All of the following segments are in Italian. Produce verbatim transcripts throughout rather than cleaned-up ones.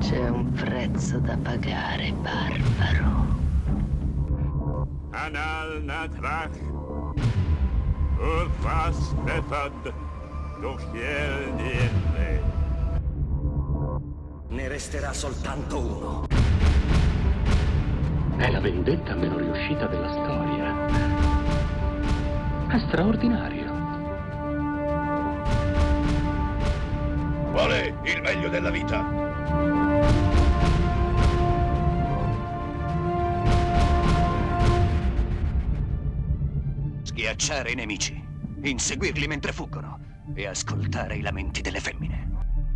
C'è un prezzo da pagare, barbaro. Anal natrach, urfas befad, dochiel niente. Ne resterà soltanto uno. È la vendetta meno riuscita della storia. È straordinario. Qual è il meglio della vita? Schiacciare i nemici, inseguirli mentre fuggono e ascoltare i lamenti delle femmine.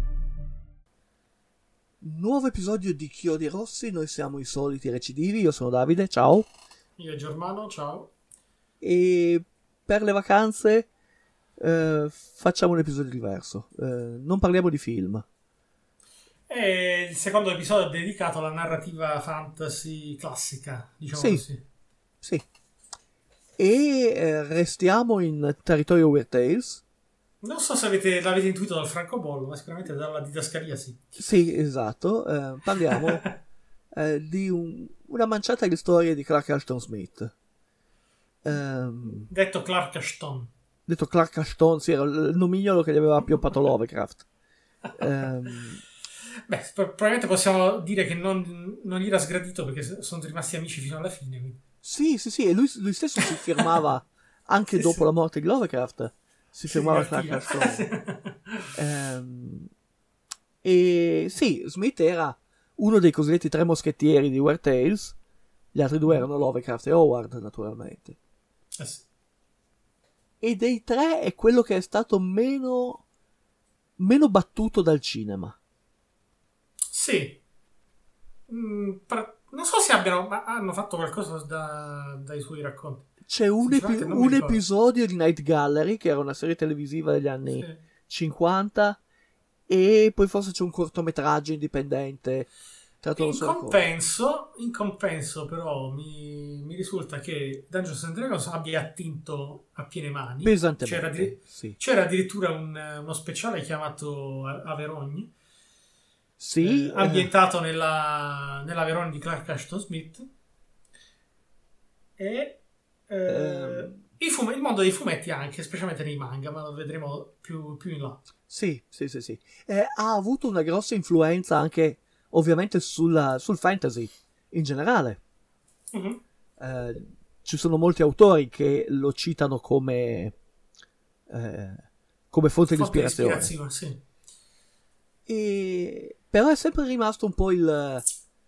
Nuovo episodio di Chiodi Rossi, noi siamo i soliti recidivi, io sono Davide, ciao. Io e Germano, ciao. E per le vacanze eh, facciamo un episodio diverso, eh, non parliamo di film. E il secondo episodio è dedicato alla narrativa fantasy classica, diciamo sì, così. Sì. E eh, restiamo in territorio Weird Tales. Non so se avete, l'avete intuito dal francobollo, ma sicuramente dalla didascalia sì. Sì, esatto. Eh, parliamo eh, di un, una manciata di storie di Clark Ashton Smith. Um, detto Clark Ashton. Detto Clark Ashton, sì, era il nomignolo che gli aveva appioppato Lovecraft. Um, Beh, probabilmente possiamo dire che non, non gli era sgradito perché sono rimasti amici fino alla fine. Quindi. Sì, sì, sì, e lui, lui stesso si firmava anche sì, dopo sì. la morte di Lovecraft. Si, si firmava Clark Ashton. um, e sì, Smith era uno dei cosiddetti tre moschettieri di Weird Tales. Gli altri due erano Lovecraft e Howard, naturalmente. Eh sì. E dei tre è quello che è stato meno meno battuto dal cinema. Sì. Mm, per, non so se abbiano ma hanno fatto qualcosa da, dai suoi racconti. C'è un, epi- un episodio di Night Gallery, che era una serie televisiva degli anni sì. cinquanta, e poi forse c'è un cortometraggio indipendente. In compenso, in compenso però mi, mi risulta che Dungeons and Dragons abbia attinto a piene mani. Pesantemente, c'era, di, sì. C'era addirittura un, uno speciale chiamato Averogny, sì, eh, ambientato eh. nella, nella Averogny di Clark Ashton Smith, e eh, eh. Il, fume, il mondo dei fumetti anche, specialmente nei manga, ma lo vedremo più, più in là. Sì, sì, sì, sì. Eh, ha avuto una grossa influenza anche ovviamente sul, sul fantasy in generale. Mm-hmm. Eh, ci sono molti autori che lo citano come eh, come fonte, fonte di ispirazione, di ispirazione sì. E, però è sempre rimasto un po' il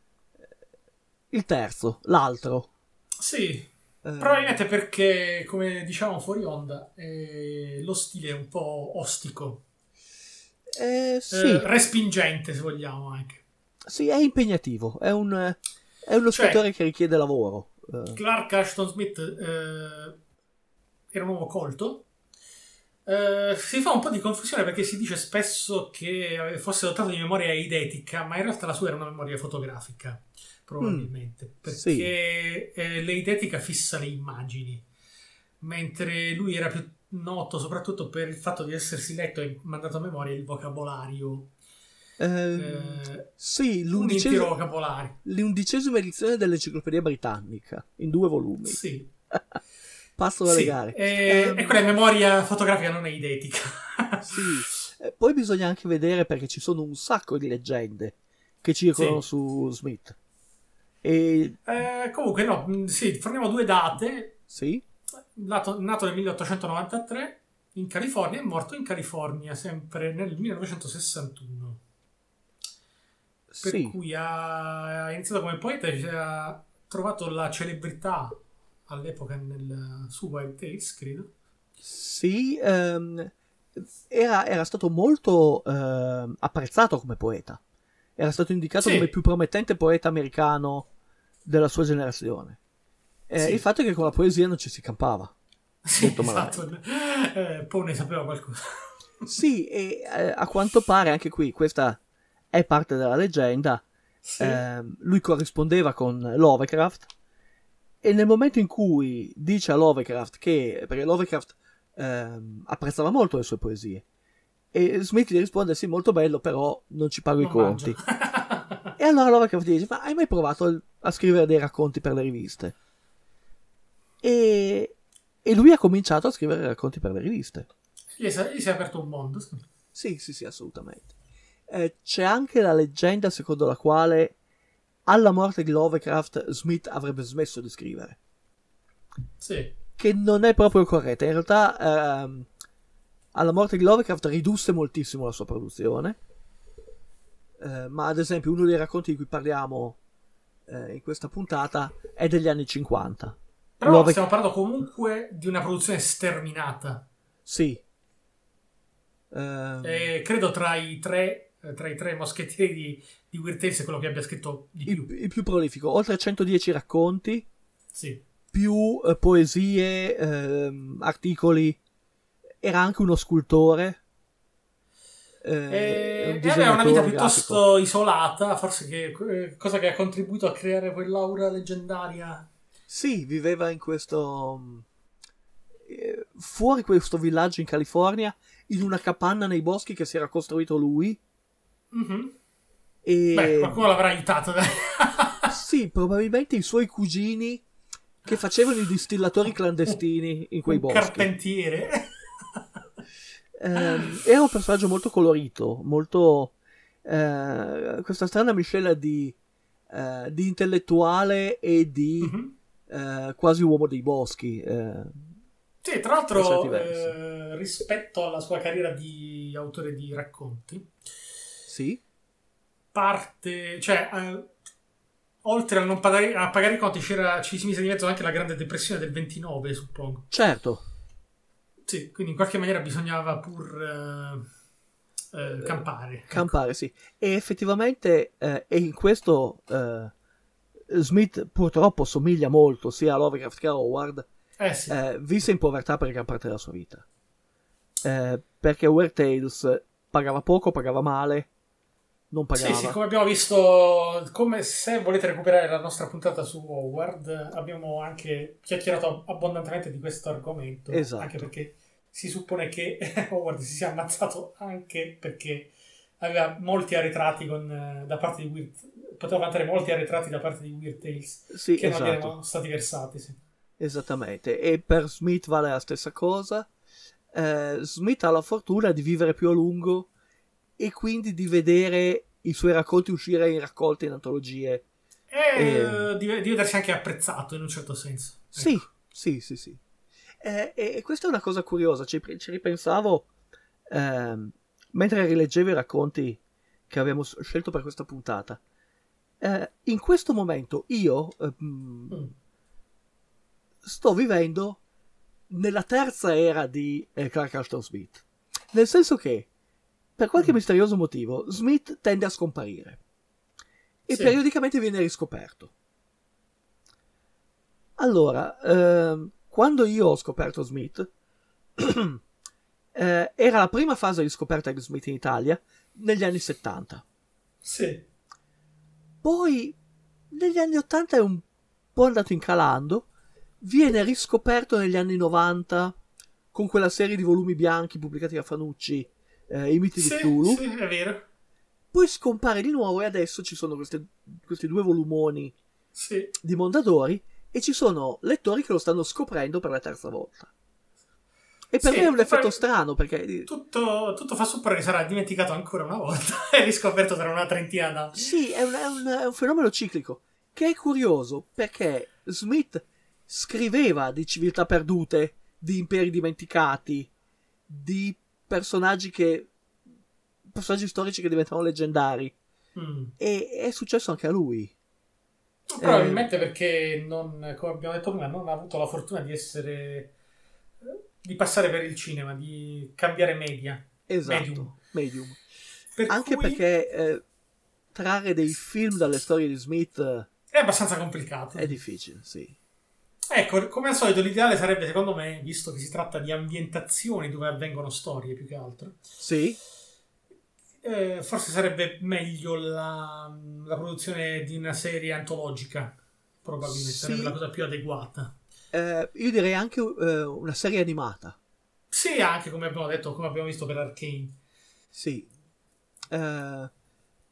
il terzo, l'altro. Sì, eh, probabilmente perché, come diciamo fuori onda, eh, lo stile è un po' ostico, eh, sì. eh, respingente se vogliamo anche. Sì, è impegnativo, è un è uno cioè, scrittore che richiede lavoro. Clark Ashton Smith eh, era un uomo colto. Eh, si fa un po' di confusione perché si dice spesso che fosse dotato di memoria eidetica, ma in realtà la sua era una memoria fotografica, probabilmente, mm, perché sì. eh, l'eidetica fissa le immagini, mentre lui era più noto soprattutto per il fatto di essersi letto e mandato a memoria il vocabolario. Eh, eh, sì, l'undicesima vocabolario. l'undicesima edizione dell'Enciclopedia Britannica in due volumi. Sì. Passo da sì, legare. E, um, e quella memoria fotografica non è eidetica. Sì. Eh, poi bisogna anche vedere perché ci sono un sacco di leggende che circolano sì. su Smith. E... Eh, comunque, no, sì, forniamo due date. Sì. Nato, nato nel milleottocentonovantatré in California e morto in California sempre nel millenovecentosessantuno. Per sì. cui ha, ha iniziato come poeta e ha trovato la celebrità all'epoca nel, su Wild Tales, credo. Sì, ehm, era, era stato molto ehm, apprezzato come poeta. Era stato indicato sì. come il più promettente poeta americano della sua generazione. Eh, sì. Il fatto è che con la poesia non ci si campava. Sì, esatto. Eh, poi ne sapeva qualcosa. Sì, e eh, a quanto pare anche qui, questa è parte della leggenda, sì. eh, lui corrispondeva con Lovecraft, e nel momento in cui dice a Lovecraft che, perché Lovecraft eh, apprezzava molto le sue poesie, e Smith gli risponde: sì, molto bello, però non ci pago non i conti. E allora Lovecraft dice: ma hai mai provato a scrivere dei racconti per le riviste? E, e lui ha cominciato a scrivere racconti per le riviste. Gli si è, gli si è aperto un mondo. Sì, sì, sì, assolutamente. Eh, c'è anche la leggenda secondo la quale alla morte di Lovecraft Smith avrebbe smesso di scrivere. Sì. Che non è proprio corretta. In realtà ehm, alla morte di Lovecraft ridusse moltissimo la sua produzione. Eh, ma ad esempio uno dei racconti di cui parliamo eh, in questa puntata è degli anni cinquanta. Però Love... stiamo parlando comunque di una produzione sterminata. Sì. Um... Eh, credo tra i tre tra i tre moschettieri di, di Weird Tales è quello che abbia scritto di più. Il, il più prolifico, oltre centodieci racconti, sì. più eh, poesie, ehm, articoli. Era anche uno scultore. Eh, e aveva una vita piuttosto grafico. isolata, forse che cosa che ha contribuito a creare quell'aura leggendaria. Sì, viveva in questo eh, fuori questo villaggio in California, in una capanna nei boschi che si era costruito lui. Mm-hmm. E... Beh, qualcuno l'avrà aiutato. Sì, probabilmente i suoi cugini che facevano i distillatori clandestini in quei un boschi. Carpentiere. Eh, era un personaggio molto colorito, molto eh, questa strana miscela di, eh, di intellettuale e di mm-hmm. eh, quasi uomo dei boschi. Eh, sì, tra l'altro eh, rispetto alla sua carriera di autore di racconti, sì, parte, cioè eh, oltre a non pagare, a pagare i conti c'era, ci si mise di mezzo anche la Grande Depressione del ventinove, suppongo. Certo. Sì, quindi in qualche maniera bisognava pur uh, uh, campare. Campare, ecco. Sì. E effettivamente, eh, e in questo eh, Smith purtroppo somiglia molto sia a Lovecraft che a Howard. Eh sì. eh, visse in povertà per gran parte della sua vita. Eh, perché Weird Tales pagava poco, pagava male, non pagava. Sì, sì, come abbiamo visto, come se volete recuperare la nostra puntata su Howard, abbiamo anche chiacchierato abbondantemente di questo argomento. Esatto. Anche perché si suppone che Howard si sia ammazzato anche perché aveva molti arretrati con, da parte di Weird, poteva vantare molti arretrati da parte di Weird Tales, sì, che esatto. non gli erano stati versati. Sì. Esattamente, e per Smith vale la stessa cosa. Eh, Smith ha la fortuna di vivere più a lungo e quindi di vedere i suoi racconti uscire in raccolte, in antologie. E e... Di, di vedersi anche apprezzato in un certo senso. Sì, ecco. sì, sì, sì. Eh, e, e questa è una cosa curiosa, ci, ci ripensavo eh, mentre rileggevo i racconti che abbiamo scelto per questa puntata. Eh, in questo momento io eh, mm. sto vivendo nella terza era di eh, Clark Ashton Smith, nel senso che per qualche mm. misterioso motivo Smith tende a scomparire e sì. periodicamente viene riscoperto. Allora, eh, quando io ho scoperto Smith eh, era la prima fase di scoperta di Smith in Italia negli anni settanta. Sì. Poi negli anni ottanta è un po' andato incalando, viene riscoperto negli anni novanta con quella serie di volumi bianchi pubblicati da Fanucci, eh, I miti sì, di Cthulhu. Sì, è vero. Poi scompare di nuovo e adesso ci sono queste, questi due volumoni sì. di Mondadori e ci sono lettori che lo stanno scoprendo per la terza volta. E per sì, me è un effetto strano perché tutto, tutto fa supporre che sarà dimenticato ancora una volta e riscoperto tra una trentina d'anni. Sì, è un, è, un, è un fenomeno ciclico che è curioso perché Smith scriveva di civiltà perdute, di imperi dimenticati, di personaggi che personaggi storici che diventavano leggendari mm. e è successo anche a lui. Probabilmente eh, perché non, come abbiamo detto prima, non ha avuto la fortuna di essere di passare per il cinema, di cambiare media. Esatto, medium. medium. Per anche cui... perché eh, trarre dei film dalle storie di Smith è abbastanza complicato. È difficile, sì. Ecco, come al solito l'ideale sarebbe, secondo me, visto che si tratta di ambientazioni dove avvengono storie più che altro, sì. eh, forse sarebbe meglio la, la produzione di una serie antologica, probabilmente sì. Sarebbe la cosa più adeguata. Eh, io direi anche uh, una serie animata. Sì, anche come abbiamo detto, come abbiamo visto per Arcane. Sì. Uh,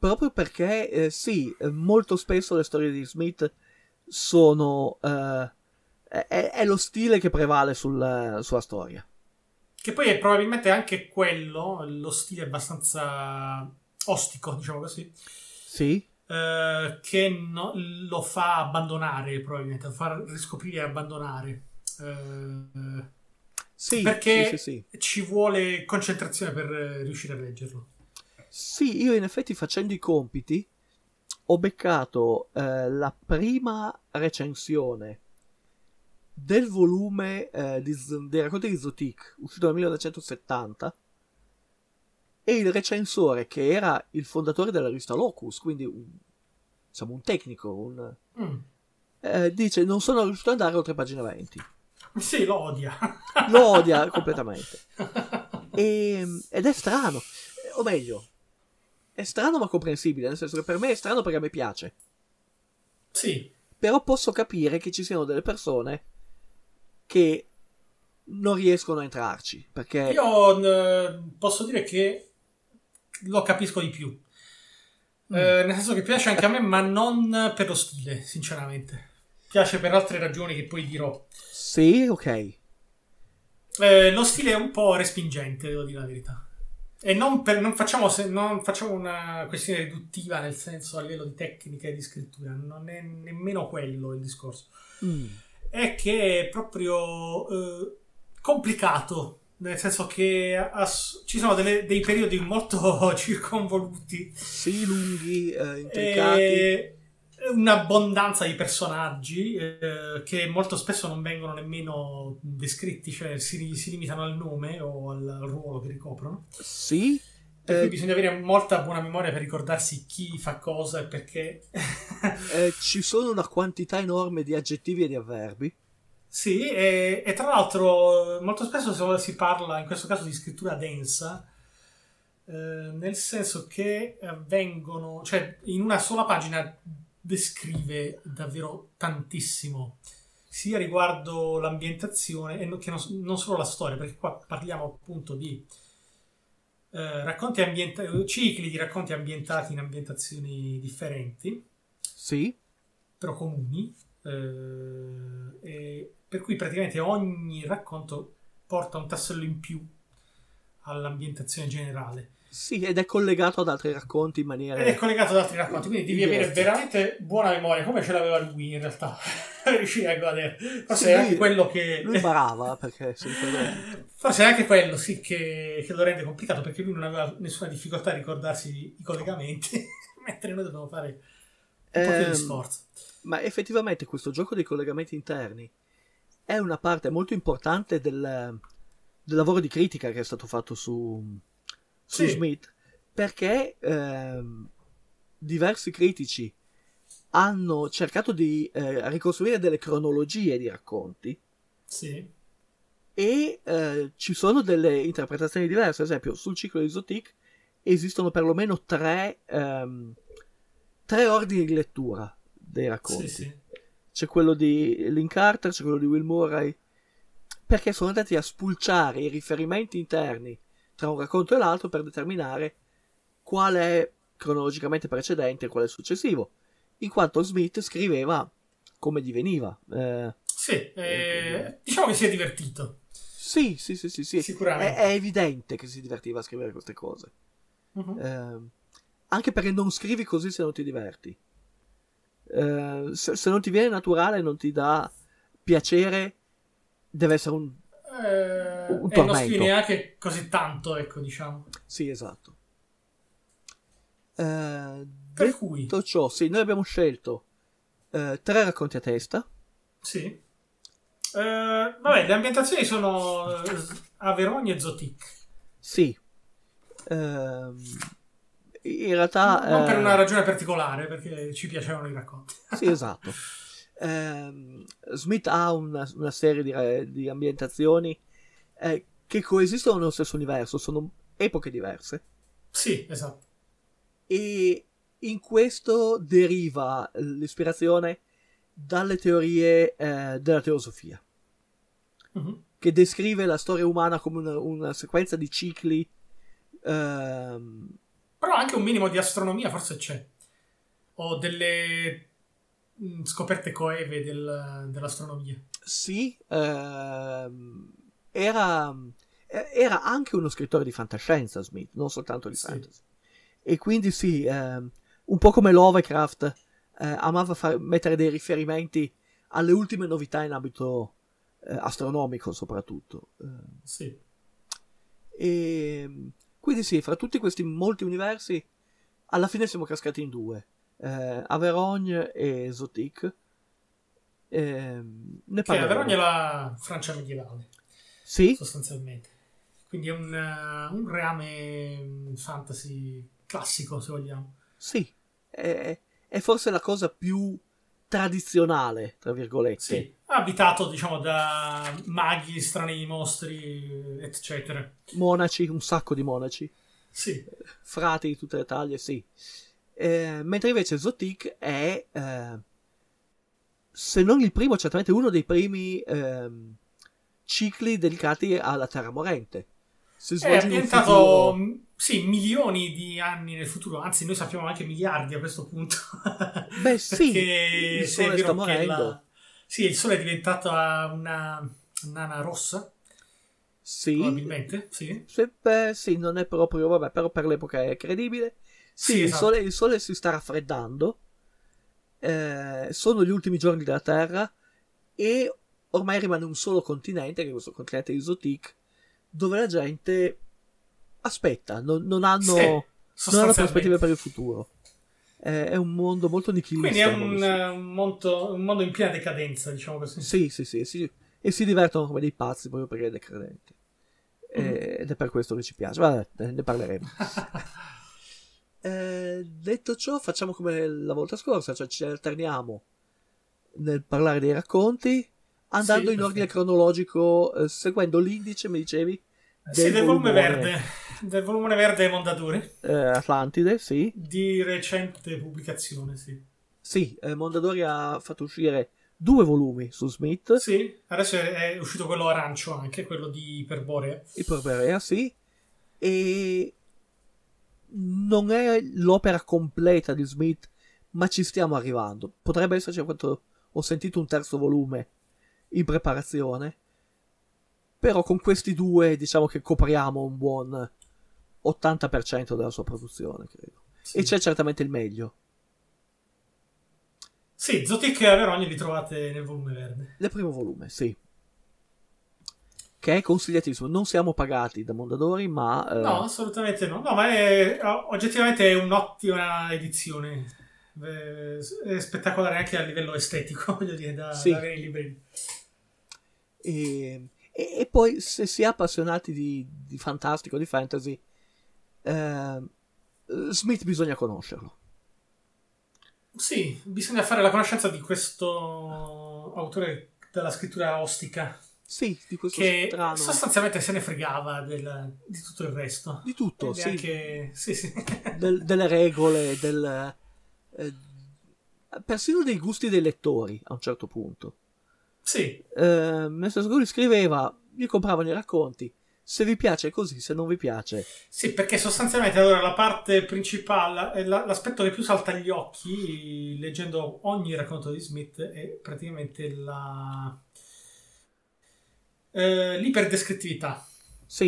proprio perché eh, sì, eh, molto spesso le storie di Smith sono eh, è, è lo stile che prevale sul, sulla storia, che poi è probabilmente anche quello, lo stile abbastanza ostico, diciamo così, sì, eh, che no, lo fa abbandonare, probabilmente lo fa riscoprire e abbandonare, eh, sì, perché sì, sì, sì. ci vuole concentrazione per riuscire a leggerlo. Sì, io in effetti facendo i compiti ho beccato eh, la prima recensione del volume eh, di, dei racconti di Zotic, uscito nel millenovecentosettanta, e il recensore, che era il fondatore della rivista Locus, quindi un, diciamo un tecnico, un, Mm. eh, dice non sono riuscito ad andare oltre pagina venti. Sì, lo odia. Lo odia completamente. E, ed è strano, o meglio, è strano ma comprensibile, nel senso che per me è strano perché a me piace. Sì. Però posso capire che ci siano delle persone che non riescono a entrarci, perché Io eh, posso dire che lo capisco di più. Mm. Eh, nel senso che piace anche a me, ma non per lo stile, sinceramente. Piace per altre ragioni che poi dirò. sì, ok. Eh, lo stile è un po' respingente, devo dire la verità. E non, per, non, facciamo, se, non facciamo una questione riduttiva, nel senso a livello di tecnica e di scrittura. Non è nemmeno quello il discorso. Mm. È che è proprio eh, complicato. Nel senso che ass- ci sono delle- dei periodi molto circonvoluti. Sì, lunghi, eh, intricati. E un'abbondanza di personaggi eh, che molto spesso non vengono nemmeno descritti, cioè si, si limitano al nome o al, al ruolo che ricoprono. Sì, Per cui eh, bisogna avere molta buona memoria per ricordarsi chi fa cosa e perché. eh, ci sono una quantità enorme di aggettivi e di avverbi. Sì, e, e tra l'altro molto spesso si parla in questo caso di scrittura densa, eh, nel senso che eh, vengono, cioè in una sola pagina descrive davvero tantissimo, sia riguardo l'ambientazione e non, che non, non solo la storia, perché qua parliamo appunto di eh, racconti ambientati, cicli di racconti ambientati in ambientazioni differenti, Sì, però comuni, eh, e per cui praticamente ogni racconto porta un tassello in più all'ambientazione generale. sì, ed è collegato ad altri racconti in maniera... Ed è collegato ad altri racconti, quindi devi avere diverse. veramente buona memoria, come ce l'aveva lui in realtà, per riuscire a godere. Forse Sì, è lui- anche quello che... Lui barava, perché si ricordava tutto. Forse è anche quello, sì, che, che lo rende complicato, perché lui non aveva nessuna difficoltà a ricordarsi i collegamenti, mentre noi dobbiamo fare un po' più Ehm, di sforzo. Ma effettivamente questo gioco dei collegamenti interni è una parte molto importante del, del lavoro di critica che è stato fatto su, su Sì. Smith, perché ehm, diversi critici hanno cercato di eh, ricostruire delle cronologie di racconti Sì, e eh, ci sono delle interpretazioni diverse. Ad esempio, sul ciclo di Zotic esistono perlomeno tre, ehm, tre ordini di lettura dei racconti. sì, sì. C'è quello di Link Carter, c'è quello di Will Murray, perché sono andati a spulciare i riferimenti interni tra un racconto e l'altro per determinare qual è cronologicamente precedente e qual è successivo, in quanto Smith scriveva come gli veniva. Eh, Sì, eh, diciamo che si è divertito. sì, sì, sì, sì, sì. Sicuramente. È, è evidente che si divertiva a scrivere queste cose. Mhm. Eh, anche perché non scrivi così se non ti diverti. Eh, se, se non ti viene naturale, non ti dà piacere, deve essere un... Eh, Un e non tormento. scrivi neanche così tanto, ecco, diciamo. Sì, esatto. Eh, Per detto cui, ciò, sì, noi abbiamo scelto eh, tre racconti a testa. sì. Eh, vabbè, le ambientazioni sono eh, a Verogna e Zotic. Sì. Ehm, in realtà... Non per eh, una ragione particolare, perché ci piacevano i racconti. Sì, esatto. Ehm, Smith ha una, una serie di, di ambientazioni eh, che coesistono nello stesso universo, sono epoche diverse, Sì, esatto. e in questo deriva l'ispirazione dalle teorie eh, della teosofia, Mhm. che descrive la storia umana come una, una sequenza di cicli ehm, Però anche un minimo di astronomia forse c'è. O delle mh, scoperte coeve del, dell'astronomia. Sì, ehm, era, era anche uno scrittore di fantascienza Smith, non soltanto di Sì. fantasy. E quindi sì, ehm, un po' come Lovecraft, eh, amava far, mettere dei riferimenti alle ultime novità in ambito eh, astronomico soprattutto. Eh, Sì. e quindi sì, fra tutti questi molti universi, alla fine siamo cascati in due, eh, Averogne e Zotic. Eh, ne Che parleremo. Averogne è la Francia medievale, Sì, sostanzialmente. Quindi è un, uh, un reame fantasy classico, se vogliamo. sì, è, è forse la cosa più tradizionale, tra virgolette. Sì, abitato, diciamo, da maghi, strani mostri, eccetera. Monaci, un sacco di monaci, Sì, frati di tutte le taglie, sì. Eh, mentre invece Zotic è, eh, se non il primo, certamente uno dei primi ehm, cicli dedicati alla Terra morente. Si è svolge in un ambientato, futuro- mh, sì, milioni di anni nel futuro, anzi noi sappiamo anche miliardi a questo punto. Beh, sì, Perché il se è Sole vero sta che morendo. la- Sì, il Sole è diventata una nana rossa, Sì, probabilmente, sì. Se- beh, sì, non è proprio, vabbè, però per l'epoca è credibile. Sì, Sì, il, esatto. sole, il sole si sta raffreddando, eh, sono gli ultimi giorni della Terra e ormai rimane un solo continente, che è questo continente di Zotic, dove la gente aspetta, non, non hanno, Sì, non hanno sostanzialmente. prospettive per il futuro. Eh, è un mondo molto nichilista. Quindi è il mondo, un, sì. eh, un mondo, un mondo in piena decadenza, diciamo così. Sì, sì, sì, sì, e si divertono come dei pazzi proprio perché è decadente. Eh, Ed è per questo che ci piace. Vabbè, ne parleremo. Eh, detto ciò, facciamo come la volta scorsa, cioè ci alterniamo nel parlare dei racconti, andando Sì, in ordine perfetto. cronologico, eh, seguendo l'indice, mi dicevi, Sì, del volume volumone, verde, del volume verde Mondadori, eh, Atlantide, sì. di recente pubblicazione, sì. Sì, eh, Mondadori ha fatto uscire due volumi su Smith, Sì, adesso è, è uscito quello arancio anche, quello di Iperborea. Iperborea, sì, e non è l'opera completa di Smith, ma ci stiamo arrivando. Potrebbe esserci, a quanto ho sentito, un terzo volume in preparazione, però con questi due diciamo che copriamo un buon ottanta per cento della sua produzione, credo. Sì. E c'è certamente il meglio. Sì, Zotic e Averogne li trovate nel volume verde. Nel primo volume, sì. Che è consigliatissimo. Non siamo pagati da Mondadori, ma... eh, No, assolutamente no. No, ma è, oggettivamente è un'ottima edizione. Eh, È spettacolare anche a livello estetico, voglio dire, da, Sì. da avere in libreria. E, e- e poi, se si è appassionati di, di fantastico, di fantasy, eh, Smith bisogna conoscerlo. Sì, bisogna fare la conoscenza di questo autore della scrittura ostica, Sì, di questo che strano... sostanzialmente se ne fregava del- di tutto il resto. Di tutto, Ed è sì. anche- sì, sì. del- delle regole, del, eh, persino dei gusti dei lettori, a un certo punto. Sì, Eh, nel senso che lui scriveva, gli compravano i racconti, se vi piace così, se non vi piace... sì, perché sostanzialmente allora la parte principale, eh, la- l'aspetto che più salta agli occhi leggendo ogni racconto di Smith è praticamente la eh, l'iperdescrittività, Sì,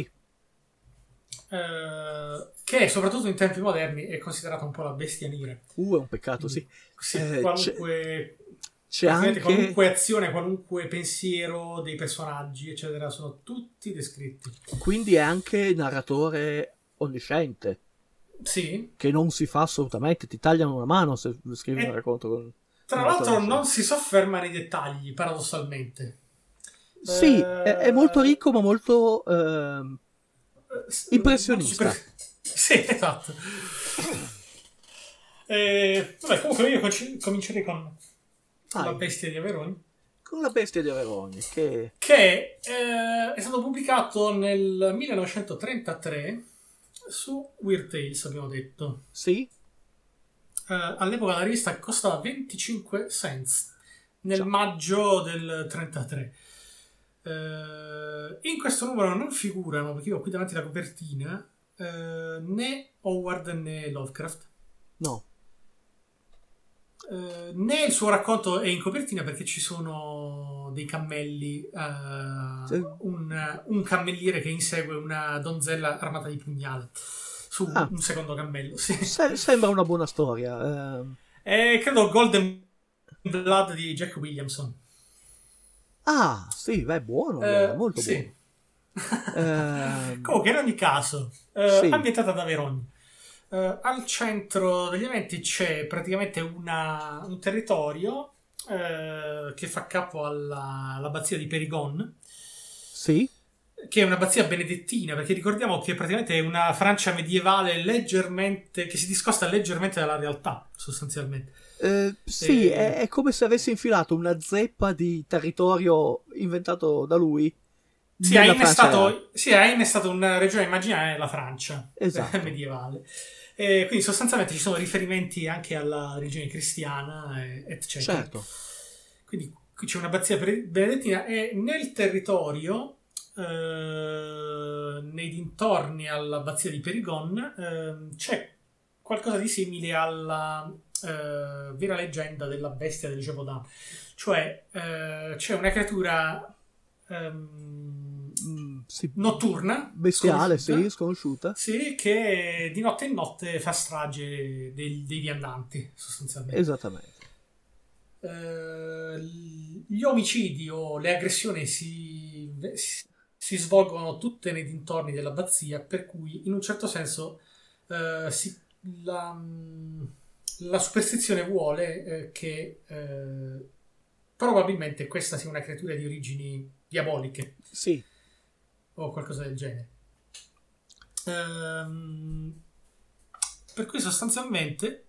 eh, che soprattutto in tempi moderni è considerata un po' la bestia nera. uh, è un peccato, sì. Sì, Eh, qualunque, C'è praticamente anche... qualunque azione, qualunque pensiero dei personaggi, eccetera, sono tutti descritti. Quindi è anche narratore onnisciente, Sì, che non si fa assolutamente, ti tagliano una mano se scrivi Eh, un racconto con... tra un l'altro narratore non si sofferma nei dettagli, paradossalmente. Sì, Eh, è, è molto ricco, ma molto ehm, eh, impressionista. super- Sì, esatto. Eh, vabbè, comunque io cominci- comincerei con Vai. La bestia di Averoni, Con la bestia di Averogne, che... che eh, è stato pubblicato nel millenovecentotrentatré su Weird Tales, abbiamo detto. Sì, Eh, all'epoca la rivista costava venticinque cents nel Già. maggio del trentatré. Eh, in questo numero non figurano, perché io ho qui davanti la copertina, eh, né Howard né Lovecraft. No. Eh, né il suo racconto è in copertina perché ci sono dei cammelli, eh, Sì. un, un cammelliere che insegue una donzella armata di pugnale su Ah. un secondo cammello. Sì. Se- sembra una buona storia. ehm. È credo Golden Blood di Jack Williamson. Ah, sì, beh, buono, allora, Eh, molto sì. buono. Ehm, Comunque, in ogni caso, eh, Sì. ambientata da Verogna. Eh, al centro degli eventi c'è praticamente una- un territorio eh, che fa capo alla- all'abbazia di Périgord, sì, che è un'abbazia benedettina, perché ricordiamo che praticamente è una Francia medievale leggermente, che si discosta leggermente dalla realtà, sostanzialmente. eh, sì, E- è, è come se avesse infilato una zeppa di territorio inventato da lui. Si ha, nella Francia reale. innestato, si ha innestato una regione immaginaria, la Francia Esatto. medievale. E quindi sostanzialmente ci sono riferimenti anche alla religione cristiana, e- eccetera. Certo. Quindi qui c'è un'abbazia pre- benedettina e nel territorio, eh, nei dintorni all'abbazia di Périgord, ehm, c'è qualcosa di simile alla eh, vera leggenda della bestia del Gévaudan. Cioè eh, c'è una creatura ehm, Mm, sì, notturna, bestiale, sconosciuta, sì, sconosciuta. sì, che di notte in notte fa strage dei, dei viandanti, sostanzialmente. Esattamente. Eh, gli omicidi o le aggressioni si, si, si svolgono tutte nei dintorni dell'abbazia, per cui in un certo senso eh, si- la, la superstizione vuole eh, che eh, probabilmente questa sia una creatura di origini diaboliche Sì, o qualcosa del genere. Ehm, per cui sostanzialmente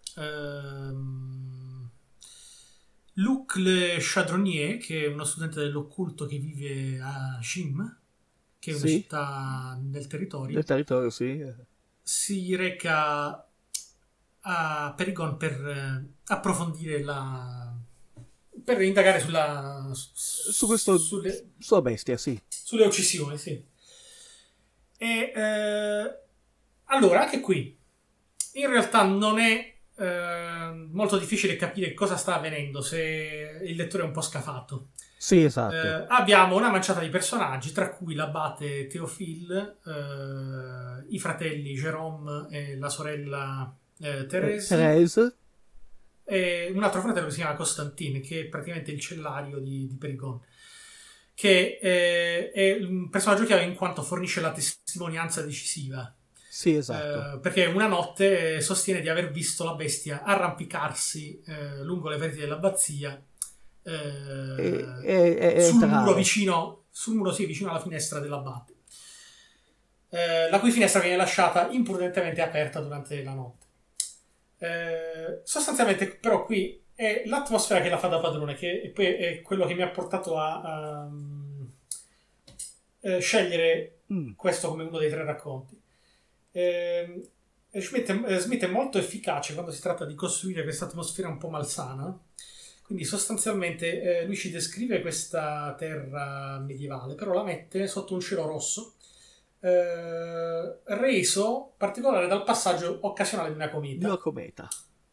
ehm, Luc Le Chardonnier, che è uno studente dell'occulto che vive a Chim, che è una Sì. città nel territorio, nel territorio, sì. si reca a Périgord per eh, approfondire la per indagare sulla Su questo, sulle, sua bestia, sì. sulle uccisioni, sì. E eh, allora, anche qui in realtà non è eh, molto difficile capire cosa sta avvenendo se il lettore è un po' scafato. Sì, esatto. Eh, abbiamo una manciata di personaggi, tra cui l'abate Théophile, eh, i fratelli Jérôme e la sorella eh, Thérèse, Thérèse, e un altro fratello che si chiama Constantine, che è praticamente il cellario di, di Périgord, che eh, è un personaggio chiave in quanto fornisce la testimonianza decisiva. sì, esatto. Eh, perché una notte sostiene di aver visto la bestia arrampicarsi eh, lungo le pareti dell'abbazia eh, E- e- e- sul entrare. muro vicino sul muro sì, vicino alla finestra dell'abate, eh, la cui finestra viene lasciata imprudentemente aperta durante la notte. Eh, sostanzialmente però qui è l'atmosfera che la fa da padrone, che è, poi è quello che mi ha portato a, a um, eh, scegliere Mm, questo come uno dei tre racconti. Eh, Smith, è, eh, Smith è molto efficace quando si tratta di costruire questa atmosfera un po' malsana. Quindi sostanzialmente eh, lui ci descrive questa terra medievale, però la mette sotto un cielo rosso, eh, reso particolare dal passaggio occasionale di una di cometa. una cometa.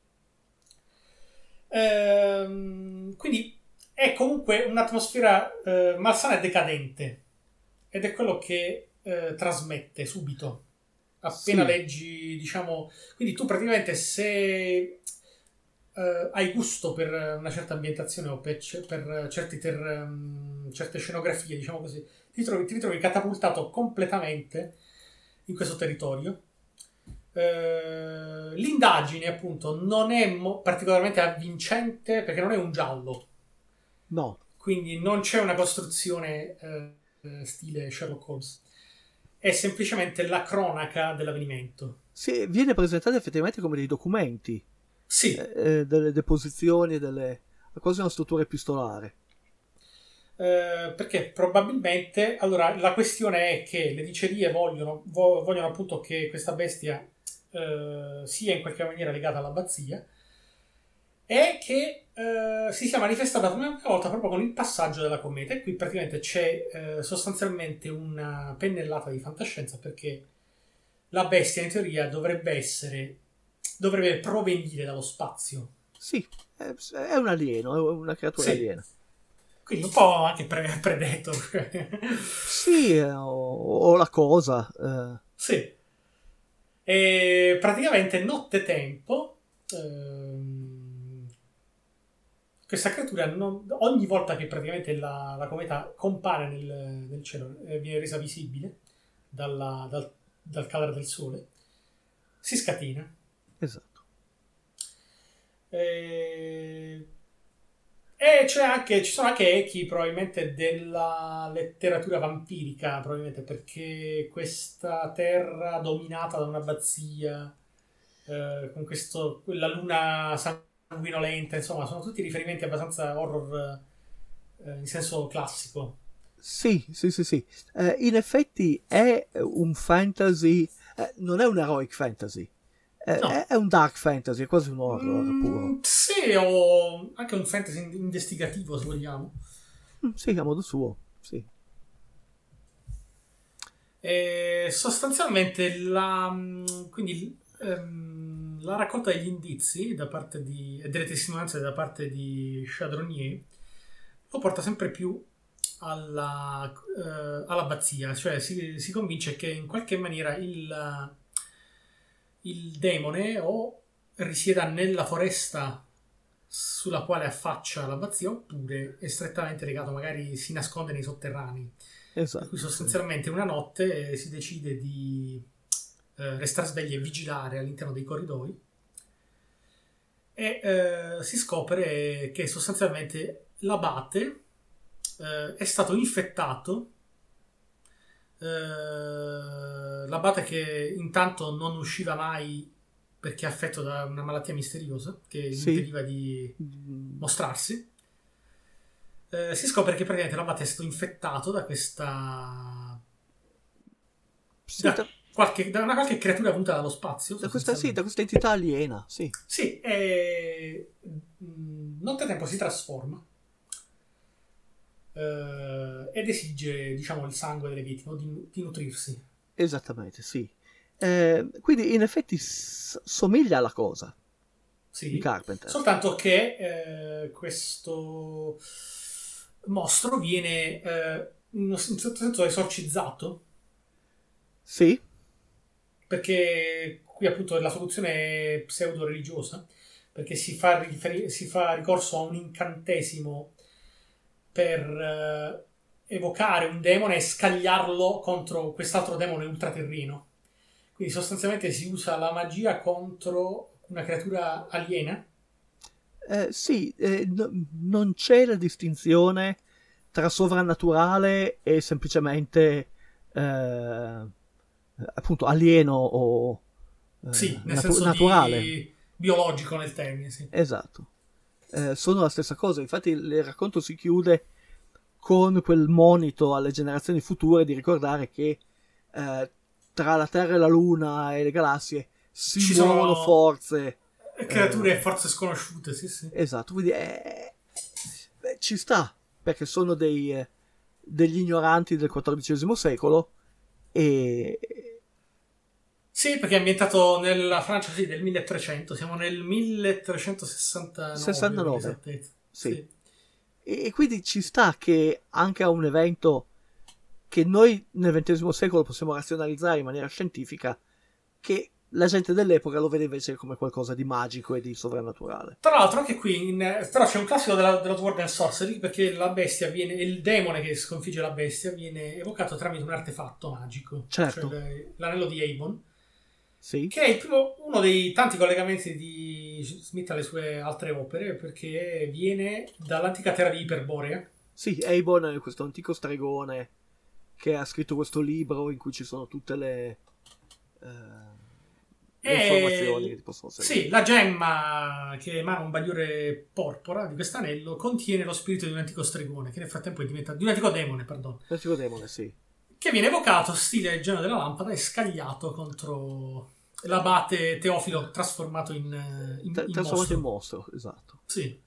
Ehm, quindi è comunque un'atmosfera eh, malsana e decadente, ed è quello che eh, trasmette subito appena Sì. leggi, diciamo. Quindi tu praticamente, se eh, hai gusto per una certa ambientazione o per, ce- per certi ter- um, certe scenografie, diciamo così, ti trovi, ti ritrovi catapultato completamente in questo territorio. Eh, l'indagine appunto non è mo- particolarmente avvincente perché non è un giallo, No, quindi non c'è una costruzione eh, eh, stile Sherlock Holmes, è semplicemente la cronaca dell'avvenimento. sì, viene presentato effettivamente come dei documenti, Sì, eh, delle deposizioni, delle quasi una struttura epistolare. eh, perché probabilmente, allora, la questione è che le dicerie vogliono, vo- vogliono appunto che questa bestia eh, sia in qualche maniera legata all'abbazia, e che eh, si sia manifestata per una volta proprio con il passaggio della cometa. E qui praticamente c'è eh, sostanzialmente una pennellata di fantascienza, perché la bestia in teoria dovrebbe essere, dovrebbe provenire dallo spazio. Sì, è, è un alieno, è una creatura Sì. aliena. Quindi un po' anche pre- Predator. Sì, eh, o, o la cosa. eh. Sì. E praticamente nottetempo ehm, questa creatura non- ogni volta che praticamente la, la cometa compare nel, nel cielo e viene resa visibile dalla- dal, dal calore del sole, si scatina. Esatto. E, e c'è anche, ci sono anche echi probabilmente della letteratura vampirica, probabilmente perché questa terra dominata da un'abbazia, eh, con questo, quella luna sanguinolenta, insomma, sono tutti riferimenti abbastanza horror eh, in senso classico. Sì, sì, sì, sì. Eh, in effetti è un fantasy, eh, non è un heroic fantasy, eh, No. è, è un dark fantasy, è quasi un horror Mm, puro. sì, o anche un fantasy investigativo, se vogliamo. Mm, sì, a modo suo, sì. E sostanzialmente la, mh, quindi, ehm, la raccolta degli indizi da parte di, e delle testimonianze da parte di Chardonnier lo porta sempre più alla, eh, all'abbazia, cioè si, si convince che in qualche maniera il, il demone o risieda nella foresta sulla quale affaccia l'abbazia oppure è strettamente legato, magari si nasconde nei sotterranei. Per Esatto. cui sostanzialmente una notte eh, si decide di eh, restare svegli e vigilare all'interno dei corridoi e eh, si scopre che sostanzialmente l'abate eh, è stato infettato, eh, l'abate che intanto non usciva mai perché è affetto da una malattia misteriosa che gli Sì. impediva di Mm, mostrarsi. Eh, si scopre che praticamente l'abate è stato infettato da questa sì, da, da, qualche, da una qualche creatura venuta dallo spazio, da questa, sì, da sostanzialmente. questa entità aliena, sì. Sì, e mh, nottetempo si trasforma eh, ed esige, diciamo, il sangue delle vittime o di, di nutrirsi. Esattamente, sì. Eh, quindi in effetti s- somiglia alla cosa Sì. di Carpenter. Soltanto che eh, questo mostro viene eh, in un certo senso esorcizzato, Sì, perché qui appunto la soluzione è pseudo-religiosa, perché si fa, riferi- si fa ricorso a un incantesimo per eh, evocare un demone e scagliarlo contro quest'altro demone ultraterreno. Quindi sostanzialmente si usa la magia contro una creatura aliena. eh, sì, eh, no- non c'è la distinzione tra sovrannaturale e semplicemente eh, appunto alieno o eh, Sì, nel natu- senso naturale. di biologico nel termine, sì. Esatto. Eh, sono la stessa cosa, infatti il racconto si chiude con quel monito alle generazioni future di ricordare che eh, tra la Terra e la Luna e le galassie si Ci muovono sono forze. creature eh, e forze sconosciute, sì, sì. Esatto, quindi è- beh, ci sta, perché sono dei, eh, degli ignoranti del quattordicesimo secolo e Sì, perché è ambientato nella Francia, sì, del milletrecento, siamo nel milletrecentosessantanove. sessantanove, per esattezza. sì. Sì. E, e quindi ci sta che anche a un evento che noi nel ventesimo secolo possiamo razionalizzare in maniera scientifica, che la gente dell'epoca lo vede invece come qualcosa di magico e di sovrannaturale. Tra l'altro anche qui in- però c'è un classico della, dello Sword and Sorcery, perché la bestia viene, il demone che sconfigge la bestia viene evocato tramite un artefatto magico, Certo. cioè l- l'anello di Avon, Sì, che è il primo, uno dei tanti collegamenti di Smith alle sue altre opere, perché viene dall'antica terra di Iperborea. sì, Avon è questo antico stregone che ha scritto questo libro in cui ci sono tutte le, eh, le E- informazioni che ti possono servire. Sì, la gemma che emana un bagliore porpora di quest'anello contiene lo spirito di un antico stregone, che nel frattempo è diventato, di un antico demone, perdono, L'antico demone, sì. che viene evocato stile il genio della lampada e scagliato contro l'abate Teofilo trasformato in, in, Tra- in trasformato mostro. in mostro, esatto. Sì.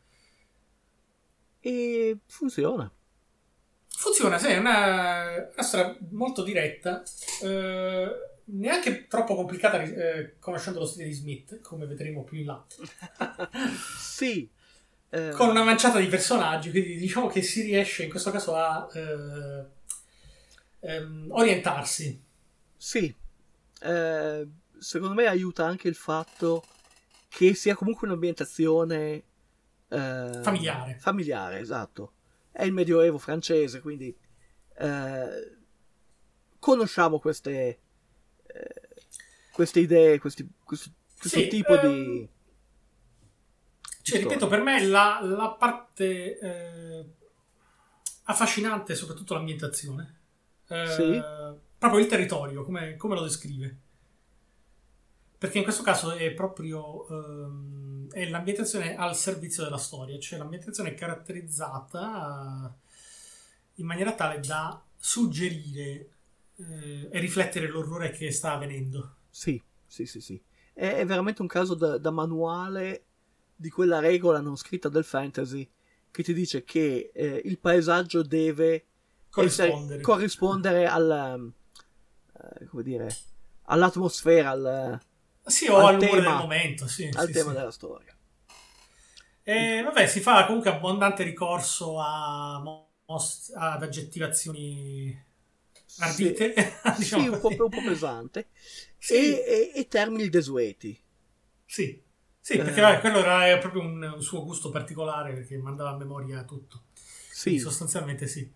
E funziona. Funziona, sì, è una, una storia molto diretta. Eh, neanche troppo complicata eh, conoscendo lo stile di Smith, come vedremo più in là. Sì. Eh... Con una manciata di personaggi, quindi diciamo che si riesce in questo caso a eh, ehm, orientarsi. Sì. Eh, secondo me aiuta anche il fatto che sia comunque un'ambientazione eh, familiare. Familiare, esatto. È il Medioevo francese, quindi eh, conosciamo queste eh, queste idee, questi, questo, questo sì, tipo ehm, di... Cioè, ripeto, per me la, la parte eh, affascinante è soprattutto l'ambientazione. Eh, Sì. Proprio il territorio, come, come lo descrive. Perché in questo caso è proprio ehm, è l'ambientazione al servizio della storia, cioè l'ambientazione è caratterizzata in maniera tale da suggerire eh, e riflettere l'orrore che sta avvenendo. Sì, sì, sì, sì. È, è veramente un caso da, da manuale di quella regola non scritta del fantasy che ti dice che eh, il paesaggio deve Corrispondere, essere, corrispondere al, eh, come dire, all'atmosfera, al, sì, o al all'umore tema, del momento, sì, al sì, tema sì. della storia. E vabbè, si fa comunque abbondante ricorso a most- ad aggettivazioni ardite, Sì, diciamo sì, un, po', così. un po' pesante. Sì. E, e, e termini desueti. Sì, sì, perché Eh. vabbè, quello era proprio un, un suo gusto particolare, perché mandava a memoria tutto. Sì. Quindi sostanzialmente sì.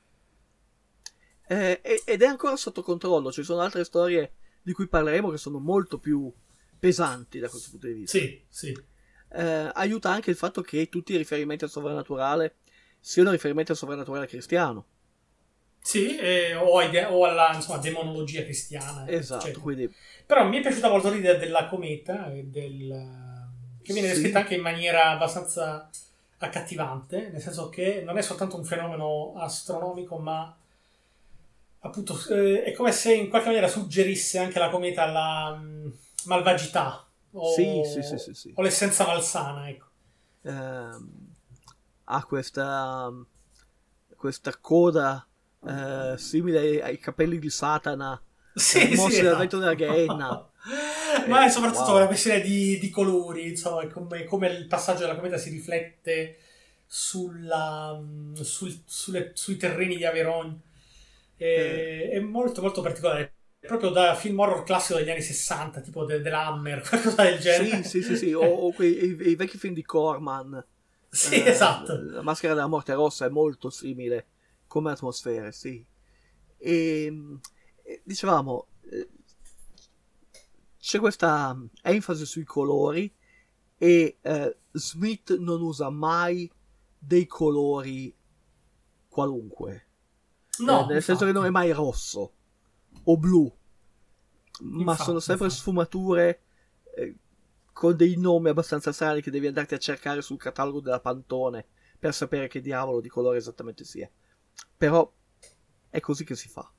Eh, ed è ancora sotto controllo. Ci sono altre storie di cui parleremo che sono molto più pesanti da questo punto di vista. Sì, sì. Eh, aiuta anche il fatto che tutti i riferimenti al sovrannaturale siano riferimenti al sovrannaturale cristiano. Sì, eh, o, ai de- o alla insomma, demonologia cristiana. Esatto, eccetera. quindi Però mi è piaciuta molto l'idea della cometa e del, che viene Sì. descritta anche in maniera abbastanza accattivante, nel senso che non è soltanto un fenomeno astronomico, ma appunto eh, è come se in qualche maniera suggerisse anche la cometa la mh, malvagità o, Sì, sì, sì, sì, sì. o l'essenza malsana, ecco. ehm, ha questa questa coda eh, simile ai, ai capelli di Satana, Sì, eh, mossi sì, dal esatto. vento della Gehenna. Ma è Eh, soprattutto wow. una questione di, di colori, insomma, come, come il passaggio della cometa si riflette sulla, mh, sul- sulle- sui terreni di Aveyron. E- È molto molto particolare, proprio da film horror classico degli anni sessanta, tipo de- della Hammer, qualcosa del genere. Sì, sì, sì, sì. O, o quei i, i vecchi film di Corman. Sì, Eh, esatto. La maschera della morte rossa è molto simile come atmosfere, sì. E e dicevamo, eh, c'è questa enfasi sui colori e eh, Smith non usa mai dei colori qualunque. No, Eh, nel senso che non è mai rosso o blu, ma Infatti, sono sempre infatti. sfumature eh, con dei nomi abbastanza strani che devi andarti a cercare sul catalogo della Pantone per sapere che diavolo di colore esattamente sia. Però è così che si fa.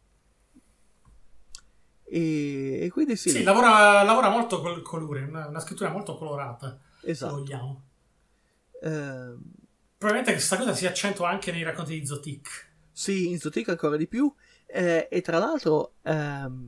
E, e quindi sì, Sì, lavora, lavora molto col colore, una, una scrittura molto colorata, esatto. se vogliamo. Ehm, Probabilmente questa cosa si accentua anche nei racconti di Zotic. Sì, in Zotic ancora di più. Eh, e tra l'altro ehm,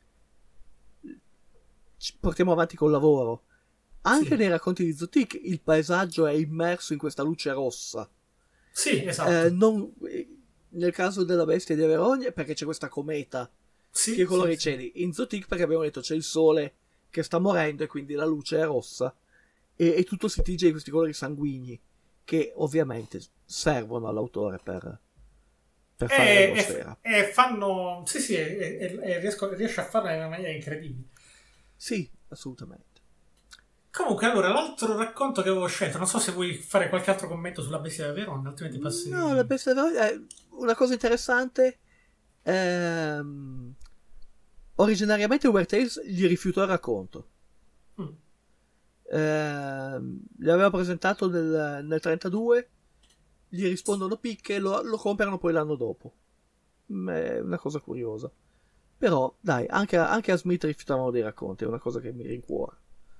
ci portiamo avanti col lavoro. Anche Sì. nei racconti di Zotic il paesaggio è immerso in questa luce rossa. Sì, esatto. Eh, non, nel caso della bestia di Averogne perché c'è questa cometa sì, che colora sì, i cieli. In Zotic perché abbiamo detto c'è il sole che sta morendo e quindi la luce è rossa e, e tutto si tinge di questi colori sanguigni che ovviamente servono all'autore per, per fare E, l'atmosfera. e, e fanno... Sì, sì, e, e- e riesco- riesce a farla in una maniera incredibile. Sì, assolutamente. Comunque, allora, l'altro racconto che avevo scelto, non so se vuoi fare qualche altro commento sulla bestia di Averon, altrimenti passi... No, la bestia è una cosa interessante. Ehm, originariamente Weird Tales gli rifiutò il racconto. Mm. Ehm, gli aveva presentato nel, nel trentadue, gli rispondono picche, lo, lo comprano poi l'anno dopo. Mm, È una cosa curiosa. Però, dai, anche, a- anche a Smith rifiutavano dei racconti, è una cosa che mi rincuora.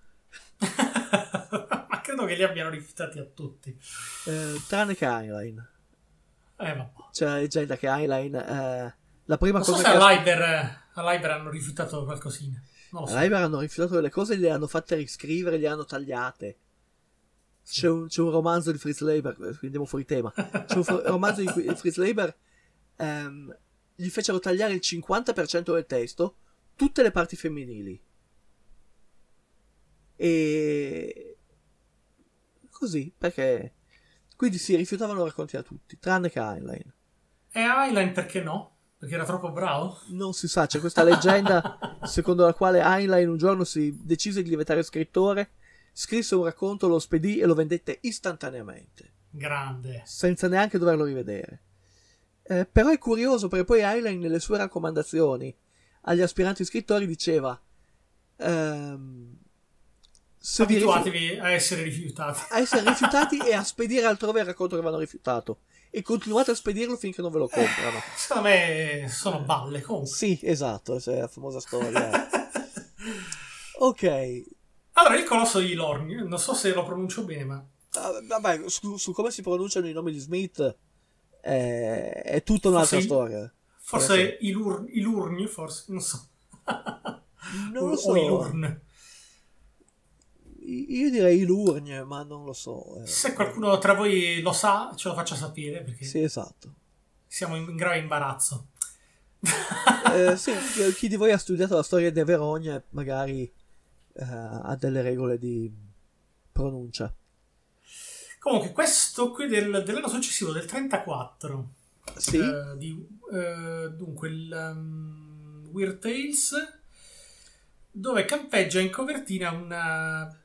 Ma credo che li abbiano rifiutati a tutti. Eh, tranne che Heinlein. Eh, vabbè. C'è la leggenda che Heinlein eh, La prima non so cosa se che a Liber, a Liber hanno rifiutato qualcosina. Non lo so. a Liber hanno rifiutato delle cose, le hanno fatte riscrivere, le hanno tagliate. C'è un, c'è un romanzo di Fritz Leiber, quindi andiamo fuori tema. C'è un fu- romanzo di Fritz Leiber, ehm, gli fecero tagliare il cinquanta per cento del testo, tutte le parti femminili. E così, perché quindi si rifiutavano racconti da tutti, tranne che Heinlein. E Heinlein perché no? Perché era troppo bravo? Non si sa, c'è questa leggenda secondo la quale Heinlein un giorno si decise di diventare scrittore, scrisse un racconto, lo spedì e lo vendette istantaneamente. Grande. Senza neanche doverlo rivedere. Eh, però è curioso perché poi Heinlein nelle sue raccomandazioni agli aspiranti scrittori diceva ehm, se vi abituatevi rifiu- a essere rifiutati. a essere rifiutati e a spedire altrove il racconto che vanno rifiutato. E continuate a spedirlo finché non ve lo comprano. Eh, secondo me sono balle comunque. Sì, esatto, c'è la famosa storia. Ok. Allora, il colosso di Lorn, non so se lo pronuncio bene, ma... Uh, vabbè, su, su come si pronunciano i nomi di Smith eh, è tutta un'altra Forse storia. Forse Ilur, Ilurn, forse, non so. Non lo so. O Ilurn. Io direi Ilurgne, ma non lo so. Eh. Se qualcuno tra voi lo sa, ce lo faccia sapere, perché sì, esatto. siamo in grave imbarazzo. eh, sì, chi di voi ha studiato la storia di Verogna magari eh, ha delle regole di pronuncia. Comunque, questo qui del, dell'anno successivo, del trentaquattro, sì? eh, di, eh, dunque il um, Weird Tales, dove campeggia in copertina una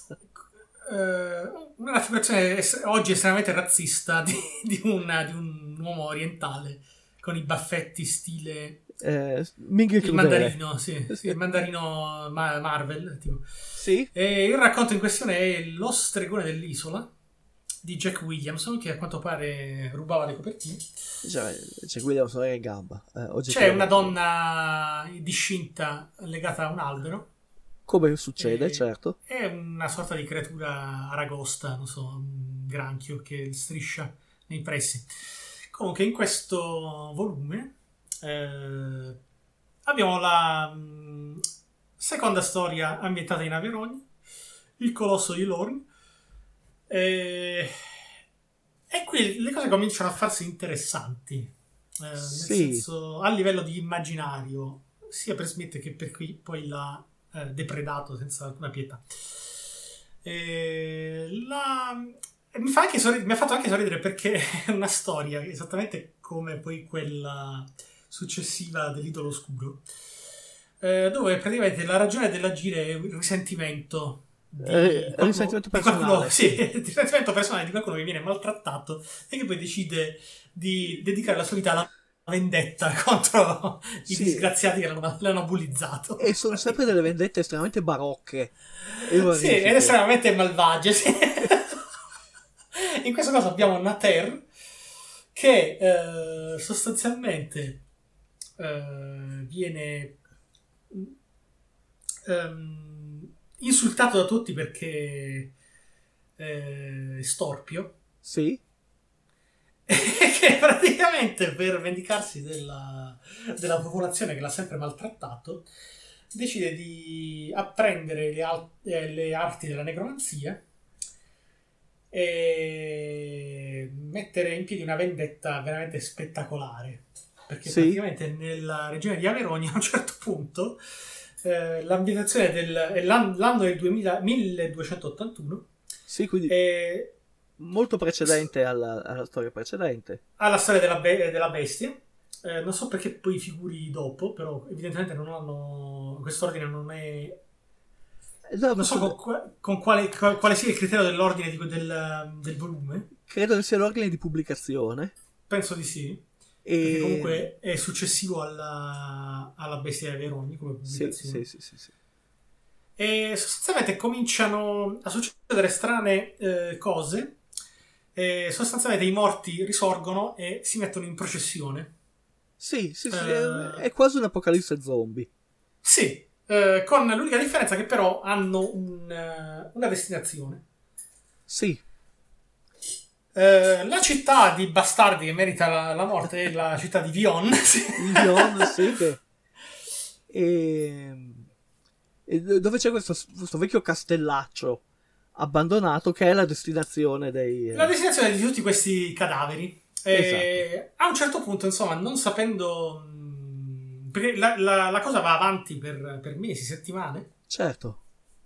uh, una raffigurazione es- oggi estremamente razzista di, di, una, di un uomo orientale con i baffetti stile eh, il mandarino, sì, sì, il mandarino ma- Marvel tipo. Sì? E il racconto in questione è Lo stregone dell'isola di Jack Williamson, che a quanto pare rubava le copertine. Cioè, c'è Williamson era in gamba. Eh, c'è una donna discinta legata a un albero. Come succede, e, certo. È una sorta di creatura aragosta, non so, un granchio che striscia nei pressi. Comunque in questo volume eh, abbiamo la mh, seconda storia ambientata in Averogna, il colosso di Lorn. E, e qui le cose cominciano a farsi interessanti, eh, nel sì. senso a livello di immaginario, sia per Smith che per qui poi l'ha eh, depredato senza alcuna pietà. E la, mi, fa anche sorridere, mi ha fatto anche sorridere perché è una storia esattamente come poi quella successiva dell'Idolo Oscuro, eh, dove praticamente la ragione dell'agire è il risentimento. Di eh, qualcuno, risentimento di personale. qualcuno, sì, il risentimento personale di qualcuno che viene maltrattato e che poi decide di dedicare la sua vita alla vendetta contro i sì. disgraziati che l'hanno, l'hanno bullizzato. E sono sempre delle vendette estremamente barocche. Sì, ed estremamente malvagie. Sì. In questo caso abbiamo Nater che eh, sostanzialmente eh, viene um, insultato da tutti perché eh, è storpio. Sì. Che praticamente per vendicarsi della, della popolazione che l'ha sempre maltrattato decide di apprendere le, al- le arti della necromanzia e mettere in piedi una vendetta veramente spettacolare, perché sì. praticamente nella regione di Averogna a un certo punto eh, l'ambientazione del è l'anno, l'anno del duemila, milleduecentottantuno, sì, quindi e molto precedente alla, alla storia precedente, alla storia della, be- della bestia. Eh, non so perché poi figuri dopo, però evidentemente non hanno quest'ordine non è no, non so con, qua- con quale, quale sia il criterio dell'ordine di, del, del volume. Credo che sia l'ordine di pubblicazione, penso di sì, e perché comunque è successivo alla, alla bestia di Averogna come pubblicazione. sì, sì, sì, sì. E sostanzialmente cominciano a succedere strane eh, cose. E sostanzialmente i morti risorgono e si mettono in processione. Sì, sì, sì, Uh, è quasi un'apocalisse zombie. Sì, eh, con l'unica differenza che però hanno un, uh, una destinazione. Sì. Eh, la città di bastardi che merita la, la morte è la città di Vion. Vion, sì, che... E... e dove c'è questo, questo vecchio castellaccio abbandonato che è la destinazione dei... La destinazione di tutti questi cadaveri. E Esatto. a un certo punto, insomma, non sapendo... Perché la, la, la cosa va avanti per, per mesi, settimane. Certo.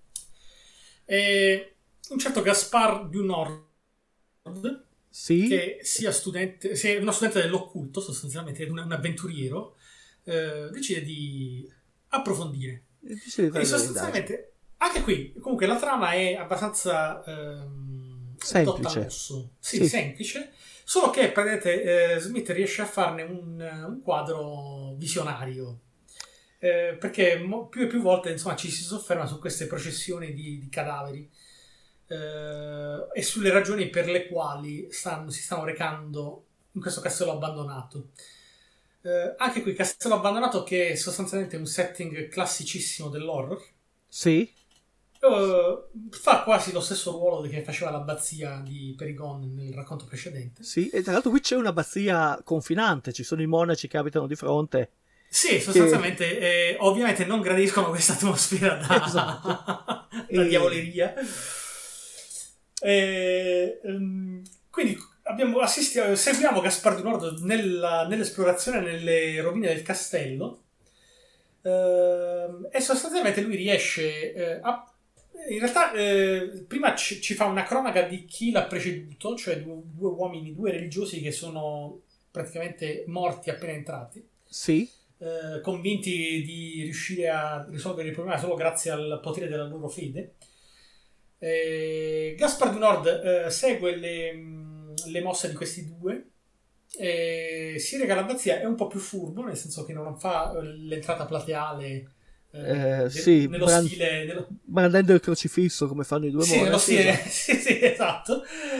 E un certo Gaspar du Nord, Sì. che sia studente, sia uno studente dell'occulto, sostanzialmente, un, un avventuriero, eh, decide di approfondire. Sì, E sostanzialmente, anche qui, comunque, la trama è abbastanza ehm, Semplice. dotta all'osso. Sì, Sì. semplice. Solo che, praticamente, eh, Smith riesce a farne un, un quadro visionario. Eh, perché mo- più e più volte, insomma, ci si sofferma su queste processioni di, di cadaveri eh, e sulle ragioni per le quali stanno, si stanno recando in questo castello abbandonato. Eh, anche qui, castello abbandonato, che è sostanzialmente un setting classicissimo dell'horror. Sì. Uh, fa quasi lo stesso ruolo che faceva l'abbazia di Perigon nel racconto precedente. Sì, e tra l'altro qui c'è un'abbazia confinante, ci sono i monaci che abitano di fronte. Sì, sostanzialmente, che... eh, ovviamente non gradiscono questa atmosfera da, Esatto. da E... diavoleria. E, um, quindi abbiamo assistiamo, seguiamo Gaspar du Nord nella, nell'esplorazione nelle rovine del castello uh, e sostanzialmente lui riesce uh, a in realtà eh, prima ci, ci fa una cronaca di chi l'ha preceduto, cioè due, due uomini, due religiosi che sono praticamente morti appena entrati, Sì. eh, convinti di riuscire a risolvere il problema solo grazie al potere della loro fede. Eh, Gaspar du Nord eh, segue le, le mosse di questi due, eh, si reca all'abbazia, è un po' più furbo, nel senso che non fa l'entrata plateale. Eh, Eh, sì, nello brand- stile nello... brandendo il crocifisso come fanno i due sì, monaci. nello stile Esatto. sì, sì, esatto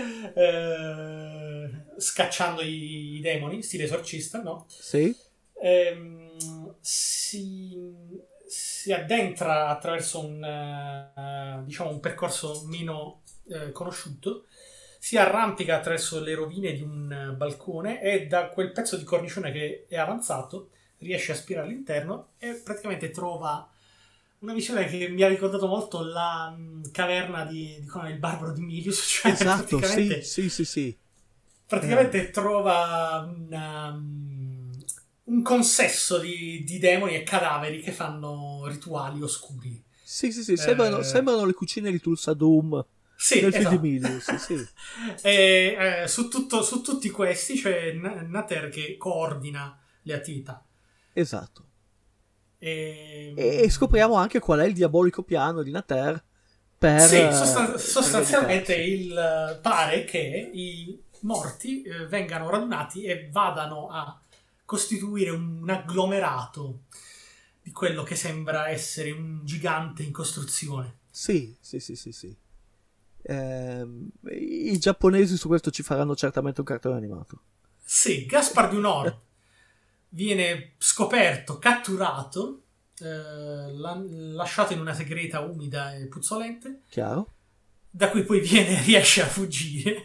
eh, scacciando i, i demoni, stile esorcista, no? Sì. Eh, si, si addentra attraverso un uh, diciamo un percorso meno uh, conosciuto, si arrampica attraverso le rovine di un uh, balcone e da quel pezzo di cornicione che è avanzato riesce a spirare all'interno e praticamente trova una visione che mi ha ricordato molto la mh, caverna di, di Conan il Barbaro di Milius, cioè Esatto, praticamente, sì, sì, sì, sì. praticamente eh. trova una, um, un consesso di, di demoni e cadaveri che fanno rituali oscuri. Sì, sì, sì, sembrano, eh... sembrano le cucine di Tulsa Doom. Sì, nel esatto. film di Milius, sì. e, eh, su, tutto, su tutti questi c'è Nater che coordina le attività. Esatto. E... e scopriamo anche qual è il diabolico piano di Nater per sì, sostan- sostanzialmente per il, pare che i morti eh, vengano radunati e vadano a costituire un agglomerato di quello che sembra essere un gigante in costruzione. Sì, sì, sì, sì, sì. Eh, i giapponesi su questo ci faranno certamente un cartone animato. Sì, Gaspar du Nord viene scoperto, catturato, eh, la- lasciato in una segreta umida e puzzolente, Chiaro? da cui poi viene riesce a fuggire.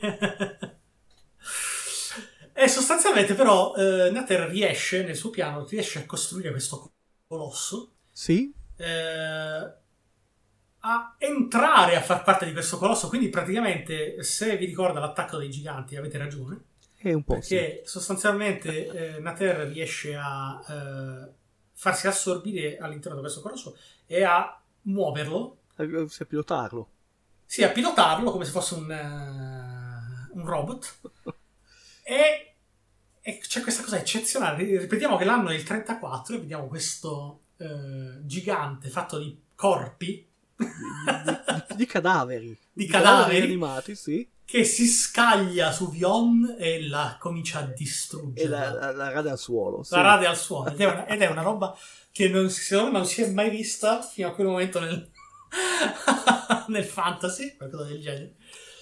E sostanzialmente però eh, Nater riesce, nel suo piano, riesce a costruire questo colosso, Sì, eh, a entrare a far parte di questo colosso, quindi praticamente, se vi ricorda l'attacco dei giganti, avete ragione, è un po' sì. perché sostanzialmente eh, Nater riesce a eh, farsi assorbire all'interno di questo colosso e a muoverlo, Eh, sì, a pilotarlo. sì, a pilotarlo come se fosse un, uh, un robot. e, e c'è questa cosa eccezionale. Ripetiamo che l'anno è il trentaquattro e vediamo questo uh, gigante fatto di corpi, Di, di, di cadaveri. Di cadaveri. animati, sì. che si scaglia su Vion e la comincia a distruggere. E la, la, la rade al suolo. Sì. La rade al suolo. Ed è una, ed è una roba che non, secondo me non si è mai vista fino a quel momento nel, nel fantasy, qualcosa del genere.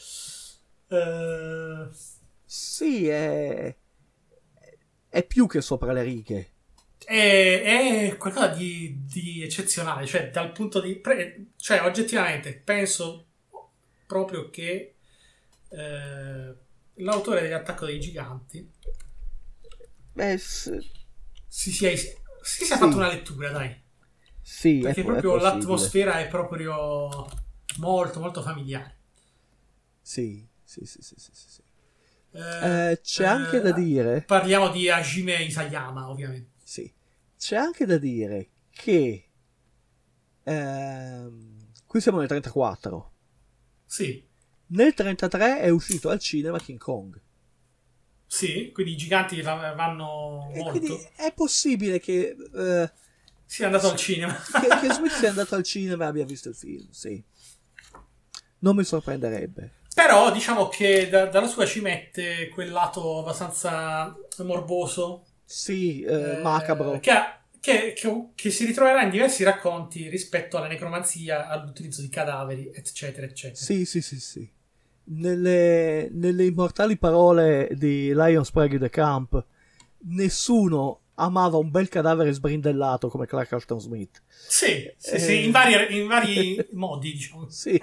Uh, Sì, è... è più che sopra le righe. è, è qualcosa di, di eccezionale, cioè dal punto di... Pre, cioè oggettivamente penso proprio che eh, l'autore dell'Attacco dei Giganti Beh, s- si sia, si sia Sì. fatto una lettura, dai. sì, Perché è, po- è proprio possibile. l'atmosfera è proprio molto, molto familiare. Sì, sì, sì, sì, sì, sì, sì. Eh, Eh, c'è anche da dire... Parliamo di Hajime Isayama, ovviamente. Sì, c'è anche da dire che ehm, qui siamo nel trentaquattro. Sì, Nel trentatré è uscito al cinema King Kong. sì, quindi i giganti va- vanno E molto. quindi è possibile che, eh, Si è andato al cinema. che, che Smith sia andato al cinema e abbia visto il film, sì. Non mi sorprenderebbe. Però diciamo che da- dalla sua ci mette quel lato abbastanza morboso, Sì, eh, eh, macabro. che, ha- che- che- che si ritroverà in diversi racconti rispetto alla necromanzia, all'utilizzo di cadaveri, eccetera, eccetera. Sì, sì, sì, sì. Nelle, nelle immortali parole di Lion Sprague de Camp, nessuno amava un bel cadavere sbrindellato come Clark Ashton Smith. Sì, sì, Eh. sì, in vari, in vari modi, diciamo. Sì.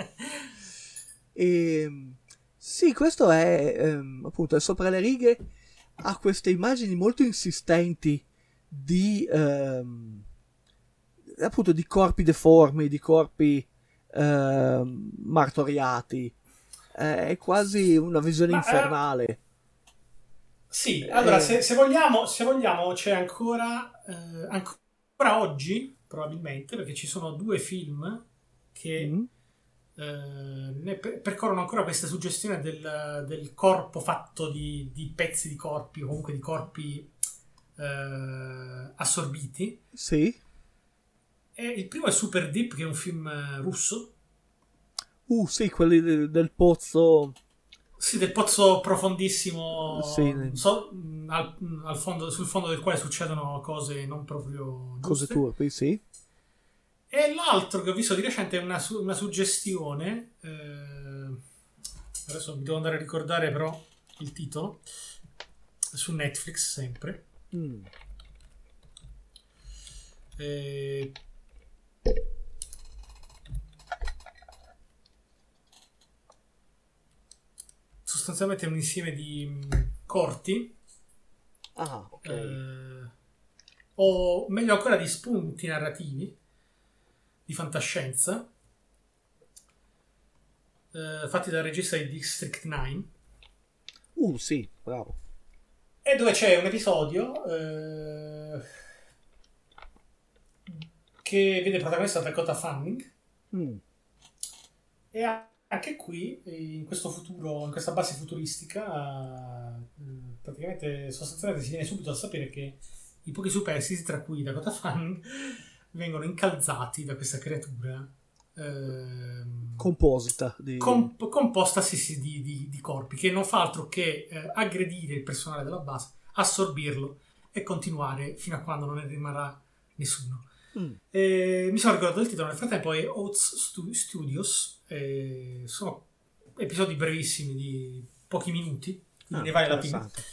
E, sì, questo è ehm, appunto è sopra le righe, ha queste immagini molto insistenti di ehm, appunto di corpi deformi, di corpi ehm, martoriati. Eh, è quasi una visione Ma, eh, infernale. Sì, allora Eh. se, se vogliamo, se vogliamo c'è ancora, eh, ancora oggi, probabilmente, perché ci sono due film che Mm. eh, ne per- percorrono ancora questa suggestione del, del corpo fatto di, di pezzi di corpi o comunque di corpi eh, assorbiti. Sì. E il primo è Super Deep, che è un film eh, russo. Uh, sì, quelli de- del pozzo. Sì, del pozzo profondissimo, Sì. so- mh, al, mh, al fondo, sul fondo del quale succedono cose non proprio Cose giuste. turpi, sì. E l'altro che ho visto di recente è una, su- una suggestione. eh, adesso mi devo andare a ricordare però il titolo. Su Netflix sempre. Mm. Eh, sostanzialmente è un insieme di mh, corti. Ah, ok. eh, o meglio ancora di spunti narrativi di fantascienza eh, fatti dal regista di District nove, Uh, sì, bravo. e dove c'è un episodio eh, che vede protagonista Dakota Fanning, Mm. e a- anche qui in questo futuro, in questa base futuristica, eh, praticamente sostanzialmente si viene subito a sapere che i pochi superstiti, tra cui Dakota Fanning, vengono incalzati da questa creatura ehm, Composita di... comp- composta sì, sì, di, di- di corpi, che non fa altro che eh, aggredire il personale della base, assorbirlo e continuare fino a quando non ne rimarrà nessuno. Mm. Eh, mi sono ricordato il titolo, nel frattempo è Oats Stu- Studios, eh, sono episodi brevissimi di pochi minuti, quindi Ah, ne vale la pena. interessante.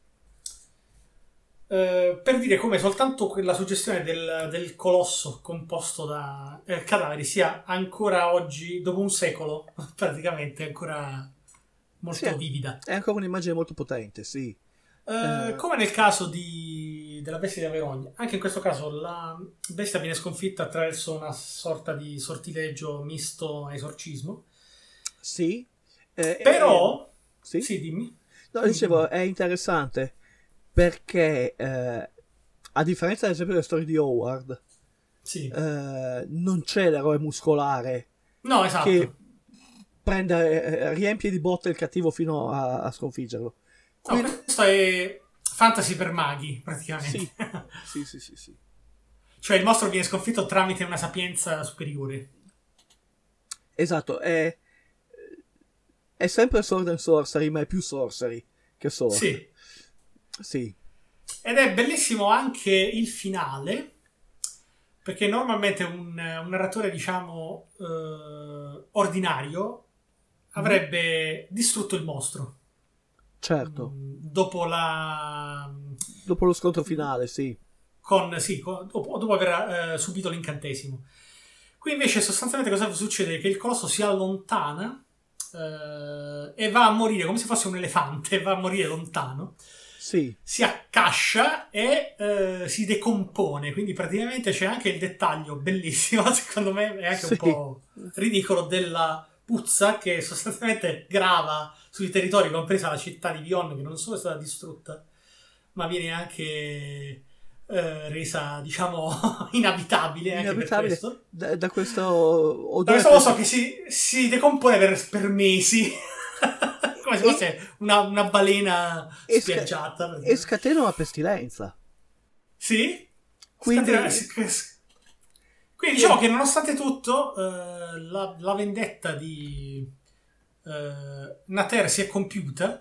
Eh, per dire come soltanto quella suggestione del, del colosso composto da eh, cadaveri sia ancora oggi, dopo un secolo, praticamente ancora molto Sì. vivida. È ancora un'immagine molto potente, sì. Eh, Eh. Come nel caso di, della bestia di Averogna, anche in questo caso la bestia viene sconfitta attraverso una sorta di sortileggio misto a esorcismo. Sì. Eh, Però, eh, sì? sì, dimmi. No, dicevo, è interessante perché eh, a differenza ad esempio delle storie di Howard, Sì. eh, non c'è l'eroe muscolare No, esatto. che prende, eh, riempie di botte il cattivo fino a, a sconfiggerlo. No, Qui- questo è fantasy per maghi, praticamente. Sì. Sì, sì, sì, sì. Cioè il mostro viene sconfitto tramite una sapienza superiore. Esatto, è, è sempre sword and sorcery, ma è più sorcery che sword. Sì. Sì. Ed è bellissimo anche il finale, perché normalmente un, un narratore, diciamo, eh, ordinario avrebbe distrutto il mostro. Certo. Mm, Dopo la... Dopo lo scontro finale, sì. Con, sì, con- dopo, dopo aver eh, subito l'incantesimo. Qui invece sostanzialmente cosa succede? Che il colosso si allontana eh, e va a morire come se fosse un elefante, va a morire lontano. Sì. Si accascia e eh, si decompone, quindi praticamente c'è anche il dettaglio bellissimo, secondo me è anche Sì. un po' ridicolo, della puzza che sostanzialmente grava sui territori, compresa la città di Vion, che non solo è stata distrutta, ma viene anche eh, resa, diciamo, inabitabile, anche Inabitabile per questo. Da, da questo Da odore. questo lo so che si, si decompone per, per mesi. Come se fosse una, una balena E sca- spiaggiata. E scatena una pestilenza. Sì? Quindi- Scatena- Quindi diciamo che nonostante tutto eh, la, la vendetta di eh, Nater si è compiuta,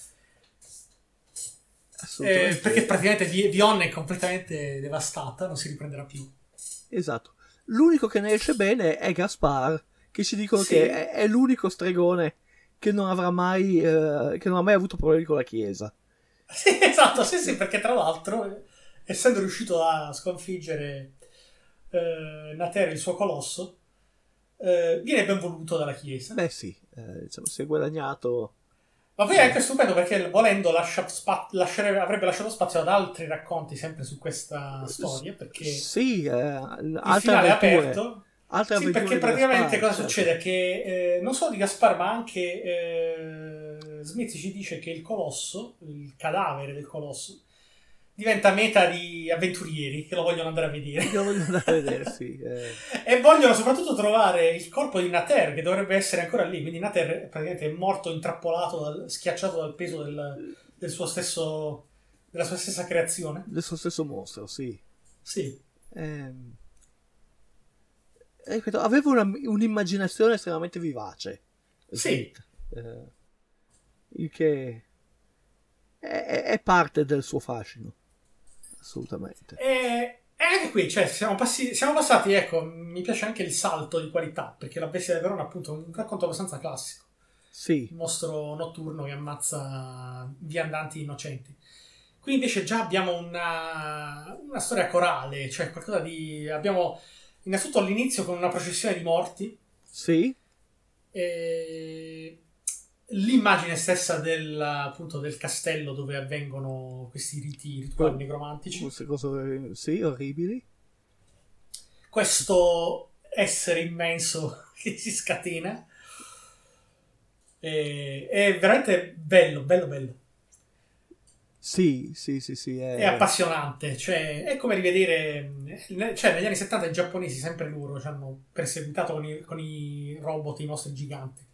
Assolutamente. eh, perché praticamente Vi- Vion è completamente devastata, non si riprenderà più. Esatto. L'unico che ne esce bene è Gaspar, che ci dicono Sì. che è, è l'unico stregone che non avrà mai eh, che non ha mai avuto problemi con la Chiesa. Sì, esatto, sì, sì, perché tra l'altro, eh, essendo riuscito a sconfiggere eh, Nater, il suo colosso, eh, viene ben voluto dalla Chiesa. Beh sì, eh, diciamo, si è guadagnato. Ma poi è anche stupendo perché volendo lascia spa- lasciare- avrebbe lasciato spazio ad altri racconti sempre su questa storia, perché Sì, eh, il altre finale è avventure. aperto. Altre Sì, avventure perché di praticamente Gaspar, cosa certo. succede? Che eh, non solo di Gaspar, ma anche eh, Smith ci dice che il colosso, il cadavere del colosso, diventa meta di avventurieri che lo vogliono andare a vedere. Io voglio andare a vedere, sì. eh. E vogliono soprattutto trovare il corpo di Nater, che dovrebbe essere ancora lì. Quindi Nater praticamente è morto intrappolato, dal- schiacciato dal peso del, del suo stesso, della sua stessa creazione. Del suo stesso mostro, sì. Sì. Ehm, ripeto, avevo una- un'immaginazione estremamente vivace. Sì. Eh, il che è, è- è parte del suo fascino, assolutamente. E, e anche qui, cioè, siamo, passi- siamo passati, ecco, mi piace anche il salto di qualità, perché La Bestia del Verona, appunto, è un racconto abbastanza classico. Sì, Il mostro notturno che ammazza viandanti innocenti. Qui invece già abbiamo una, una storia corale, cioè qualcosa di... Abbiamo innanzitutto all'inizio con una processione di morti, sì, e l'immagine stessa del, appunto, del castello dove avvengono questi riti rituali necromantici. queste cose sì, orribili. Questo essere immenso che si scatena. E, è veramente bello, bello, bello. Sì, sì, sì, sì. È, È appassionante, cioè è come rivedere, cioè negli anni settanta i giapponesi sempre loro ci hanno perseguitato con i, con i robot, i nostri giganti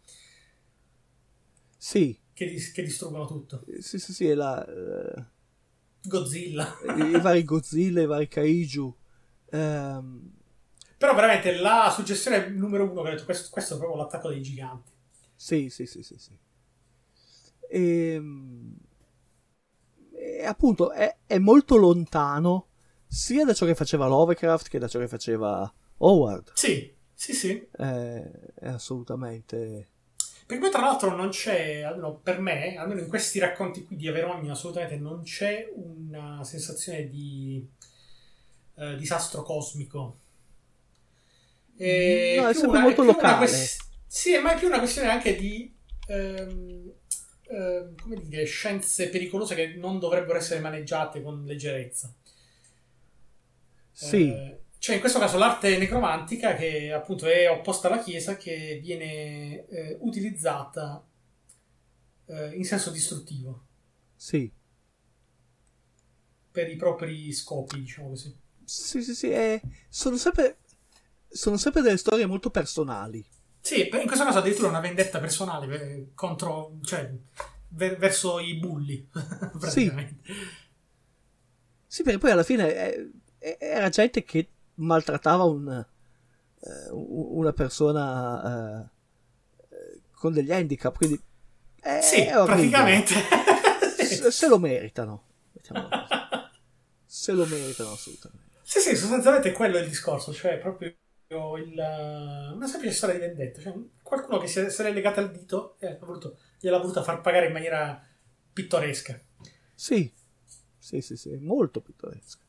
Sì, che, dis- che distruggono tutto. sì, sì, sì, è la, eh, Godzilla. i vari Godzilla, i vari Kaiju. ehm, Però veramente la suggestione numero uno che ho detto, questo, questo è proprio l'attacco dei giganti. Sì, sì, sì, sì, sì. E, e appunto è, è molto lontano sia da ciò che faceva Lovecraft che da ciò che faceva Howard. Sì, sì, sì. È, è assolutamente... Perché poi tra l'altro non c'è, almeno per me, almeno in questi racconti qui di Averogno, assolutamente non c'è una sensazione di eh, disastro cosmico. E No, è più sempre una- molto più una locale. quest- sì, ma è più una questione anche di ehm, ehm, come dire, scienze pericolose che non dovrebbero essere maneggiate con leggerezza. Sì, Eh, Cioè, in questo caso l'arte necromantica, che appunto è opposta alla Chiesa, che viene eh, utilizzata eh, in senso distruttivo sì. per i propri scopi, diciamo così. Sì, sì, sì. è- sono sempre... Sono sempre delle storie molto personali. Sì, in questo caso addirittura una vendetta personale per- contro, cioè, ver- verso i bulli, praticamente. Sì, perché poi alla fine eh, eh, era gente che maltrattava un, eh, un- una persona eh, eh, con degli handicap, quindi è, Sì, è orribile. praticamente. Se, se lo meritano, mettiamolo così. Se lo meritano assolutamente. Sì, sì, sostanzialmente quello è il discorso, cioè proprio il, una semplice storia di vendetta, cioè qualcuno che si è, se l'è legata al dito e ha voluto, gliel'ha voluta far pagare in maniera pittoresca. Sì, sì, sì, sì, molto pittoresco.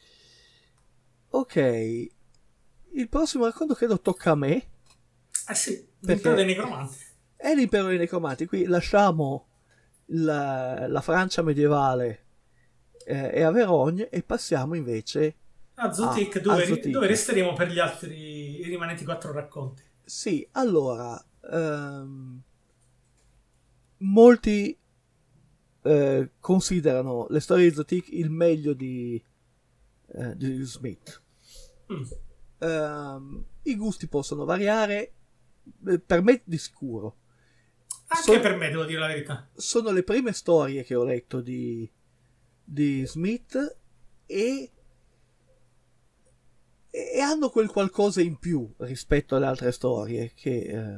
Ok, il prossimo racconto credo tocca a me. Eh sì, Perché- quello dei necromanti. è l'impero dei necromanti. Qui lasciamo la, la Francia medievale eh, e Averogne e passiamo invece a Zotic, a, dove, a Zotic. dove resteremo per gli altri i rimanenti quattro racconti. Sì, allora ehm, molti eh, considerano le storie di Zotic il meglio di, eh, di Smith. Mm. Um, i gusti possono variare, eh, per me di sicuro. Anche Sono- per me, devo dire la verità. sono le prime storie che ho letto di, di Smith e, e hanno quel qualcosa in più rispetto alle altre storie che eh,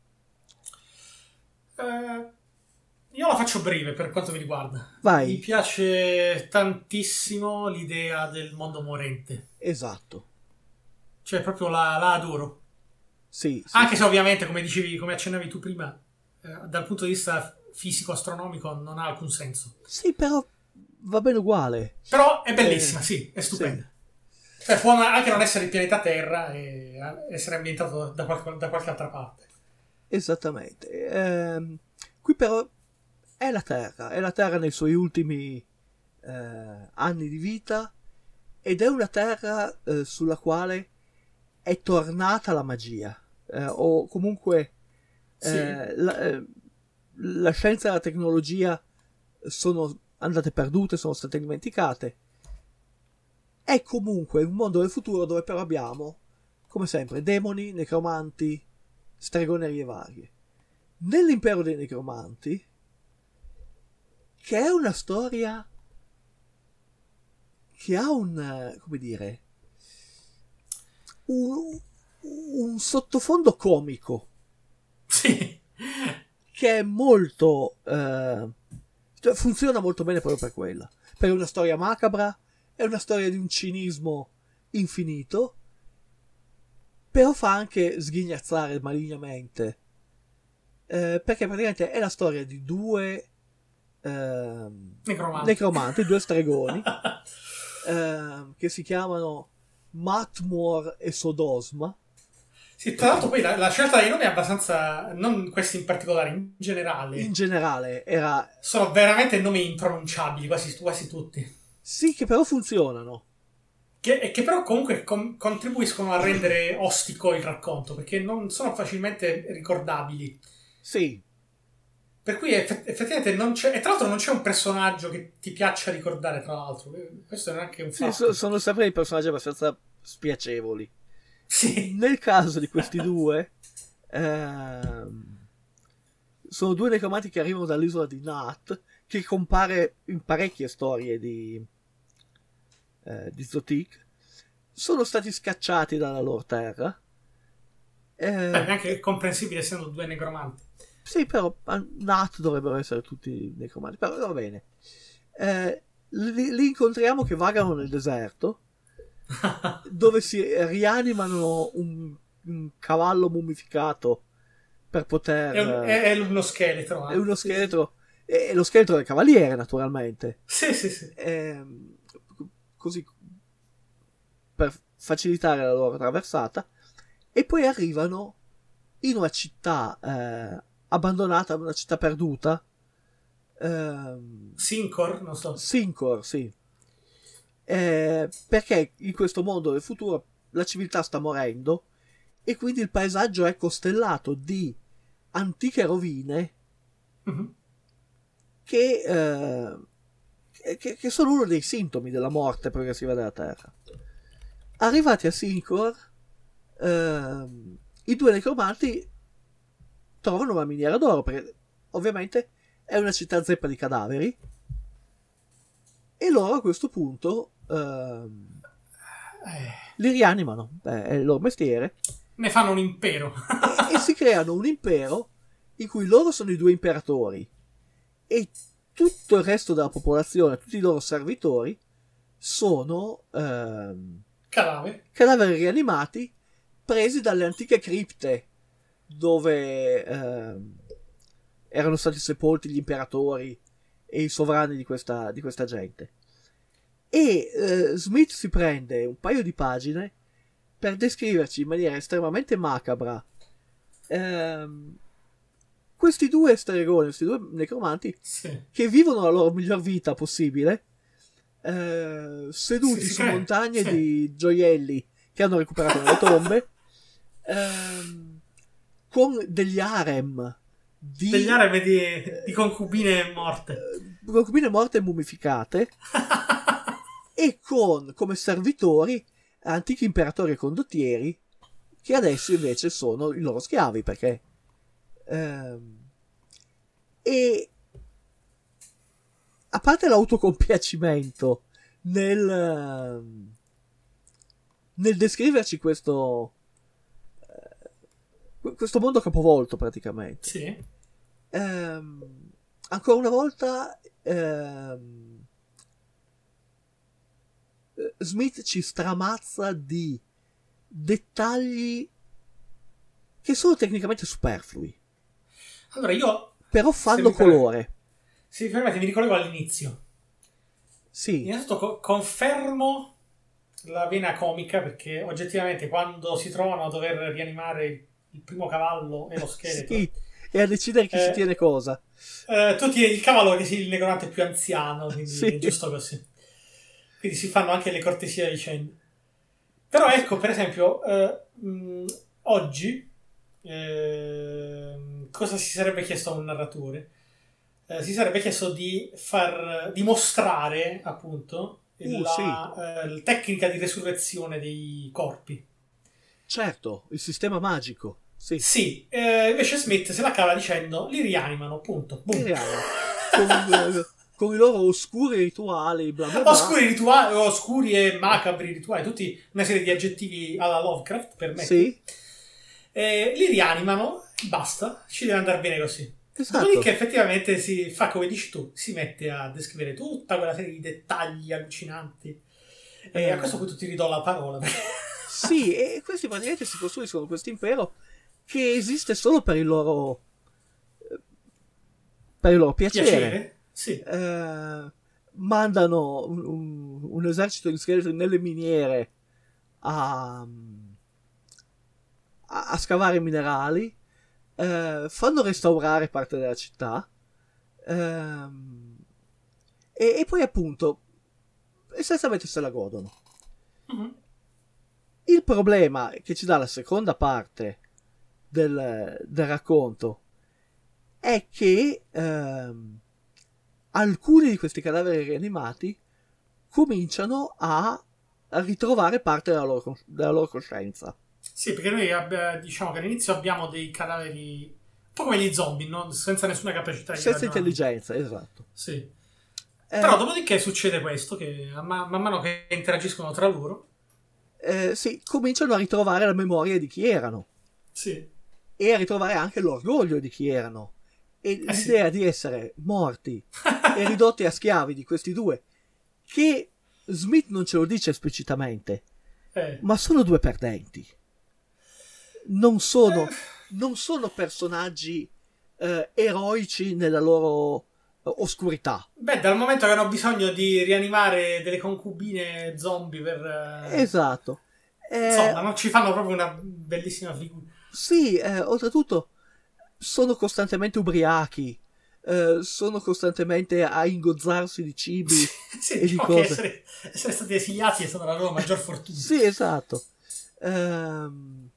Eh, io la faccio breve per quanto mi riguarda. Vai. Mi piace tantissimo l'idea del mondo morente. esatto, Cioè, proprio la, la adoro. sì, sì. Anche se ovviamente, come dicevi, come accennavi tu prima, eh, dal punto di vista fisico-astronomico non ha alcun senso. Sì, però va bene uguale. Però è bellissima, Eh, sì, è stupenda. Cioè, può anche non essere il pianeta Terra e essere ambientato da qualche, da qualche altra parte. Esattamente. Ehm, qui però è la Terra, è la Terra nei suoi ultimi eh, anni di vita ed è una Terra eh, sulla quale è tornata la magia, eh, o comunque eh, la, eh, la scienza e la tecnologia sono andate perdute, sono state dimenticate. È comunque un mondo del futuro dove però abbiamo, come sempre, demoni, necromanti, stregonerie varie. Nell'impero dei necromanti, che è una storia che ha un, eh, come dire, un, un sottofondo comico Sì. che è molto eh, cioè funziona molto bene proprio per quella, perché è una storia macabra, è una storia di un cinismo infinito, però fa anche sghignazzare malignamente, eh, perché praticamente è la storia di due ehm, Necromanti. necromanti, due stregoni ehm, che si chiamano Matmor e Sodosma. Sì, tra l'altro poi la, la scelta dei nomi è abbastanza, non questi in particolare, in generale, In generale era sono veramente nomi impronunciabili, quasi, quasi tutti. sì, che però funzionano. Che, e che però comunque com- contribuiscono a rendere ostico il racconto, perché non sono facilmente ricordabili. Sì, Per cui eff- effettivamente non c'è... E tra l'altro non c'è un personaggio che ti piaccia ricordare, tra l'altro. Questo è anche un sì, fatto. so- sono sempre dei personaggi abbastanza spiacevoli. Sì. Nel caso di questi due, ehm, sono due necromanti che arrivano dall'isola di Nat, che compare in parecchie storie di, eh, di Zotic. Sono stati scacciati dalla loro terra. Eh, Beh, è anche comprensibile essendo due necromanti. Sì, però a Nat dovrebbero essere tutti necromanti, però va bene. Eh, li, li incontriamo che vagano nel deserto, dove si rianimano un, un cavallo mummificato per poter... È, un- è- è uno scheletro. eh. è uno scheletro, è lo scheletro del cavaliere, naturalmente. Sì, sì, sì. Ehm, così per facilitare la loro traversata, e poi arrivano in una città eh, abbandonata, una città perduta, ehm, Sincor, non so. Sincor, sì. Eh, perché in questo mondo del futuro la civiltà sta morendo e quindi il paesaggio è costellato di antiche rovine Mhm. che, eh, che, che sono uno dei sintomi della morte progressiva della Terra. Arrivati a Sincor, ehm, i due necromanti trovano una miniera d'oro, perché ovviamente è una città zeppa di cadaveri, e loro a questo punto ehm, li rianimano. Beh, è il loro mestiere. Ne fanno un impero. e, e si creano un impero in cui loro sono i due imperatori e tutto il resto della popolazione, tutti i loro servitori sono ehm, Cadavere. cadaveri rianimati presi dalle antiche cripte dove ehm, erano stati sepolti gli imperatori e i sovrani di questa, di questa gente. E eh, Smith si prende un paio di pagine per descriverci in maniera estremamente macabra ehm, questi due stregoni, questi due necromanti, Sì. che vivono la loro miglior vita possibile, eh, seduti Sì, sì, su sì. montagne Sì. di gioielli che hanno recuperato nelle tombe, ehm, con degli harem di Degli arabi di, di concubine morte. eh, concubine morte e mummificate, e con come servitori antichi imperatori e condottieri che adesso invece sono i loro schiavi, perché ehm, e a parte l'autocompiacimento nel ehm, nel descriverci questo eh, questo mondo capovolto praticamente, Sì. ehm, ancora una volta ehm, Smith ci stramazza di dettagli che sono tecnicamente superflui, Allora io, però se fanno mi permette- colore. se mi permette, mi ricollego all'inizio. Sì, Innanzitutto co- confermo la vena comica, perché oggettivamente quando si trovano a dover rianimare il, il primo cavallo e lo scheletro, sì, e a decidere chi Eh, si tiene cosa. eh, tu tieni il cavallo che sia il necromante più anziano, quindi Sì. è giusto così. Quindi si fanno anche le cortesie a vicenda. Però ecco, per esempio, eh, mh, oggi eh, cosa si sarebbe chiesto a un narratore? Eh, si sarebbe chiesto di far dimostrare appunto Uh, la eh, tecnica di resurrezione dei corpi. Certo, il sistema magico. Sì, Sì, eh, invece Smith se la cava dicendo li rianimano, punto. Boom. reale. Con, eh, con i loro oscuri rituali, bla bla bla. Oscuri rituali, oscuri e macabri rituali, tutti una serie di aggettivi alla Lovecraft, per me. Sì, Eh, li rianimano, basta, ci deve andare bene così. esatto. Dopodiché effettivamente si fa come dici tu, si mette a descrivere tutta quella serie di dettagli allucinanti. E Eh. a questo punto ti ridò la parola. Sì, e questi praticamente si costruiscono questo impero che esiste solo per il loro per il loro piacere. Piacere? Sì. Eh, mandano un, un- un esercito di scheletri nelle miniere a, a, a scavare minerali, eh, fanno restaurare parte della città, ehm, e, e poi appunto essenzialmente se la godono. Mhm. Il problema che ci dà la seconda parte del, del racconto è che ehm, alcuni di questi cadaveri rianimati cominciano a, a ritrovare parte della loro, cos- della loro coscienza. Sì, perché noi abbi- diciamo che all'inizio abbiamo dei cadaveri un po' come gli zombie, no? Senza nessuna capacità di Senza ragionamento. intelligenza, esatto. Sì. Eh, Però dopodiché succede questo, che man, man mano che interagiscono tra loro, eh, sì, cominciano a ritrovare la memoria di chi erano sì, e a ritrovare anche l'orgoglio di chi erano e Eh sì. l'idea di essere morti e ridotti a schiavi di questi due, che Smith non ce lo dice esplicitamente, eh, ma sono due perdenti. Non sono, non sono personaggi eh, eroici nella loro eh, oscurità. beh, dal momento che hanno bisogno di rianimare delle concubine zombie per... eh, Esatto. Eh, insomma, non ci fanno proprio una bellissima figura. Sì, eh, oltretutto sono costantemente ubriachi, eh, sono costantemente a ingozzarsi di cibi. Sì, e di diciamo che cose. essere, essere stati esiliati è stata la loro maggior fortuna. Sì, esatto. Ehm,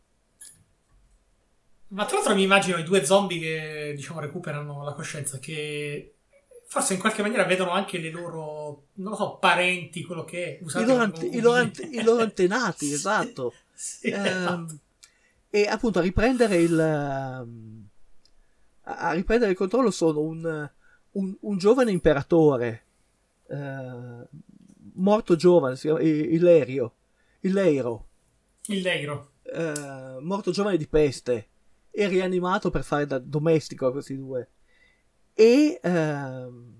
Ma tra l'altro mi immagino i due zombie che, diciamo, recuperano la coscienza, che forse in qualche maniera vedono anche le loro, non lo so, parenti, quello che è, usate i, loro come ante- i loro ante- concubine. i loro antenati, Sì, esatto. sì, Ehm, esatto. e appunto a riprendere il ehm, a a riprendere il controllo sono un, un, un giovane imperatore eh, morto giovane, si chiama I- Ilerio Ileiro Il Leiro. eh, morto giovane di peste e rianimato per fare da domestico a questi due, e ehm,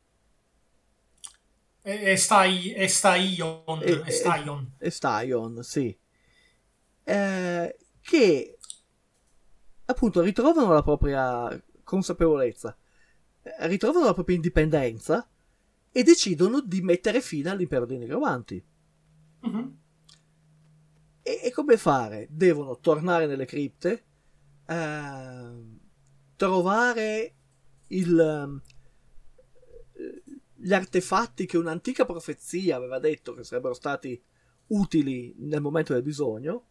E, e stai, e Staion, e, e Staion. e Staion, sì, eh, che appunto ritrovano la propria consapevolezza, eh, ritrovano la propria indipendenza e decidono di mettere fine all'impero dei necromanti. Mhm. E, e come fare? Devono tornare nelle cripte, ehm, trovare il, gli artefatti che un'antica profezia aveva detto che sarebbero stati utili nel momento del bisogno.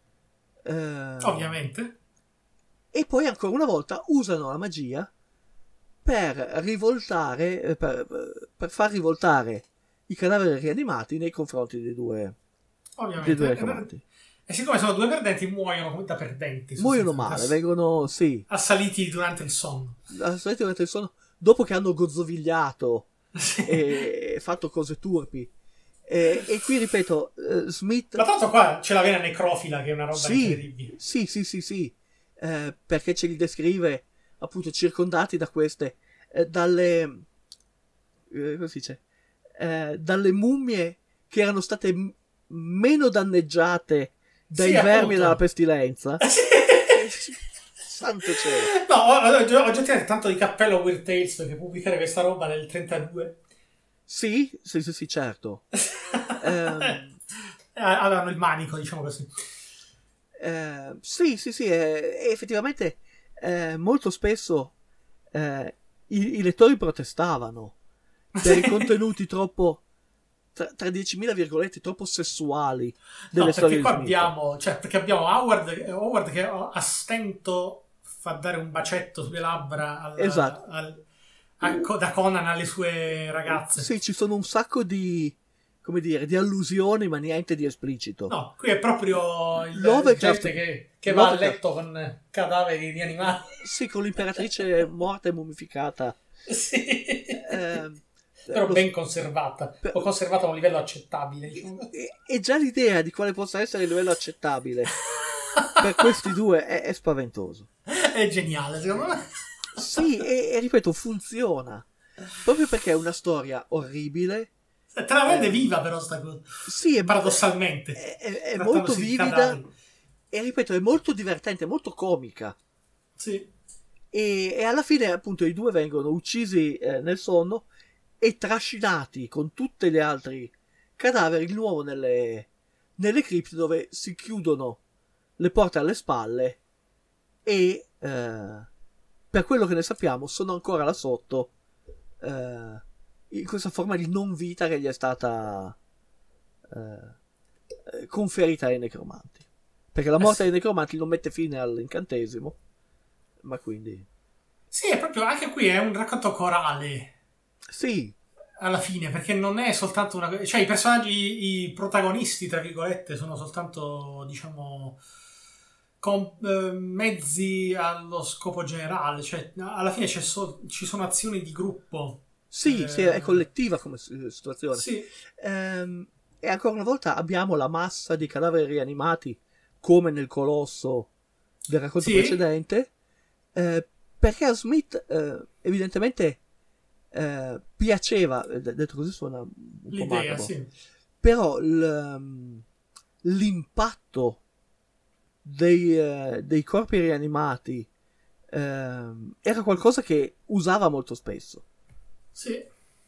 Eh, Ovviamente. E poi ancora una volta usano la magia per rivoltare, per, per far rivoltare i cadaveri rianimati nei confronti dei due, Ovviamente. dei due necromanti. E siccome sono due perdenti, muoiono come da perdenti. Muoiono male, ass- vengono, sì, assaliti durante il sonno. assolutamente durante il sonno, dopo che hanno gozzovigliato Sì. e fatto cose turpi. E, e qui ripeto, eh, Smith... Ma tanto qua c'è la vena necrofila, che è una roba Sì, incredibile. sì, sì, sì, sì, eh, perché ce li descrive appunto circondati da queste, eh, dalle, eh, come si dice, eh, dalle mummie che erano state m- meno danneggiate dai Sì, vermi appunto. e dalla pestilenza. Sì. Santo cielo. No, oggettivamente tanto di cappello a Weird Tales perché pubblicare questa roba nel trentadue. Sì, sì, sì, sì, certo. Ehm, Avevano il manico, diciamo così. Eh, sì, sì, sì, eh, effettivamente eh, molto spesso eh, i, i lettori protestavano per i contenuti troppo, tra, tra diecimila virgolette, troppo sessuali delle No, storie perché di qua Smith. abbiamo, cioè, perché abbiamo Howard, Howard che a stento fa dare un bacetto sulle labbra al, Esatto. al- a- da Conan alle sue ragazze. Sì, ci sono un sacco di, come dire, di allusioni, ma niente di esplicito. No, qui è proprio il Lovecraft- gente che, che va a Lovecraft- letto con cadaveri di animali. Sì, con l'imperatrice morta e mummificata. Sì. Eh, Però lo- ben conservata, per- o conservata a un livello accettabile, diciamo. E, e già l'idea di quale possa essere il livello accettabile per questi due è, è spaventoso. È geniale, secondo me. Sì, e, e ripeto, funziona. Proprio perché è una storia orribile. Te la rende Eh. viva però sta cosa. Sì, è, Paradossalmente. è, è- è Trattandosi molto di vivida. cadaveri. E ripeto, è molto divertente, molto comica. Sì. E, e alla fine, appunto, i due vengono uccisi eh, nel sonno e trascinati con tutti gli altri cadaveri di nuovo nelle, nelle cripte, dove si chiudono le porte alle spalle e eh, per quello che ne sappiamo sono ancora là sotto, eh, in questa forma di non vita che gli è stata eh, eh, conferita ai necromanti, perché la morte Eh sì. dei necromanti non mette fine all'incantesimo, ma quindi Sì, è proprio, anche qui è un racconto corale sì, alla fine, perché non è soltanto una... Cioè, i personaggi, i protagonisti, tra virgolette, sono soltanto, diciamo, con, eh, mezzi allo scopo generale. Cioè, alla fine c'è sol- ci sono azioni di gruppo. sì, Eh, sì, è collettiva come s- situazione. Sì, Ehm, e ancora una volta abbiamo la massa di cadaveri rianimati come nel colosso del racconto Sì. precedente, eh, perché a Smith eh, evidentemente eh, piaceva, eh, detto così suona un po' l'idea, macabro, sì. però l- l'impatto dei, eh, dei corpi rianimati ehm, era qualcosa che usava molto spesso. Sì.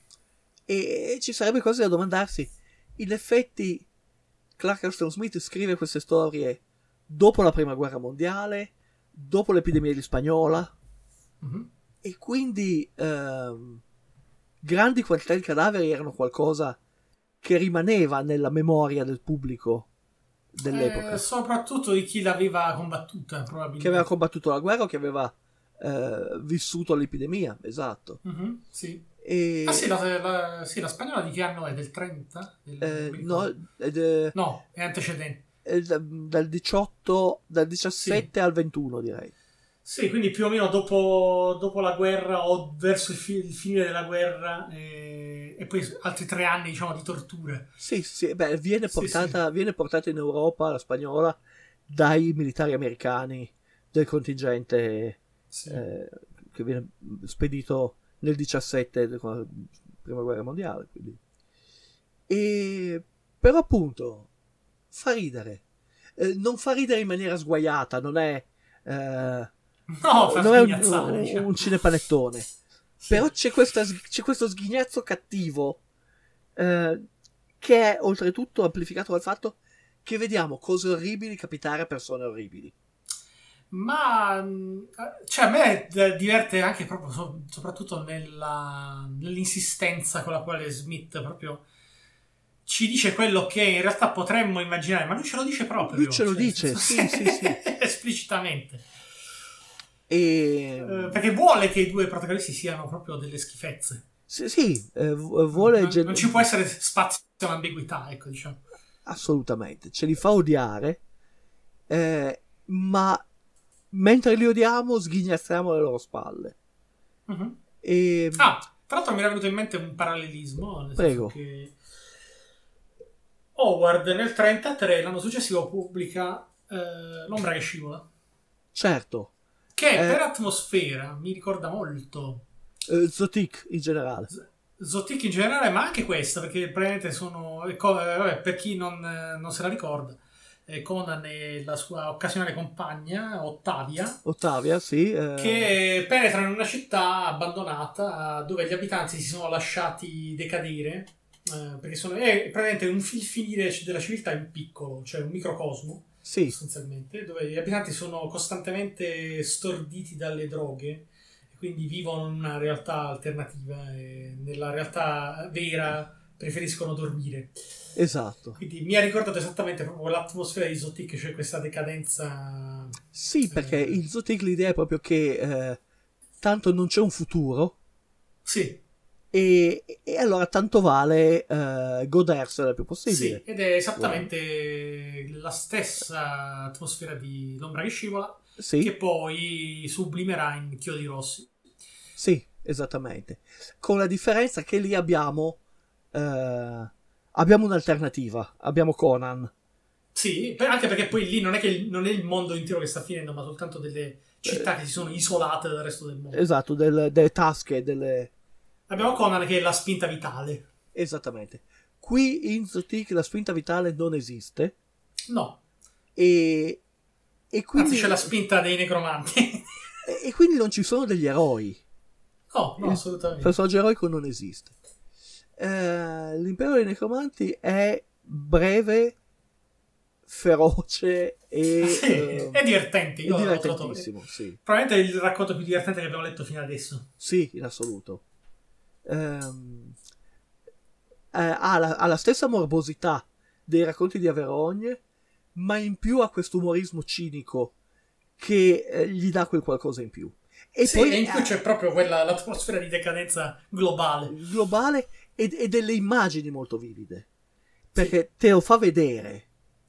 E ci sarebbe cose da domandarsi. In effetti Clark Ashton Smith scrive queste storie dopo la prima guerra mondiale, dopo l'epidemia di spagnola, Mhm. e quindi ehm, grandi quantità di cadaveri erano qualcosa che rimaneva nella memoria del pubblico dell'epoca, Eh, soprattutto di chi l'aveva combattuta, probabilmente. che aveva combattuto la guerra o che aveva eh, vissuto l'epidemia, esatto. Mhm, sì. E, Ah sì la, la- sì, la spagnola di che anno è? Del trenta? Del- eh, non mi no, ricordo. ed, eh, No, è antecedente. eh, da- dal diciotto, dal diciassette al ventuno direi. Sì, quindi più o meno dopo, dopo la guerra o verso il, fi- il fine della guerra e, e poi altri tre anni, diciamo, di torture. Sì, sì, beh, viene Sì, portata, viene portata in Europa la spagnola dai militari americani del contingente Sì. eh, che viene spedito nel diciassette con la prima guerra mondiale. Quindi. E però appunto fa ridere. Eh, non fa ridere in maniera sguaiata, non è, eh, No, fa non è un, sghignazzare, un, diciamo. un cinepanettone. Sì. Però c'è, questa, c'è questo sghignazzo cattivo eh, che è oltretutto amplificato dal fatto che vediamo cose orribili capitare a persone orribili. Ma mh, cioè a me d- diverte anche proprio so- soprattutto nella, nell'insistenza con la quale Smith proprio ci dice quello che in realtà potremmo immaginare, ma lui ce lo dice proprio. Lui ce lo cioè, dice, sì, sì, sì. esplicitamente. E... Eh, perché vuole che i due protagonisti siano proprio delle schifezze. Sì, sì eh, vuole... Non, gen- non ci può essere spazio all'ambiguità, ecco, diciamo. Assolutamente, ce li fa odiare, eh, ma mentre li odiamo sghignastriamo le loro spalle. Mhm. E... Ah, tra l'altro mi era venuto in mente un parallelismo, nel Prego. senso che Howard nel trentatré, l'anno successivo, pubblica eh, L'ombra che scivola, Certo, che Eh. per atmosfera mi ricorda molto eh, Zotic in generale. Zotic in generale, ma anche questa, perché praticamente sono eh, co- eh, vabbè, per chi non, eh, non se la ricorda, eh, Conan e la sua occasionale compagna Ottavia, Ottavia, sì. eh, che penetrano in una città abbandonata dove gli abitanti si sono lasciati decadere, eh, perché sono, è praticamente un fil finire della civiltà in piccolo, cioè un microcosmo Sì, sostanzialmente, dove gli abitanti sono costantemente storditi dalle droghe e quindi vivono in una realtà alternativa e nella realtà vera preferiscono dormire. esatto. Quindi mi ha ricordato esattamente proprio l'atmosfera di Zotic, cioè questa decadenza. Sì, perché Eh. in Zotic l'idea è proprio che eh, tanto non c'è un futuro Sì, e, e allora tanto vale eh, godersela il più possibile. sì, ed è esattamente la stessa atmosfera di L'ombra che scivola, Sì, che poi sublimerà in Chiodi Rossi. sì, esattamente. Con la differenza che lì abbiamo eh, abbiamo un'alternativa, abbiamo Conan. Sì, per- anche perché poi lì non è che il- non è il mondo intero che sta finendo, ma soltanto delle città che si sono isolate dal resto del mondo. Esatto, del- delle tasche, delle... Abbiamo Conan che è la spinta vitale. Esattamente. Qui in Zotic la spinta vitale non esiste No, e, e quindi... anzi c'è la spinta dei necromanti. e, e quindi non ci sono degli eroi. No, no, Il assolutamente. personaggio eroico non esiste. Eh, l'impero dei necromanti è breve, feroce e Sì, eh, è divertente. è Io l'ho trovato- divertentissimo. Sì, Probabilmente è il racconto più divertente che abbiamo letto fino adesso. sì, in assoluto. Ehm, eh, ha, la, ha la stessa morbosità dei racconti di Averogne, ma in più ha questo umorismo cinico che eh, gli dà quel qualcosa in più. E Sì, poi e in cui eh, c'è proprio quella l'atmosfera di decadenza globale. globale e, e delle immagini molto vivide, perché te lo fa vedere.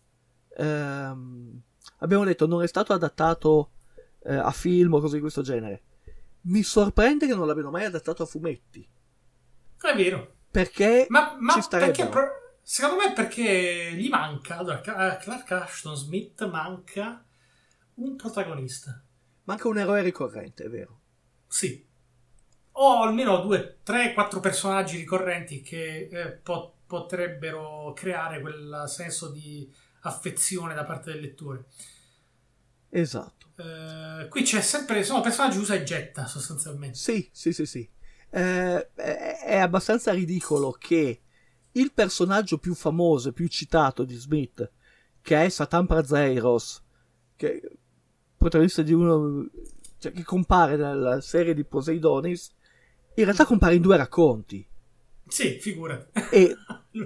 Ehm, abbiamo detto non è stato adattato eh, a film o cose di questo genere. Mi sorprende che non l'abbiano mai adattato a fumetti, È vero. perché Ma, ma ci starebbe. perché pro- secondo me perché gli manca, allora, Ca- Clark Ashton Smith manca un protagonista. Manca un eroe ricorrente, è vero. Sì. O almeno due, tre, quattro personaggi ricorrenti che eh, po- potrebbero creare quel senso di affezione da parte del lettore. Esatto. Eh, qui c'è sempre, sono personaggi usa e getta sostanzialmente. Sì, sì, sì, sì. Eh, è, è abbastanza ridicolo che il personaggio più famoso e più citato di Smith, che è Satan Prazeiros, che è protagonista di uno, cioè, che compare nella serie di Poseidonis, in realtà compare in due racconti Sì, figura. e,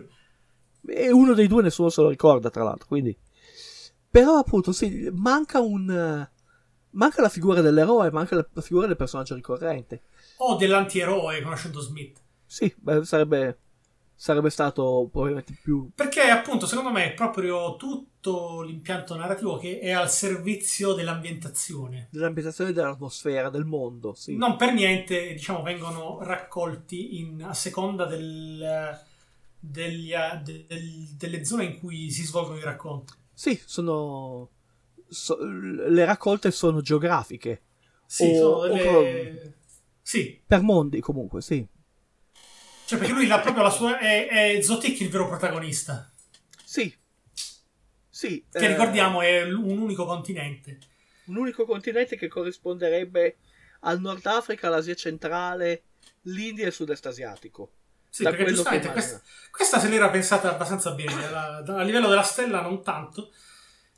e uno dei due nessuno se lo ricorda, tra l'altro, quindi però appunto sì, manca un manca la figura dell'eroe, manca la, la figura del personaggio ricorrente. O dell'antieroe, conoscendo Smith. Sì, beh, sarebbe sarebbe stato probabilmente più... Perché appunto secondo me è proprio tutto l'impianto narrativo che è al servizio dell'ambientazione. dell'ambientazione, dell'atmosfera, del mondo, sì. Non per niente, diciamo, vengono raccolti in, a seconda del, degli, del, delle zone in cui si svolgono i racconti. Sì, sono... so- le raccolte sono geografiche. Sì, O- sono o delle... Sì, per mondi, comunque, sì. cioè perché lui ha proprio la sua... è, è Zotic il vero protagonista. Sì. Sì. Che eh, ricordiamo è l- un unico continente. un unico continente che corrisponderebbe al Nord Africa, all'Asia centrale, l'India e il sud-est asiatico. Sì, Da perché quello giustamente che questa, immagino. questa se l'era pensata abbastanza bene. La- da- a livello della stella non tanto.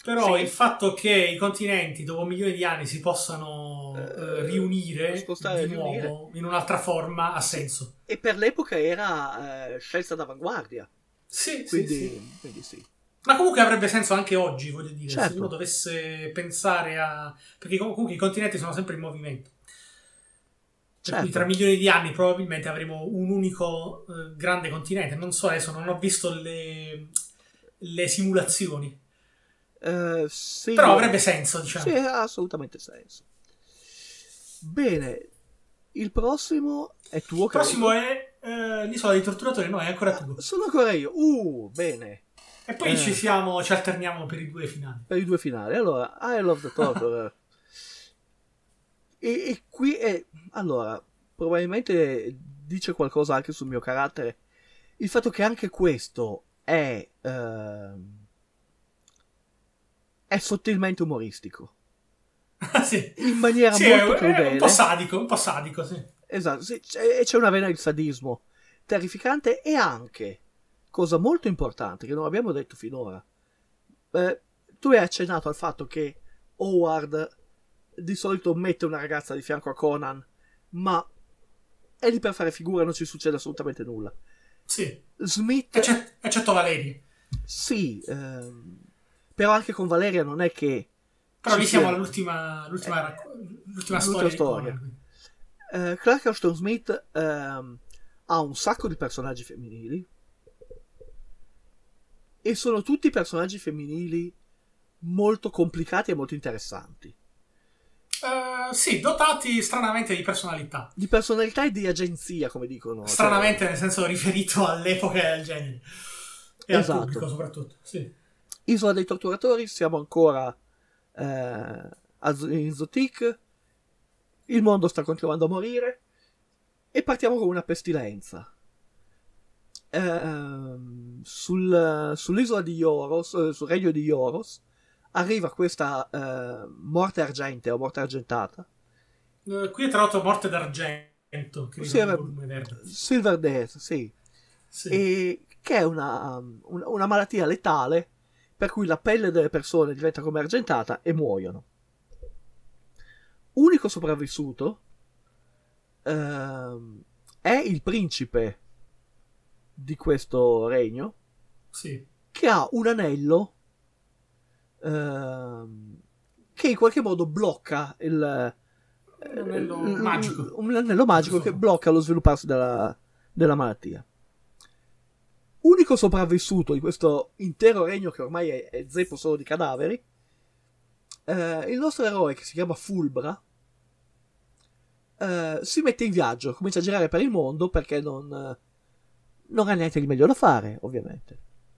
Però Sì. il fatto che i continenti dopo milioni di anni si possano eh, riunire spostare, di riunire. nuovo in un'altra forma ha senso. E per l'epoca era eh, scelta d'avanguardia. Sì, Quindi sì, sì. quindi sì. Ma comunque avrebbe senso anche oggi, voglio dire, Certo. se uno dovesse pensare a... Perché comunque i continenti sono sempre in movimento. Per Certo. cui tra milioni di anni probabilmente avremo un unico eh, grande continente. Non so, adesso non ho visto le, le simulazioni. Eh, sì, Però avrebbe senso, diciamo. Sì, ha assolutamente senso. Bene, il prossimo è tuo. Il prossimo è eh, l'isola dei torturatori. No, è ancora tuo. Sono ancora io. Uh, bene. E poi Eh. ci siamo, ci alterniamo per i due finali. Per i due finali. Allora, I Love the Torture. e, e qui è... Allora, probabilmente dice qualcosa anche sul mio carattere. Il fatto che anche questo è... ehm, è sottilmente umoristico. Sì. In maniera Sì, molto è, crudele. è un po' sadico, un po' sadico, sì. Esatto, sì, c'è, e c'è una vena di sadismo terrificante e anche, cosa molto importante che non abbiamo detto finora, eh, tu hai accennato al fatto che Howard di solito mette una ragazza di fianco a Conan, ma è lì per fare figura, non ci succede assolutamente nulla. Sì. Smith, Eccetto, eccetto Valeria. sì, ehm, però anche con Valeria non è che... Però ci lì siamo sia- all'ultima, l'ultima, Eh, racco- l'ultima l'ultima storia. di storia. Conan, quindi. Eh, Clark Ashton Smith ehm, ha un sacco di personaggi femminili e sono tutti personaggi femminili molto complicati e molto interessanti, Eh, sì, dotati stranamente di personalità. di personalità e di agenzia, come dicono. Cioè, Stranamente nel senso riferito all'epoca e al genere. E Esatto. al pubblico soprattutto. Sì. Isola dei torturatori, siamo ancora eh, a Z- in Zotik, il mondo sta continuando a morire e partiamo con una pestilenza. Ehm, sul, sull'isola di Yoros, eh, sul regno di Yoros, arriva questa eh, morte argentea o morte argentata, Eh, qui è tra l'altro Morte d'Argento, che Sì, è il era- volume verde. Silver Death, sì, Sì. e che è una, una, una malattia letale per cui la pelle delle persone diventa come argentata e muoiono. Unico sopravvissuto ehm, è il principe di questo regno, Sì. che ha un anello ehm, che in qualche modo blocca il Un anello eh, magico. un anello magico che blocca lo svilupparsi della, della malattia. Unico sopravvissuto di questo intero regno che ormai è, è zeppo solo di cadaveri, eh, il nostro eroe, che si chiama Fulbra, eh, si mette in viaggio, comincia a girare per il mondo perché non, eh, non ha niente di meglio da fare, ovviamente.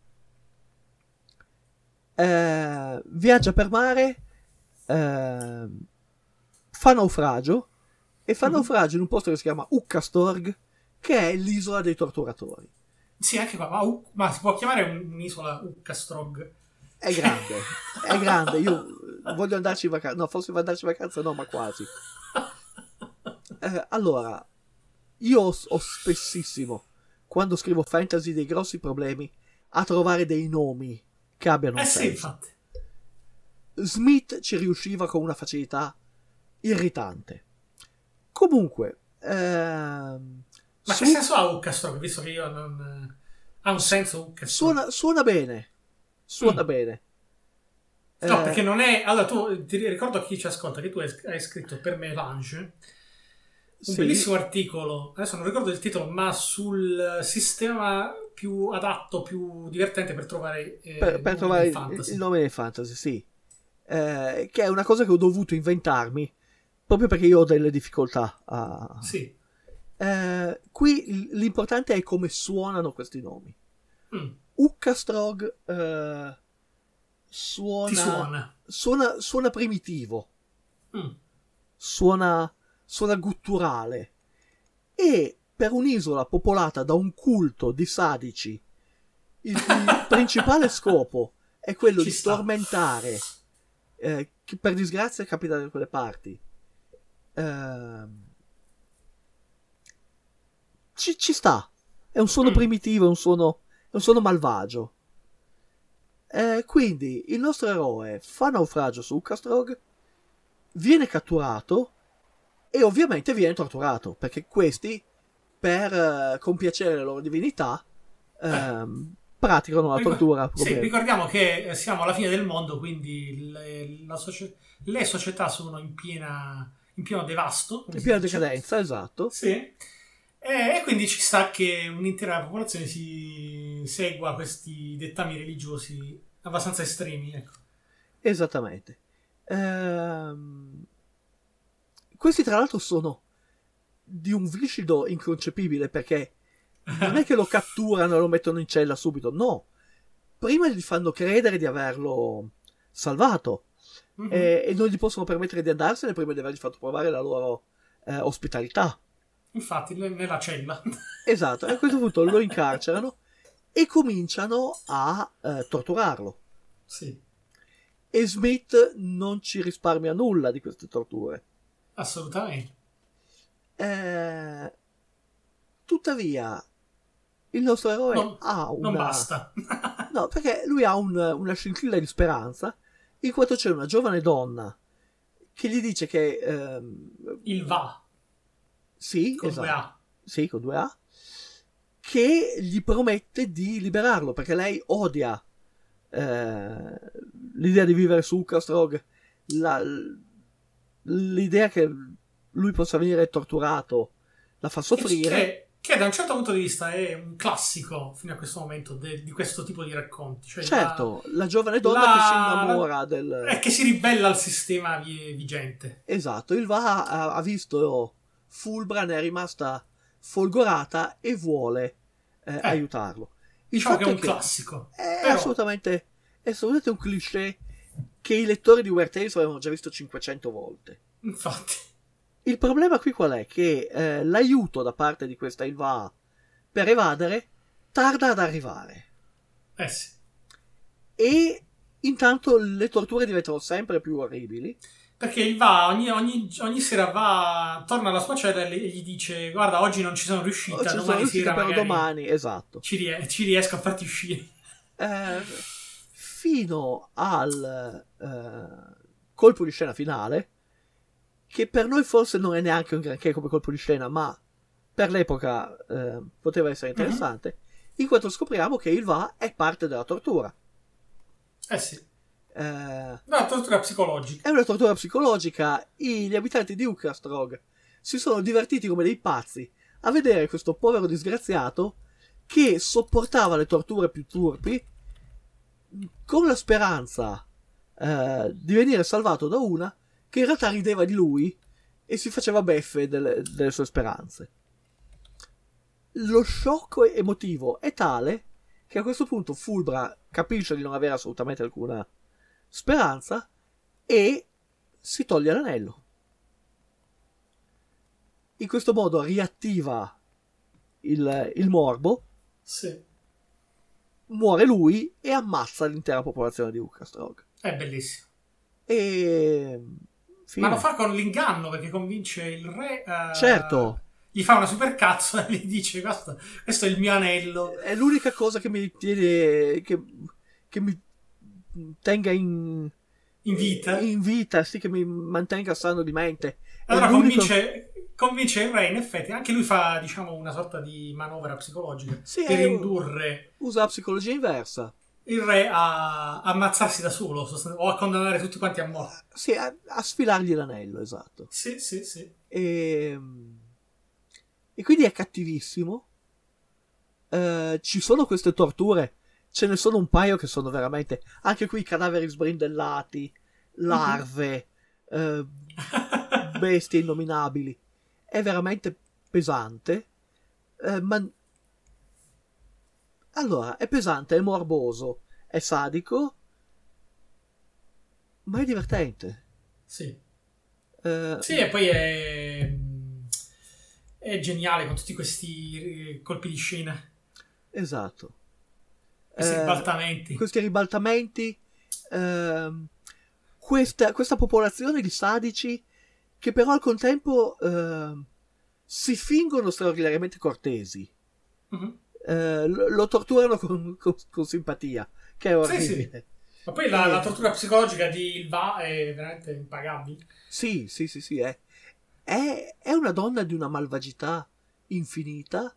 Eh, viaggia per mare, eh, fa naufragio e fa Mhm. naufragio in un posto che si chiama Ukkastorg, che è l'isola dei torturatori. Sì, anche qua. Ma, U- ma si può chiamare un- un'isola Uccastrog? È grande, è grande. Io voglio andarci in vacanza. No, forse voglio andarci in vacanza, no, ma quasi. Eh, allora, io ho, ho spessissimo, quando scrivo fantasy, dei grossi problemi a trovare dei nomi che abbiano un Eh sì, senso. infatti. Smith ci riusciva con una facilità irritante. Comunque, ehm, Ma su- che senso ha Uccastrog? Visto che io non... Ha un senso Uccastrog? suona, suona bene. Suona Mm. bene. No, Eh, perché non è... Allora, tu ti ricordo a chi ci ascolta che tu hai, hai scritto per Melange un sì. bellissimo articolo, adesso non ricordo il titolo, ma sul sistema più adatto, più divertente per trovare, eh, per, per nomi trovare del il, fantasy. il nome del fantasy, sì. Eh, che è una cosa che ho dovuto inventarmi proprio perché io ho delle difficoltà a... Sì. Eh, qui l- l'importante è come suonano questi nomi. Mm, Uccastrog eh, suona, ti suona. suona suona primitivo, Mm. suona suona gutturale, e per un'isola popolata da un culto di sadici il, il principale scopo è quello Ci di sta. tormentare eh, chi per disgrazia capita da quelle parti. Ehm, ci, ci sta, è un suono Mm. primitivo, è un suono, è un suono malvagio. Eh, quindi il nostro eroe fa naufragio su Ukastrog, viene catturato e ovviamente viene torturato, perché questi, per eh, compiacere le loro divinità, ehm, praticano la tortura. Sì, ricordiamo che siamo alla fine del mondo, quindi le, la socie- le società sono in piena in pieno devasto, in piena decadenza, esatto. Sì. E, e quindi ci sta che un'intera popolazione si segua questi dettami religiosi abbastanza estremi, ecco. Esattamente. Ehm... Questi tra l'altro sono di un viscido inconcepibile, perché non è che lo catturano e lo mettono in cella subito, no. Prima gli fanno credere di averlo salvato, mm-hmm. e, e non gli possono permettere di andarsene prima di avergli fatto provare la loro eh, ospitalità. Infatti, nella cella. Esatto, e a questo punto lo incarcerano e cominciano a eh, torturarlo. Sì. E Smith non ci risparmia nulla di queste torture. Assolutamente. Eh, tuttavia, il nostro eroe non, ha una... Non basta. No, perché lui ha un, una scintilla di speranza, in quanto c'è una giovane donna che gli dice che... Ehm, il va. Sì, con esatto. due A. Sì, con due A. Che gli promette di liberarlo, perché lei odia eh, l'idea di vivere su Ukastrog, la, l'idea che lui possa venire torturato la fa soffrire. Che, che da un certo punto di vista è un classico fino a questo momento de, di questo tipo di racconti. Cioè certo, la, la giovane la, donna che si innamora del... è che si ribella al sistema vigente. Esatto, il Va ha, ha visto Fulbra, ne è rimasta folgorata e vuole eh, eh, aiutarlo. Il diciamo fatto che è un che classico. È, però... assolutamente, è assolutamente un cliché che i lettori di Weird Tales avevano già visto cinquecento volte. Infatti. Il problema qui qual è? Che eh, l'aiuto da parte di questa Ilva per evadere tarda ad arrivare. Eh sì. E intanto le torture diventano sempre più orribili. Perché il va ogni, ogni, ogni sera va, torna alla sua cella e gli dice: guarda, oggi non ci sono riuscita, ci domani sono riuscita, sera però domani, esatto. Ci, ries- ci riesco a farti uscire. Eh, fino al eh, colpo di scena finale, che per noi forse non è neanche un granché come colpo di scena, ma per l'epoca eh, poteva essere interessante, mm-hmm. in quanto scopriamo che il Va è parte della tortura. Eh sì. Eh, una tortura psicologica. È una tortura psicologica. I, gli abitanti di Ukastrog si sono divertiti come dei pazzi a vedere questo povero disgraziato che sopportava le torture più turpi con la speranza eh, di venire salvato da una che in realtà rideva di lui e si faceva beffe delle, delle sue speranze. Lo sciocco emotivo è tale che a questo punto Fulbra capisce di non avere assolutamente alcuna speranza e si toglie l'anello. In questo modo riattiva il, il morbo. Sì. Muore lui e ammazza l'intera popolazione di Ukastrog. È bellissimo. E ma lo fa con l'inganno, perché convince il re a... certo, gli fa una super cazzo e gli dice: questo, questo è il mio anello, è l'unica cosa che mi tiene, che, che mi tenga in in vita in vita sì, che mi mantenga sano di mente. Allora convince, convince il re, in effetti anche lui fa, diciamo, una sorta di manovra psicologica, sì, per indurre, usa la psicologia inversa, il re a ammazzarsi da solo o a condannare tutti quanti a morte. Sì, a, a sfilargli l'anello, esatto. Sì, sì, sì. E, e quindi è cattivissimo. Uh, ci sono queste torture, ce ne sono un paio che sono veramente, anche qui cadaveri sbrindellati, larve, mm-hmm. uh, bestie innominabili. È veramente pesante. Uh, ma allora, è pesante, è morboso, è sadico, ma è divertente. Sì. Uh, sì, e poi è, è geniale con tutti questi colpi di scena. Esatto. Questi uh, ribaltamenti. Questi ribaltamenti, uh, questa, questa popolazione di sadici che però al contempo uh, si fingono straordinariamente cortesi. Mm-hmm. eh, lo, lo torturano con, con, con simpatia, che è orribile. Sì, sì. Ma poi la, la tortura psicologica di Ilva è veramente impagabile. Sì, sì, sì, sì, è, è, è una donna di una malvagità infinita,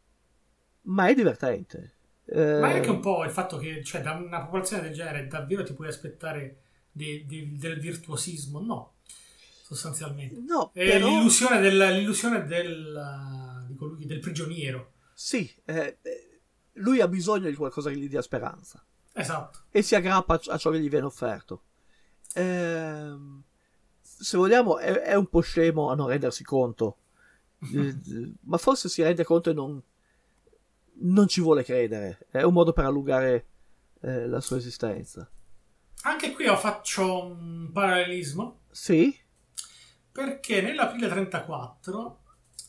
ma è divertente. Eh, Ma è anche un po' il fatto che, cioè, da una popolazione del genere davvero ti puoi aspettare de, de, del virtuosismo? No, sostanzialmente. No, è però... l'illusione, del, l'illusione del, di colui, del prigioniero. Sì, eh, lui ha bisogno di qualcosa che gli dia speranza. Esatto. E si aggrappa a ciò che gli viene offerto. Eh, se vogliamo, è, è un po' scemo a non rendersi conto. eh, ma forse si rende conto e non, non ci vuole credere. È un modo per allungare eh, la sua esistenza. Anche qui io faccio un parallelismo. Sì. Perché nell'aprile trentaquattro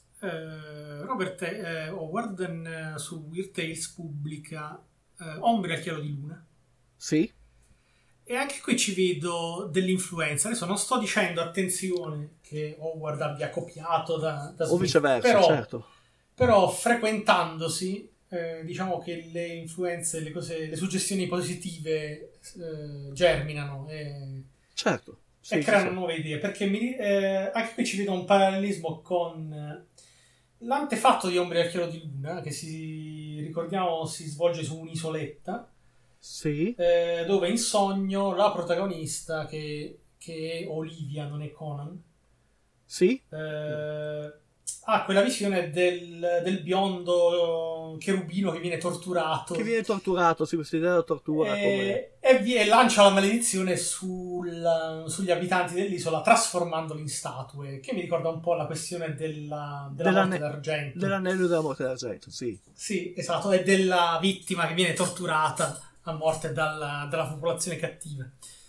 eh, Robert eh, Howard eh, su Weird Tales pubblica eh, Ombre al chiaro di luna. Sì. E anche qui ci vedo dell'influenza. Adesso non sto dicendo, attenzione, che Howard abbia copiato da, da O Smith, viceversa, però, certo. però frequentandosi, eh, diciamo che le influenze, le cose, le suggestioni positive eh, germinano e, Certo. Sì, e creano sì, sì. nuove idee. Perché mi, eh, anche qui ci vedo un parallelismo con l'antefatto di Ombre al chiaro di luna, che si ricordiamo si svolge su un'isoletta. Sì. Eh, dove in sogno la protagonista, che, che è Olivia, non è Conan, Sì. eh, ha quella visione del, del biondo cherubino che viene torturato, Che viene torturato, sì, questa idea della tortura. come... e, e, vi- e lancia la maledizione sul- sugli abitanti dell'isola, trasformandoli in statue, che mi ricorda un po' la questione della, della Della morte ne- d'argento. Dell'anello della morte d'argento, sì. Sì, esatto, è della vittima che viene torturata a morte dalla, dalla popolazione cattiva.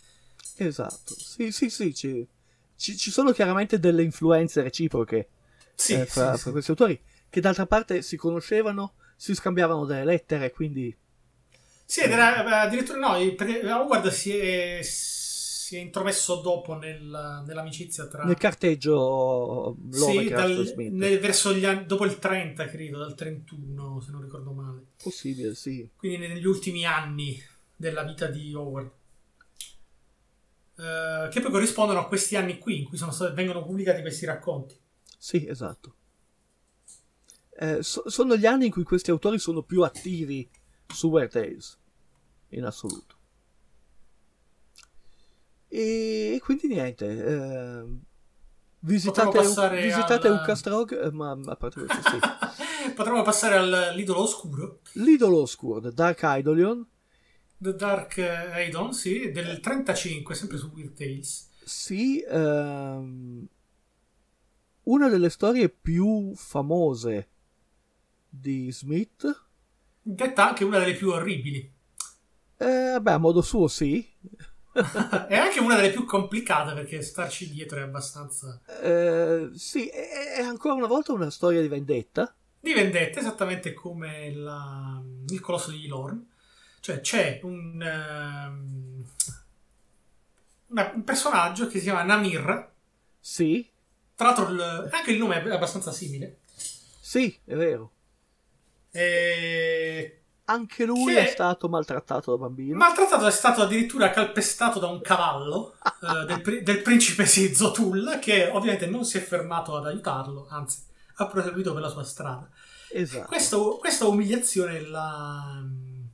Esatto. Sì, sì, sì. Ci, ci, ci sono chiaramente delle influenze reciproche Sì, eh, fra, sì, fra sì. questi autori, che d'altra parte si conoscevano, si scambiavano delle lettere, quindi... Sì, ed era addirittura no, perché Howard si è, si è intromesso dopo nel, nell'amicizia tra... Nel carteggio sì, Lovecraft dal, Smith. nel- verso gli anni, dopo il trenta, credo, dal trentuno, se non ricordo male. Possibile, sì. Quindi negli ultimi anni della vita di Howard. Eh, che poi corrispondono a questi anni qui, in cui sono stati, vengono pubblicati questi racconti. Sì, esatto. Eh, so- sono gli anni in cui questi autori sono più attivi su Weird Tales, in assoluto. E, e quindi niente. eh, visitate Potremmo passare visitate al- Ucastrog, eh, ma a parte questo sì. Potremmo passare all'idolo oscuro. L'idolo oscuro, The Dark Eidolion. The Dark Eidon, sì, del trentacinque, sempre su Weird Tales. Sì, ehm, una delle storie più famose di Smith. Detta anche una delle più orribili. Eh, beh, a modo suo sì. È anche una delle più complicate, perché starci dietro è abbastanza... Eh, sì, è, è ancora una volta una storia di vendetta. Di vendetta, esattamente come la- il colosso di Lorn. Cioè c'è un, ehm, una- un personaggio che si chiama Namir. Sì, Tra l'altro il- anche il nome è abbastanza simile. sì, è vero. E... Anche lui Che- è stato maltrattato da bambino. Maltrattato, è stato addirittura calpestato da un cavallo eh, del, pri- del principe Zotul, che ovviamente non si è fermato ad aiutarlo, anzi ha proseguito per la sua strada. Esatto. Questo- questa umiliazione la...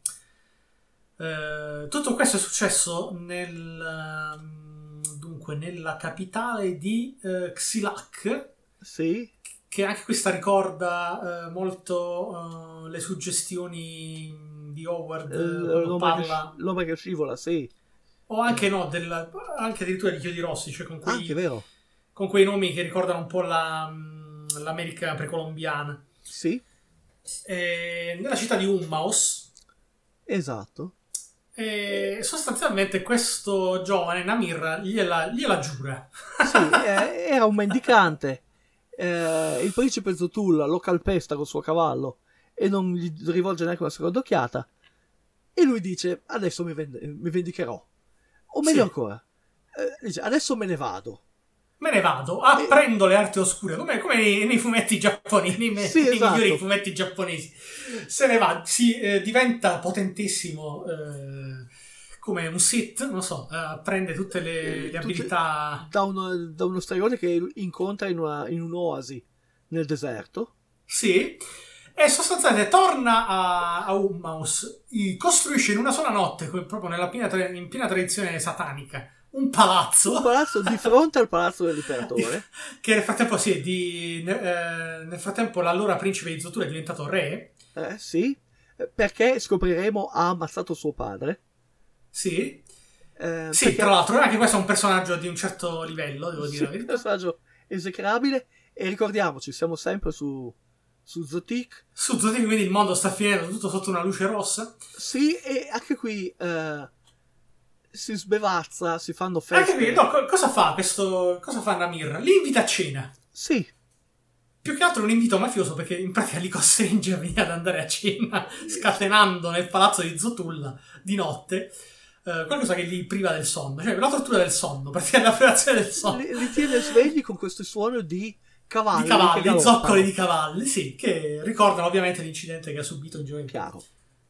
eh, tutto questo è successo nel, ehm, dunque, nella capitale di eh, Xilak, Sì, che anche questa ricorda eh, molto eh, le suggestioni di Howard, eh, eh, quando l'uomo, parla, che, l'uomo che scivola, sì. o anche no, della, anche addirittura di Chiodi Rossi, cioè con quei, Anche vero. con quei nomi che ricordano un po' la, l'America precolombiana. Sì, E nella città di Ummaus, esatto. e sostanzialmente questo giovane Namir gliela, gliela giura. Sì, eh, era un mendicante. Eh, il principe Zotul lo calpesta col suo cavallo e non gli rivolge neanche una seconda occhiata. E lui dice: adesso mi, vende- mi vendicherò. O meglio Sì. ancora, eh, dice: adesso me ne vado. me ne vado, apprendo le arti oscure, come, come nei, nei fumetti giapponesi, nei, Sì, nei esatto. migliori fumetti giapponesi. Se ne va, si eh, diventa potentissimo, eh, come un Sith, non so, eh, apprende tutte le, le Tutte- abilità. Da uno, da uno stregone che incontra in, una, in un'oasi nel deserto. Sì. E sostanzialmente torna a, a Ummaus, costruisce in una sola notte, come proprio nella piena, tra- in piena tradizione satanica, un palazzo. Un palazzo di fronte al palazzo dell'imperatore. Che nel frattempo, sì, di, eh, nel frattempo l'allora principe di Zotul è diventato re. Eh, sì, perché scopriremo ha ammazzato suo padre. Sì. Eh, Sì, perché tra l'altro, anche questo è un personaggio di un certo livello, devo sì, dire la un verità. personaggio esecrabile. E ricordiamoci, siamo sempre su, su Zotik. Su Zotik, quindi il mondo sta finendo tutto sotto una luce rossa. Sì, e anche qui eh, si sbevazza, si fanno feste. Anche qui, no, co- cosa fa questo, cosa fa Namir? Li invita a cena. Sì, Più che altro un invito mafioso, perché in pratica li costringe a venire ad andare a cena, scatenando nel palazzo di Zotulla di notte eh, qualcosa che li priva del sonno, cioè la tortura del sonno, praticamente la privazione del sonno. li, li tiene svegli con questo suono di cavalli. Di che cavalli, galoppano. zoccoli di cavalli, sì, che ricordano ovviamente l'incidente che ha subito in gioventù. Chiaro.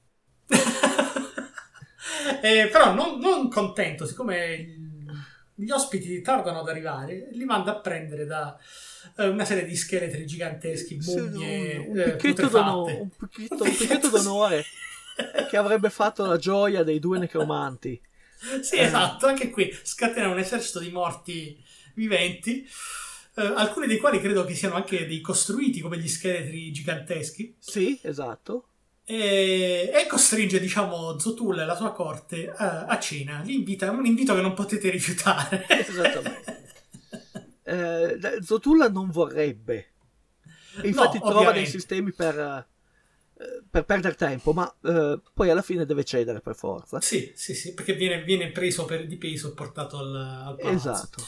Eh, però non, non contento, siccome il- gli ospiti tardano ad arrivare, li manda a prendere da eh, una serie di scheletri giganteschi, Sì, mummie, un, un eh, picchetto putrefatte. d'ono- un picchetto- un picchetto d'onore che avrebbe fatto la gioia dei due necromanti. Sì, esatto, anche qui scatena un esercito di morti viventi, eh, alcuni dei quali credo che siano anche dei costruiti come gli scheletri giganteschi, Sì, esatto. e, e costringe, diciamo, Zotul e la sua corte a, a cena. Li invita, è un invito che non potete rifiutare. Esattamente. Eh, Zotulla non vorrebbe. E infatti No, trova dei ovviamente. sistemi per, eh, per perdere tempo, ma eh, poi alla fine deve cedere per forza. Sì, sì, sì, perché viene, viene preso per, di peso e portato al, al palazzo. Esatto.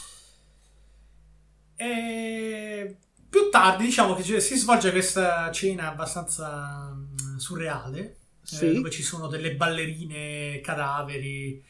E più tardi, diciamo che ci- si svolge questa cena abbastanza mm, surreale, Sì. eh, dove ci sono delle ballerine, cadaveri,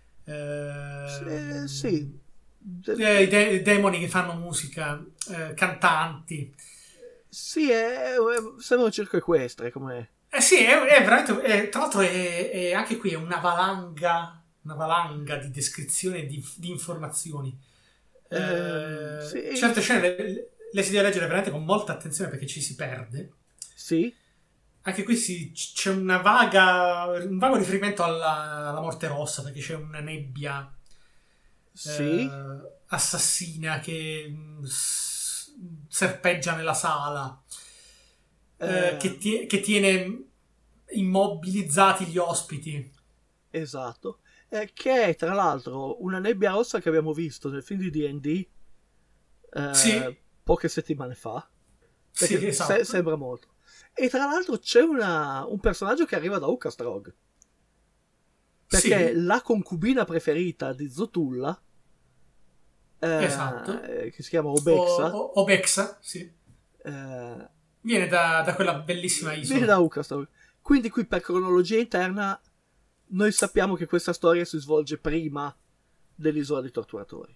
Eh, eh, sì. De- eh, i de- demoni che fanno musica, eh, cantanti. sì, è, è- sembra un circo equestre come... Eh sì, è, è veramente. È- tra l'altro, è, è anche qui è una valanga, una valanga di descrizioni e di, di informazioni. Eh, Ehm, sì. Certe scene le, le si deve leggere veramente con molta attenzione perché ci si perde. Sì, Anche qui si- c'è una vaga, un vago riferimento alla, alla morte rossa, perché c'è una nebbia sì. eh, assassina che mm, s- serpeggia nella sala, eh, Eh, che, tie- che tiene immobilizzati gli ospiti. Esatto. Eh, che è tra l'altro una nebbia rossa che abbiamo visto nel film di D and D eh, Sì. poche settimane fa. Sì, Perché esatto. se- sembra molto. E tra l'altro c'è una- un personaggio che arriva da Ukastrog. Perché Sì. la concubina preferita di Zotulla, eh, Esatto. eh, che si chiama Obexa, O- o- Obexa, sì. eh, Viene da, da quella bellissima isola. viene da Ukastrog. Quindi qui per cronologia interna noi sappiamo che questa storia si svolge prima dell'isola dei torturatori.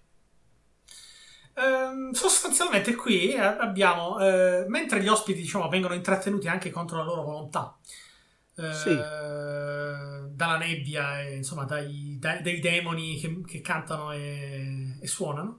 Ehm, sostanzialmente qui eh, abbiamo, eh, mentre gli ospiti, diciamo, vengono intrattenuti anche contro la loro volontà, eh, Sì. dalla nebbia e insomma dai, dai- dai demoni che, che cantano e, e suonano,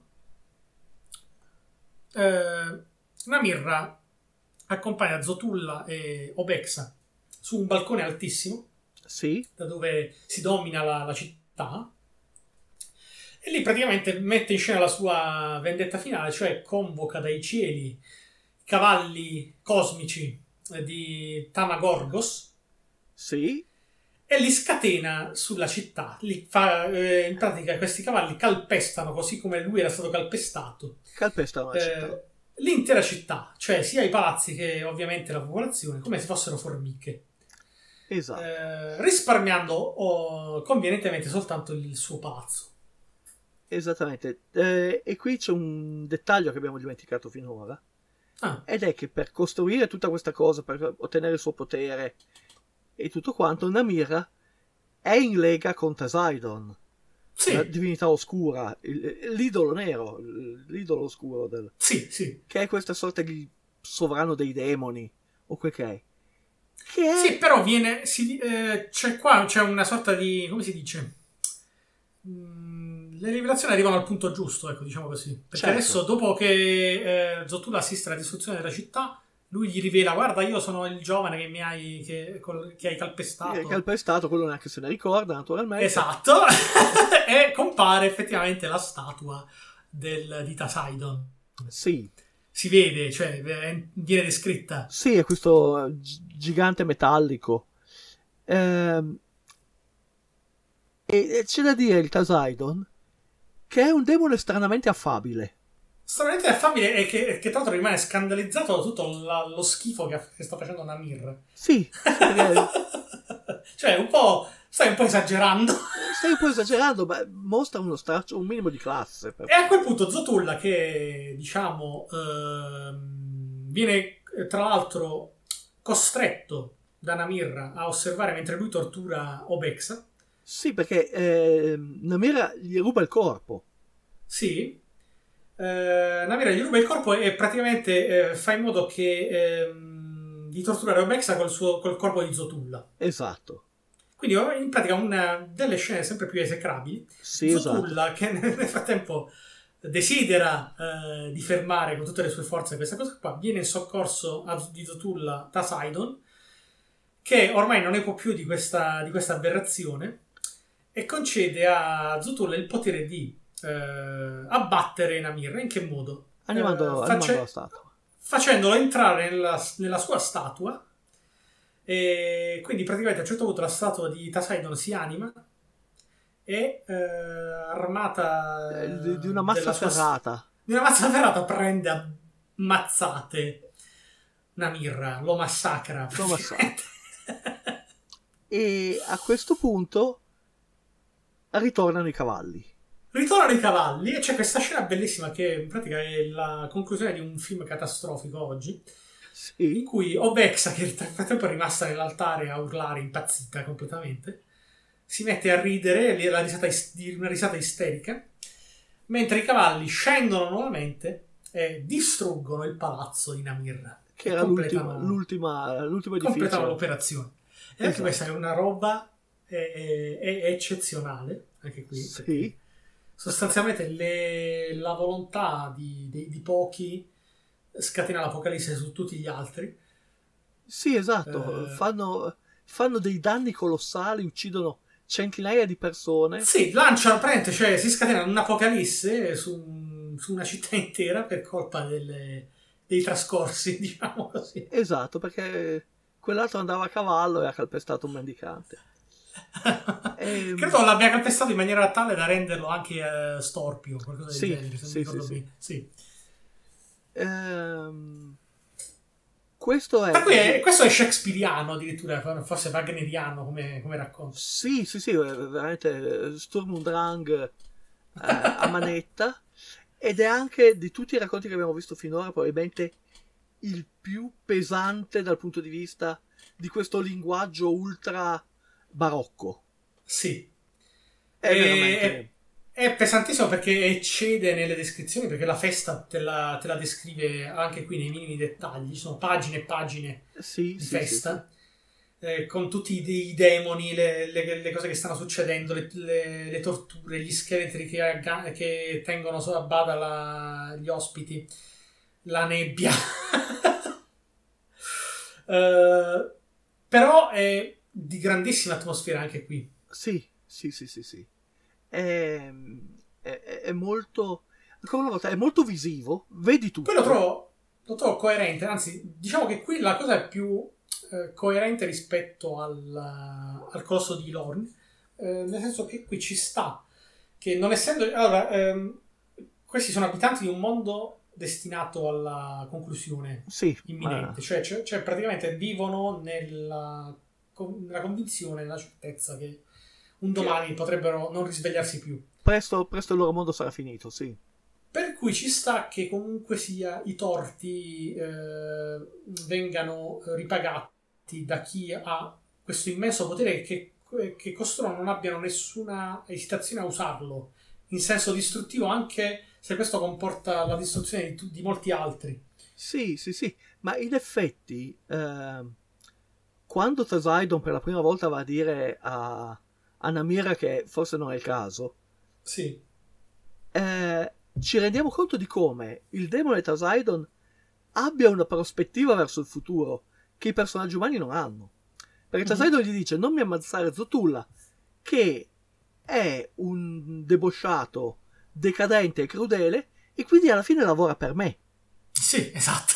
eh, Namirra accompagna Zotulla e Obexa su un balcone altissimo Sì, da dove si domina la, la città, e lì praticamente mette in scena la sua vendetta finale, cioè convoca dai cieli cavalli cosmici eh, di Tamagorgos sì, e li scatena sulla città. Li fa, eh, in pratica questi cavalli calpestano, così come lui era stato calpestato, calpestano la eh, città. l'intera città, cioè sia i palazzi che ovviamente la popolazione, come se fossero formiche. Esatto. Eh, risparmiando oh, convenientemente soltanto il suo palazzo. Esattamente. Eh, e qui c'è un dettaglio che abbiamo dimenticato finora. Ah, Ed è che per costruire tutta questa cosa, per ottenere il suo potere e tutto quanto, Namira è in lega con Poseidon. Sì. La divinità oscura, il- l'idolo nero, l'idolo oscuro del... Sì, sì. che è questa sorta di sovrano dei demoni o quel che è. Che è... Sì, però viene. Si, eh, c'è qua c'è una sorta di. Come si dice? Mm, le rivelazioni arrivano al punto giusto, ecco, diciamo così. Perché Certo. adesso, dopo che eh, Zotula assiste alla distruzione della città, lui gli rivela: guarda, io sono il giovane che mi hai. che, col- che hai calpestato. che è calpestato, quello neanche se ne ricorda, naturalmente. Esatto. E compare effettivamente la statua del, di Tasaidon. Sì, Si vede, cioè eh, viene descritta. sì, è questo eh, gi- gigante metallico. Ehm, e, e c'è da dire il Tasaidon che è un demone stranamente affabile. Stranamente affabile e che, che tra l'altro rimane scandalizzato da tutto la- lo schifo che, che sta facendo Namir. Sì, perché Cioè, un po'. Stai un po' esagerando. stai un po' esagerando, ma mostra uno straccio, un minimo di classe. per- E a quel punto Zotulla, che diciamo ehm, viene eh, tra l'altro costretto da Namir a osservare mentre lui tortura Obexa. Sì, perché ehm, Namira gli ruba il corpo. Sì. Eh, Namir gli ruba il corpo e praticamente eh, fa in modo che ehm, di torturare Obexa col, suo, col corpo di Zotulla. Esatto. Quindi in pratica una delle scene sempre più esecrabili. Sì, esatto. Zotulla, che nel frattempo desidera eh, di fermare con tutte le sue forze questa cosa qua, viene in soccorso a, di Zotulla Tasaidon, che ormai non ne può più di questa, di questa aberrazione, e concede a Zotulla il potere di eh, abbattere Namir. In che modo? Animando, Eh, face- animando la statua. facendolo entrare nella, nella sua statua, e quindi praticamente a un certo punto la statua di Tasaidon si anima e eh, armata Eh, di, di una mazza della sua- ferrata. di una mazza ferrata prende a mazzate Namir, lo massacra Lo massacra. praticamente. E a questo punto ritornano i cavalli. Ritornano i cavalli e c'è questa scena bellissima che in pratica è la conclusione di un film catastrofico oggi, in Sì, cui Obexa, che nel frattempo è rimasta nell'altare a urlare impazzita completamente, si mette a ridere, la risata is- di una risata isterica, mentre i cavalli scendono nuovamente e distruggono il palazzo di Namir, che era completano- l'ultima, l'ultima, l'ultimo completano edificio. l'operazione. E anche Esatto. questa è una roba è, è- è eccezionale, anche qui. Sì, Sostanzialmente le- la volontà di, di- di pochi scatena l'apocalisse su tutti gli altri. sì, esatto. Eh. Fanno, fanno dei danni colossali, uccidono centinaia di persone. Sì, lanciano, praticamente, cioè si scatena un'apocalisse su, un- su una città intera per colpa delle- dei trascorsi, diciamo così. Esatto, perché quell'altro andava a cavallo e ha calpestato un mendicante. Ehm. Credo l'abbia calpestato in maniera tale da renderlo anche eh, storpio, qualcosa del Sì, genere, se non sì, mi ricordo sì, bene. Sì. Ehm, questo è... Per cui è- questo è shakespeariano addirittura, forse wagneriano come, come racconto. Sì, sì, sì, è veramente eh, Sturm und Drang eh, a manetta, ed è anche di tutti i racconti che abbiamo visto finora probabilmente il più pesante dal punto di vista di questo linguaggio ultra barocco. Sì. È E- veramente... È pesantissimo perché eccede nelle descrizioni, perché la festa te la, te la descrive anche qui nei minimi dettagli. Ci sono pagine e pagine Sì, di sì, festa, eh, con tutti i, de- i demoni, le, le- le cose che stanno succedendo, le, le- le torture, gli scheletri che, agga- che tengono a bada la- gli ospiti, la nebbia. Eh, però è di grandissima atmosfera anche qui. sì, sì, sì, sì, sì. È, è, è molto... ancora una volta, è molto visivo, vedi tutto. Poi lo trovo, lo trovo coerente, anzi, diciamo che qui la cosa è più eh, coerente rispetto al, al Colosso di Lorn, eh, nel senso che qui ci sta, che non essendo... Allora, ehm, questi sono abitanti di un mondo destinato alla conclusione Sì, imminente, ma- cioè, cioè, cioè praticamente vivono nella, con- nella convinzione, nella certezza che un domani potrebbero non risvegliarsi più. presto, presto il loro mondo sarà finito, sì. Per cui ci sta che comunque sia i torti eh, vengano ripagati da chi ha questo immenso potere che che costoro non abbiano nessuna esitazione a usarlo in senso distruttivo, anche se questo comporta la distruzione di, di molti altri. Sì, sì, sì, ma in effetti eh, quando Poseidon per la prima volta va a dire a, a Namira che forse non è il caso, sì, eh, ci rendiamo conto di come il demone Poseidon abbia una prospettiva verso il futuro che i personaggi umani non hanno. Perché Poseidon mm-hmm. gli dice: non mi ammazzare Zotulla, che è un debosciato, decadente e crudele, e quindi alla fine lavora per me. Sì, esatto.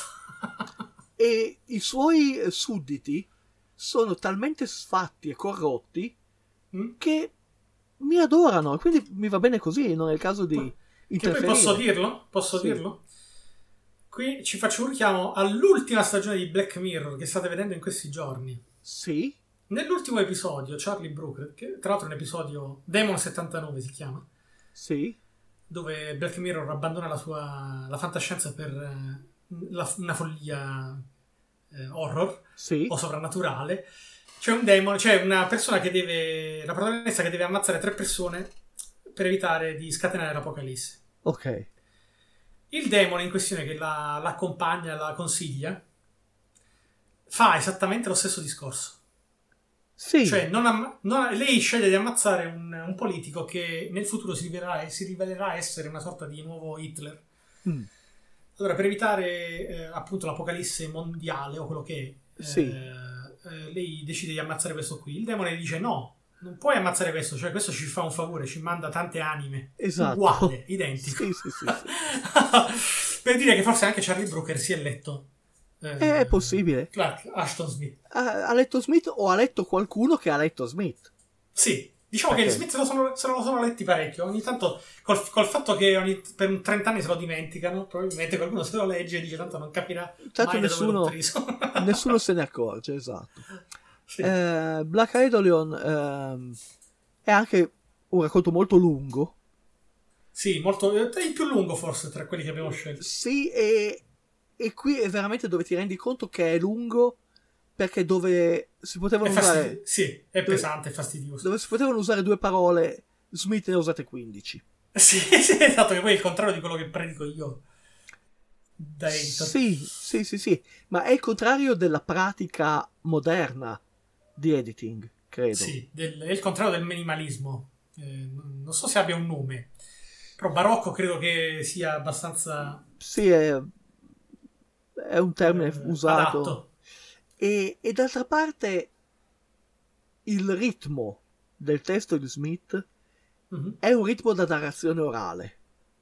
E i suoi sudditi sono talmente sfatti e corrotti mm? che mi adorano, e quindi mi va bene così, non è il caso di interferire. Che poi posso dirlo? Posso sì. dirlo? Qui ci faccio un richiamo all'ultima stagione di Black Mirror che state vedendo in questi giorni. Sì. Nell'ultimo episodio, Charlie Brooker, che tra l'altro è un episodio Demon settantanove si chiama. Sì. Dove Black Mirror abbandona la sua la fantascienza per eh, la, una follia eh, horror sì. o sovrannaturale. C'è un demone, c'è una persona che deve, la protagonista che deve ammazzare tre persone per evitare di scatenare l'apocalisse. Ok. Il demone in questione che la, l'accompagna, la consiglia, fa esattamente lo stesso discorso. Sì. Cioè, non am- non, lei sceglie di ammazzare un, un politico che nel futuro si rivelerà, si rivelerà essere una sorta di nuovo Hitler. Mm. Allora, per evitare eh, appunto l'apocalisse mondiale o quello che è, sì. eh, eh, lei decide di ammazzare questo qui. Il demone dice: no, non puoi ammazzare questo, cioè questo ci fa un favore, ci manda tante anime. Esatto. Uguale, identico. Sì, sì, sì, sì. Per dire che forse anche Charlie Brooker si è letto. Eh, è possibile. Clark Ashton Smith. Ha, ha letto Smith o ha letto qualcuno che ha letto Smith? Sì, diciamo okay. che gli Smith se lo, sono, se lo sono letti parecchio. Ogni tanto, col, col fatto che ogni, per un trenta anni se lo dimenticano, probabilmente qualcuno se lo legge e dice: tanto non capirà tanto mai nessuno, da dove nessuno se ne accorge, esatto. Sì. Eh, Black Eidolon ehm, è anche un racconto molto lungo. Sì, molto, è il più lungo forse tra quelli che abbiamo scelto. Sì, e, e qui è veramente dove ti rendi conto che è lungo, perché dove si potevano è fastidi- usare... Sì, è dove, pesante, è fastidioso. Dove si potevano usare due parole, Smith ne ha usate quindici. Sì, sì, esatto, che poi è il contrario di quello che predico io. Da editor. Sì, sì, sì, sì, ma è il contrario della pratica moderna di editing, credo. Sì, del, è il contrario del minimalismo. Eh, non so se abbia un nome, però barocco credo che sia abbastanza... Sì, è, è un termine eh, usato. Adatto. E, e d'altra parte il ritmo del testo di Smith mm-hmm. è un ritmo da narrazione orale.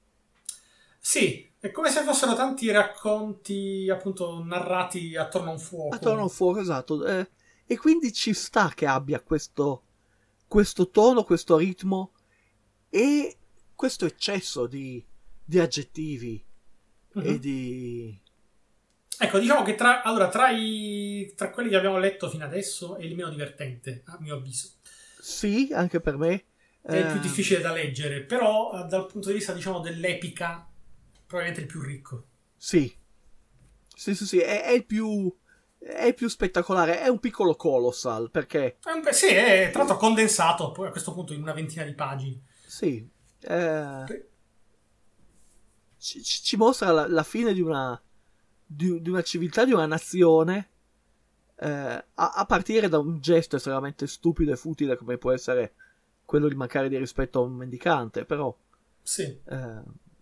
Sì, è come se fossero tanti racconti appunto narrati attorno a un fuoco. Attorno a un fuoco, esatto. Eh, e quindi ci sta che abbia questo, questo tono, questo ritmo e questo eccesso di, di aggettivi mm-hmm. e di... Ecco, diciamo che tra, allora, tra, i, tra quelli che abbiamo letto fino adesso è il meno divertente, a mio avviso. Sì, anche per me. È eh... il più difficile da leggere, però dal punto di vista, diciamo, dell'epica, probabilmente il più ricco. Sì, sì, sì, sì, è, è il più... è il più spettacolare, è un piccolo colossal, perché... È un, sì, è tra l'altro condensato, poi a questo punto in una ventina di pagine. Sì, eh... ci, ci mostra la, la fine di una... Di, di una civiltà, di una nazione, eh, a, a partire da un gesto estremamente stupido e futile come può essere quello di mancare di rispetto a un mendicante, però sì. eh,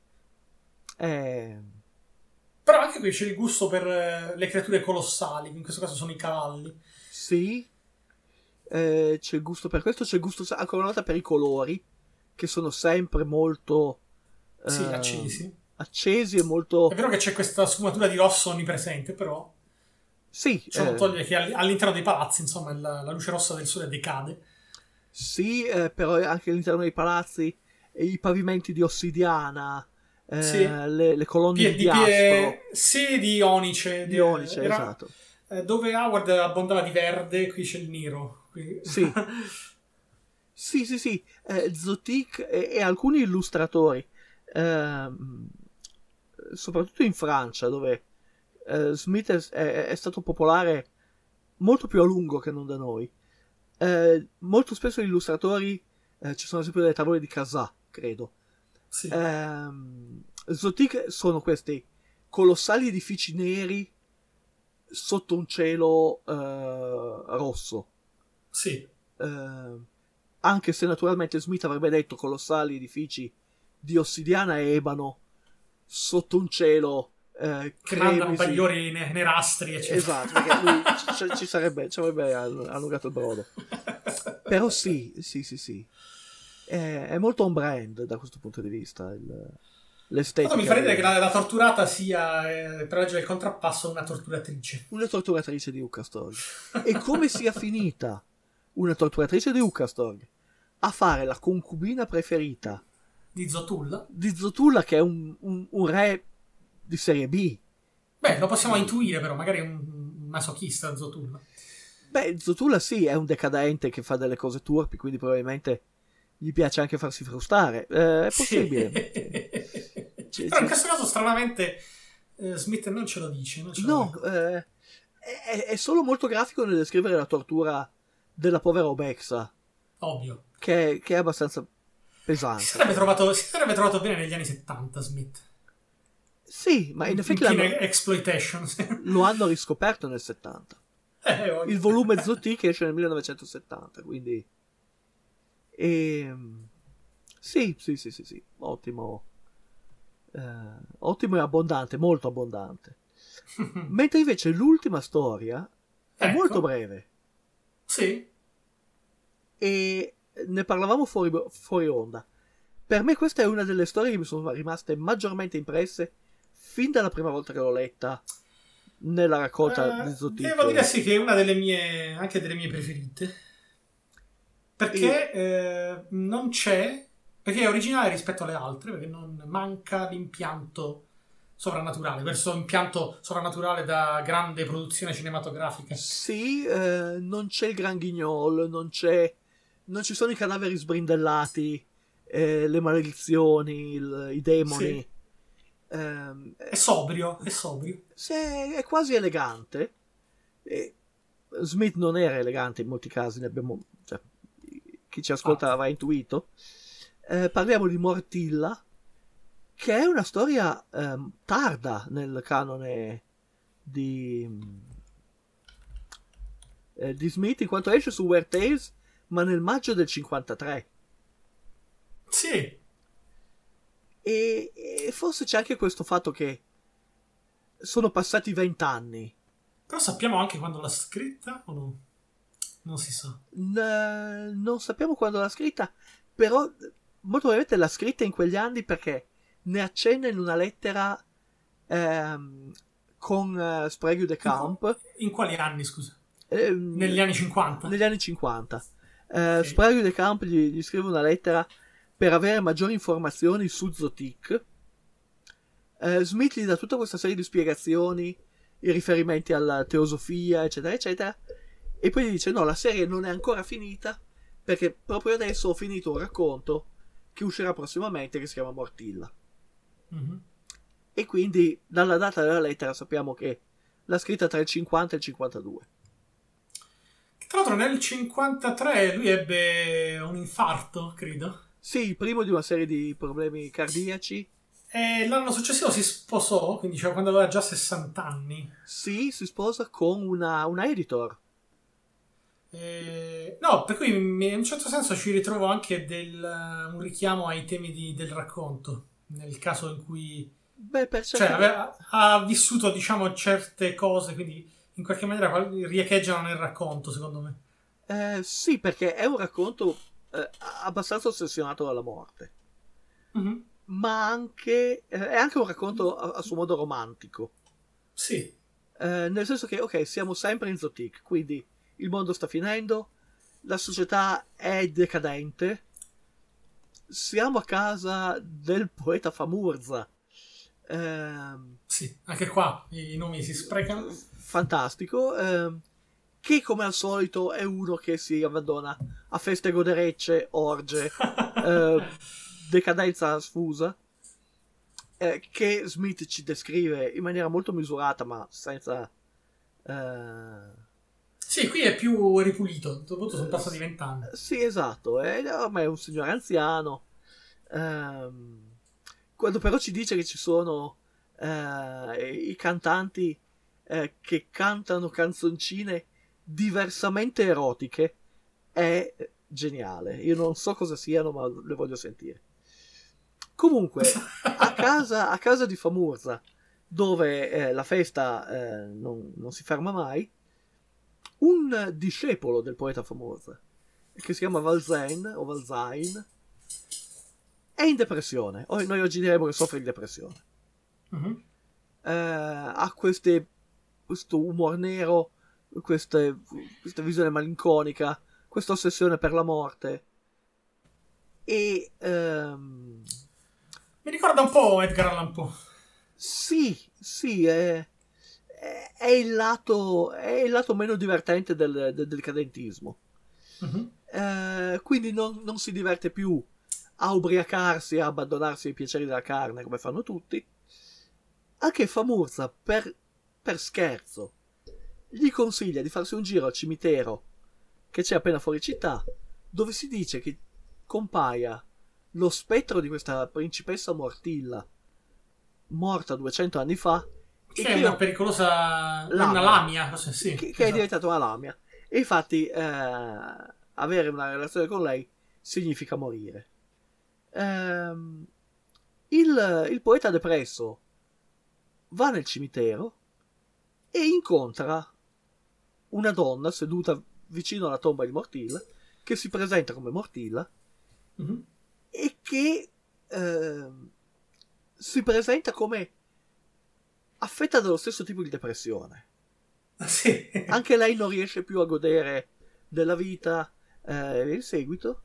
è... Però anche qui c'è il gusto per eh, le creature colossali, in questo caso sono i cavalli. Sì, eh, c'è il gusto per questo, c'è il gusto ancora una volta per i colori, che sono sempre molto eh, sì, accesi accesi e molto... È vero che c'è questa sfumatura di rosso onnipresente, però sì, ciò non eh... toglie che all'interno dei palazzi, insomma, la, la luce rossa del sole decade. Sì, eh, però anche all'interno dei palazzi i pavimenti di ossidiana, eh, sì. le, le colonne pie, di, di diaspro. pie, sì, di onice. Di onice, era, esatto. Eh, dove Howard abbondava di verde, qui c'è il nero. Qui... Sì. sì, sì, sì. Eh, Zotic e, e alcuni illustratori, eh, soprattutto in Francia, dove eh, Smith è, è, è stato popolare molto più a lungo che non da noi, eh, molto spesso gli illustratori, eh, ci sono sempre delle tavole di Kazaa, credo. Sì. Eh, Zotique sono questi colossali edifici neri sotto un cielo eh, rosso. Sì. Eh, anche se naturalmente Smith avrebbe detto colossali edifici di ossidiana e ebano sotto un cielo eh, che mandano cremisi. bagliori ne- nerastri, eccetera. Esatto, perché lui ci, ci sarebbe, ci avrebbe allungato il brodo. Però sì, sì, sì, sì. È, è molto on brand da questo punto di vista. Il, l'estetica. Però mi fa ridere che la, la torturata sia, eh, per legge del contrappasso, una torturatrice. Una torturatrice di Ucastorg. E come sia finita una torturatrice di Ucastorg a fare la concubina preferita Di Zotulla? di Zotulla, che è un, un, un re di serie B. Beh, lo possiamo intuire, però, magari è un, un masochista Zotulla. Beh, Zotulla sì, è un decadente che fa delle cose turpi, quindi probabilmente gli piace anche farsi frustare. Eh, è possibile. Sì. C- Però in c- questo caso, stranamente, eh, Smith non ce lo dice. Non ce lo no, dico. eh, è, è solo molto grafico nel descrivere la tortura della povera Obexa, Ovvio. che, che è abbastanza Si pesante. sarebbe, trovato, si sarebbe trovato bene negli anni settanta, Smith. Sì, ma in effetti In l'hanno, exploitation. lo hanno riscoperto nel settanta. Eh, voglio. Il volume Zotique esce nel millenovecentosettanta, quindi... E... Sì, sì, sì, sì, sì, ottimo. Eh, ottimo e abbondante, molto abbondante. Mentre invece l'ultima storia è Ecco. molto breve. Sì. E ne parlavamo fuori, fuori onda. Per me questa è una delle storie che mi sono rimaste maggiormente impresse fin dalla prima volta che l'ho letta nella raccolta Eh, di Zotique. devo dire sì che è una delle mie, anche delle mie preferite, perché eh, non c'è, perché è originale rispetto alle altre, perché non manca l'impianto sovrannaturale, verso impianto sovrannaturale da grande produzione cinematografica. Sì, eh, non c'è il Gran Guignol, non c'è, non ci sono i cadaveri sbrindellati, eh, le maledizioni, il- i demoni. Sì. Ehm, È sobrio, è sobrio. se è quasi elegante. E Smith non era elegante in molti casi, ne abbiamo, cioè, chi ci ascolta Ah. avrà intuito. Eh, parliamo di Mortilla, che è una storia ehm, tarda nel canone di, eh, di Smith, in quanto esce su Weird Tales, ma nel maggio del cinquantatré. Sì. E, e forse c'è anche questo fatto che sono passati vent'anni. Però sappiamo anche quando l'ha scritta o no? Non si sa. N- non sappiamo quando l'ha scritta, però molto probabilmente l'ha scritta in quegli anni, perché ne accenna in una lettera ehm, con uh, Sprague de Camp In quali anni, scusa? ehm, Negli anni cinquanta? negli anni cinquanta. Eh, Ok. Sprague de Camp gli, gli scrive una lettera per avere maggiori informazioni su Zotique. Eh, Smith gli dà tutta questa serie di spiegazioni, i riferimenti alla teosofia, eccetera, eccetera, e poi gli dice: no, la serie non è ancora finita, perché proprio adesso ho finito un racconto che uscirà prossimamente, che si chiama Mortilla. Mhm. E quindi dalla data della lettera sappiamo che l'ha scritta tra il cinquanta e il cinquantadue. Tra l'altro nel cinquantatré lui ebbe un infarto, credo. Sì, il primo di una serie di problemi cardiaci. E l'anno successivo si sposò, quindi cioè, quando aveva già sessanta anni. Sì, si sposa con una, una editor. E... No, per cui mi- in un certo senso ci ritrovo anche del, un richiamo ai temi di- del racconto, nel caso in cui Beh, per cioè, certi- aveva- ha vissuto, diciamo, certe cose, quindi in qualche maniera qual- riecheggiano nel racconto, secondo me. Eh, sì, perché è un racconto eh, abbastanza ossessionato dalla morte, Mhm. ma anche eh, è anche un racconto a, a suo modo romantico. Sì, Eh, nel senso che, ok, siamo sempre in Zotique, quindi il mondo sta finendo, la società è decadente, siamo a casa del poeta Famurza. Ehm, sì, anche qua i nomi si sprecano. fantastico, ehm, che come al solito è uno che si abbandona a feste goderecce, orge, eh, decadenza sfusa, eh, che Smith ci descrive in maniera molto misurata, ma senza eh, Sì, qui è più ripulito. A un certo punto sono passati vent'anni. Sì, esatto. È, ormai è un signore anziano. Ehm, quando però ci dice che ci sono eh, i cantanti eh, che cantano canzoncine diversamente erotiche, è geniale. Io non so cosa siano, ma le voglio sentire. Comunque, a casa, a casa di Famurza, dove eh, la festa eh, non, non si ferma mai, un discepolo del poeta Famurza, che si chiama Valzain o Valzain, è in depressione. O noi oggi diremmo che soffre di depressione. Uh-huh. Eh, ha queste, questo umor nero, queste, questa visione malinconica, questa ossessione per la morte. E ehm, mi ricorda un po' Edgar Allan Poe. Sì, sì, è, è, è il lato è il lato meno divertente del, del, del cadentismo. Uh-huh. Eh, quindi non, non si diverte più a ubriacarsi, a abbandonarsi ai piaceri della carne come fanno tutti. Anche Famurza, per, per scherzo, gli consiglia di farsi un giro al cimitero che c'è appena fuori città, dove si dice che compaia lo spettro di questa principessa Mortilla morta duecento anni fa, che e è che una pericolosa lamia, una lamia così, sì, che, che esatto. è diventata una lamia, e infatti eh, avere una relazione con lei significa morire. ehm, il, il poeta depresso va nel cimitero e incontra una donna seduta vicino alla tomba di Mortilla, che si presenta come Mortilla, uh-huh. e che eh, si presenta come affetta dallo stesso tipo di depressione. Ah, sì. Anche lei non riesce più a godere della vita eh, in seguito,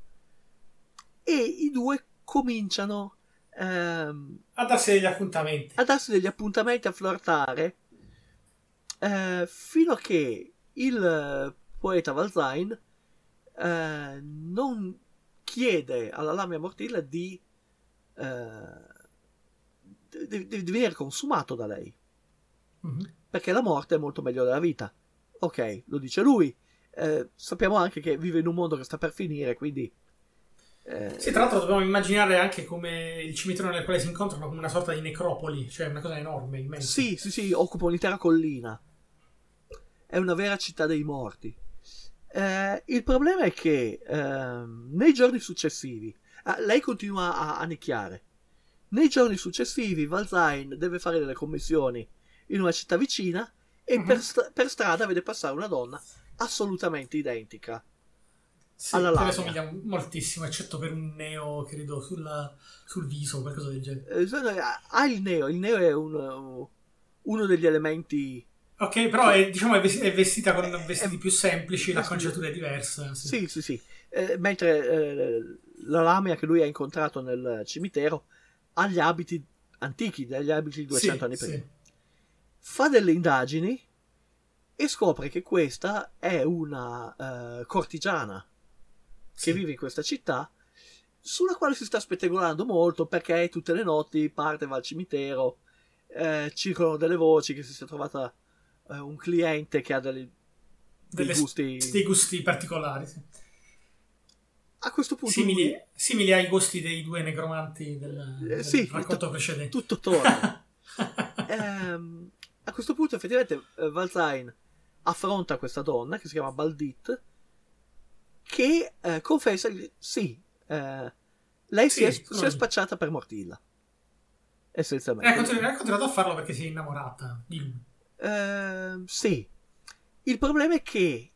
e i due cominciano ehm, a darsi degli appuntamenti a darsi degli appuntamenti, a flirtare, eh, fino a che il poeta Valzain eh, non chiede alla lamia Mortilla di, eh, di, di, di venire consumato da lei, uh-huh. perché la morte è molto meglio della vita. Ok, lo dice lui. Eh, sappiamo anche che vive in un mondo che sta per finire, quindi eh... sì, tra l'altro dobbiamo immaginare anche come il cimitero nel quale si incontrano come una sorta di necropoli, cioè una cosa enorme, immensa. Sì, sì, sì, occupa un'intera collina. È una vera città dei morti. Eh, il problema è che eh, nei giorni successivi ah, lei continua a, a nicchiare. Nei giorni successivi Valzain deve fare delle commissioni in una città vicina e uh-huh. per, st- per strada vede passare una donna assolutamente identica sì, alla lamia. lamia. Somiglia moltissimo, eccetto per un neo, credo, sulla, sul viso o qualcosa del genere. Eh, ha il neo. Il neo è un, uno degli elementi. Ok, però è, diciamo, è vestita con vestiti è, più semplici, l'acconciatura è diversa. Sì, sì, sì. sì. Eh, mentre eh, la lamia che lui ha incontrato nel cimitero ha gli abiti antichi, degli abiti di duecento sì, anni prima. Sì. Fa delle indagini e scopre che questa è una uh, cortigiana sì. che vive in questa città, sulla quale si sta speculando molto, perché tutte le notti parte, va al cimitero, eh, circolano delle voci che si sia trovata un cliente che ha delle, dei, delle, gusti... dei gusti particolari, sì. A questo punto simili, lui... simili ai gusti dei due negromanti del, eh, del sì, racconto t- precedente. Tutto torna. ehm, a questo punto effettivamente Valzain affronta questa donna che si chiama Baldit, che eh, confessa sì, eh, lei sì, si, è, si è spacciata per Mortilla, essenzialmente. E ha continuato, ha continuato a farlo perché si è innamorata di lui. Uh, sì, il problema è che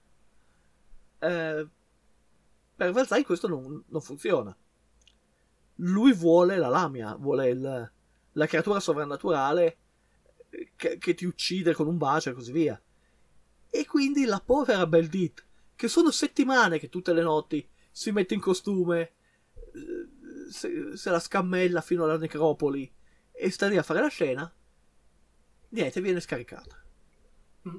uh, per Valzain questo non, non funziona. Lui vuole la lamia, vuole il, la creatura sovrannaturale che, che ti uccide con un bacio e così via. E quindi la povera Baldit, che sono settimane che tutte le notti si mette in costume, se, se la scammella fino alla necropoli e sta lì a fare la scena, niente, viene scaricata. Mm.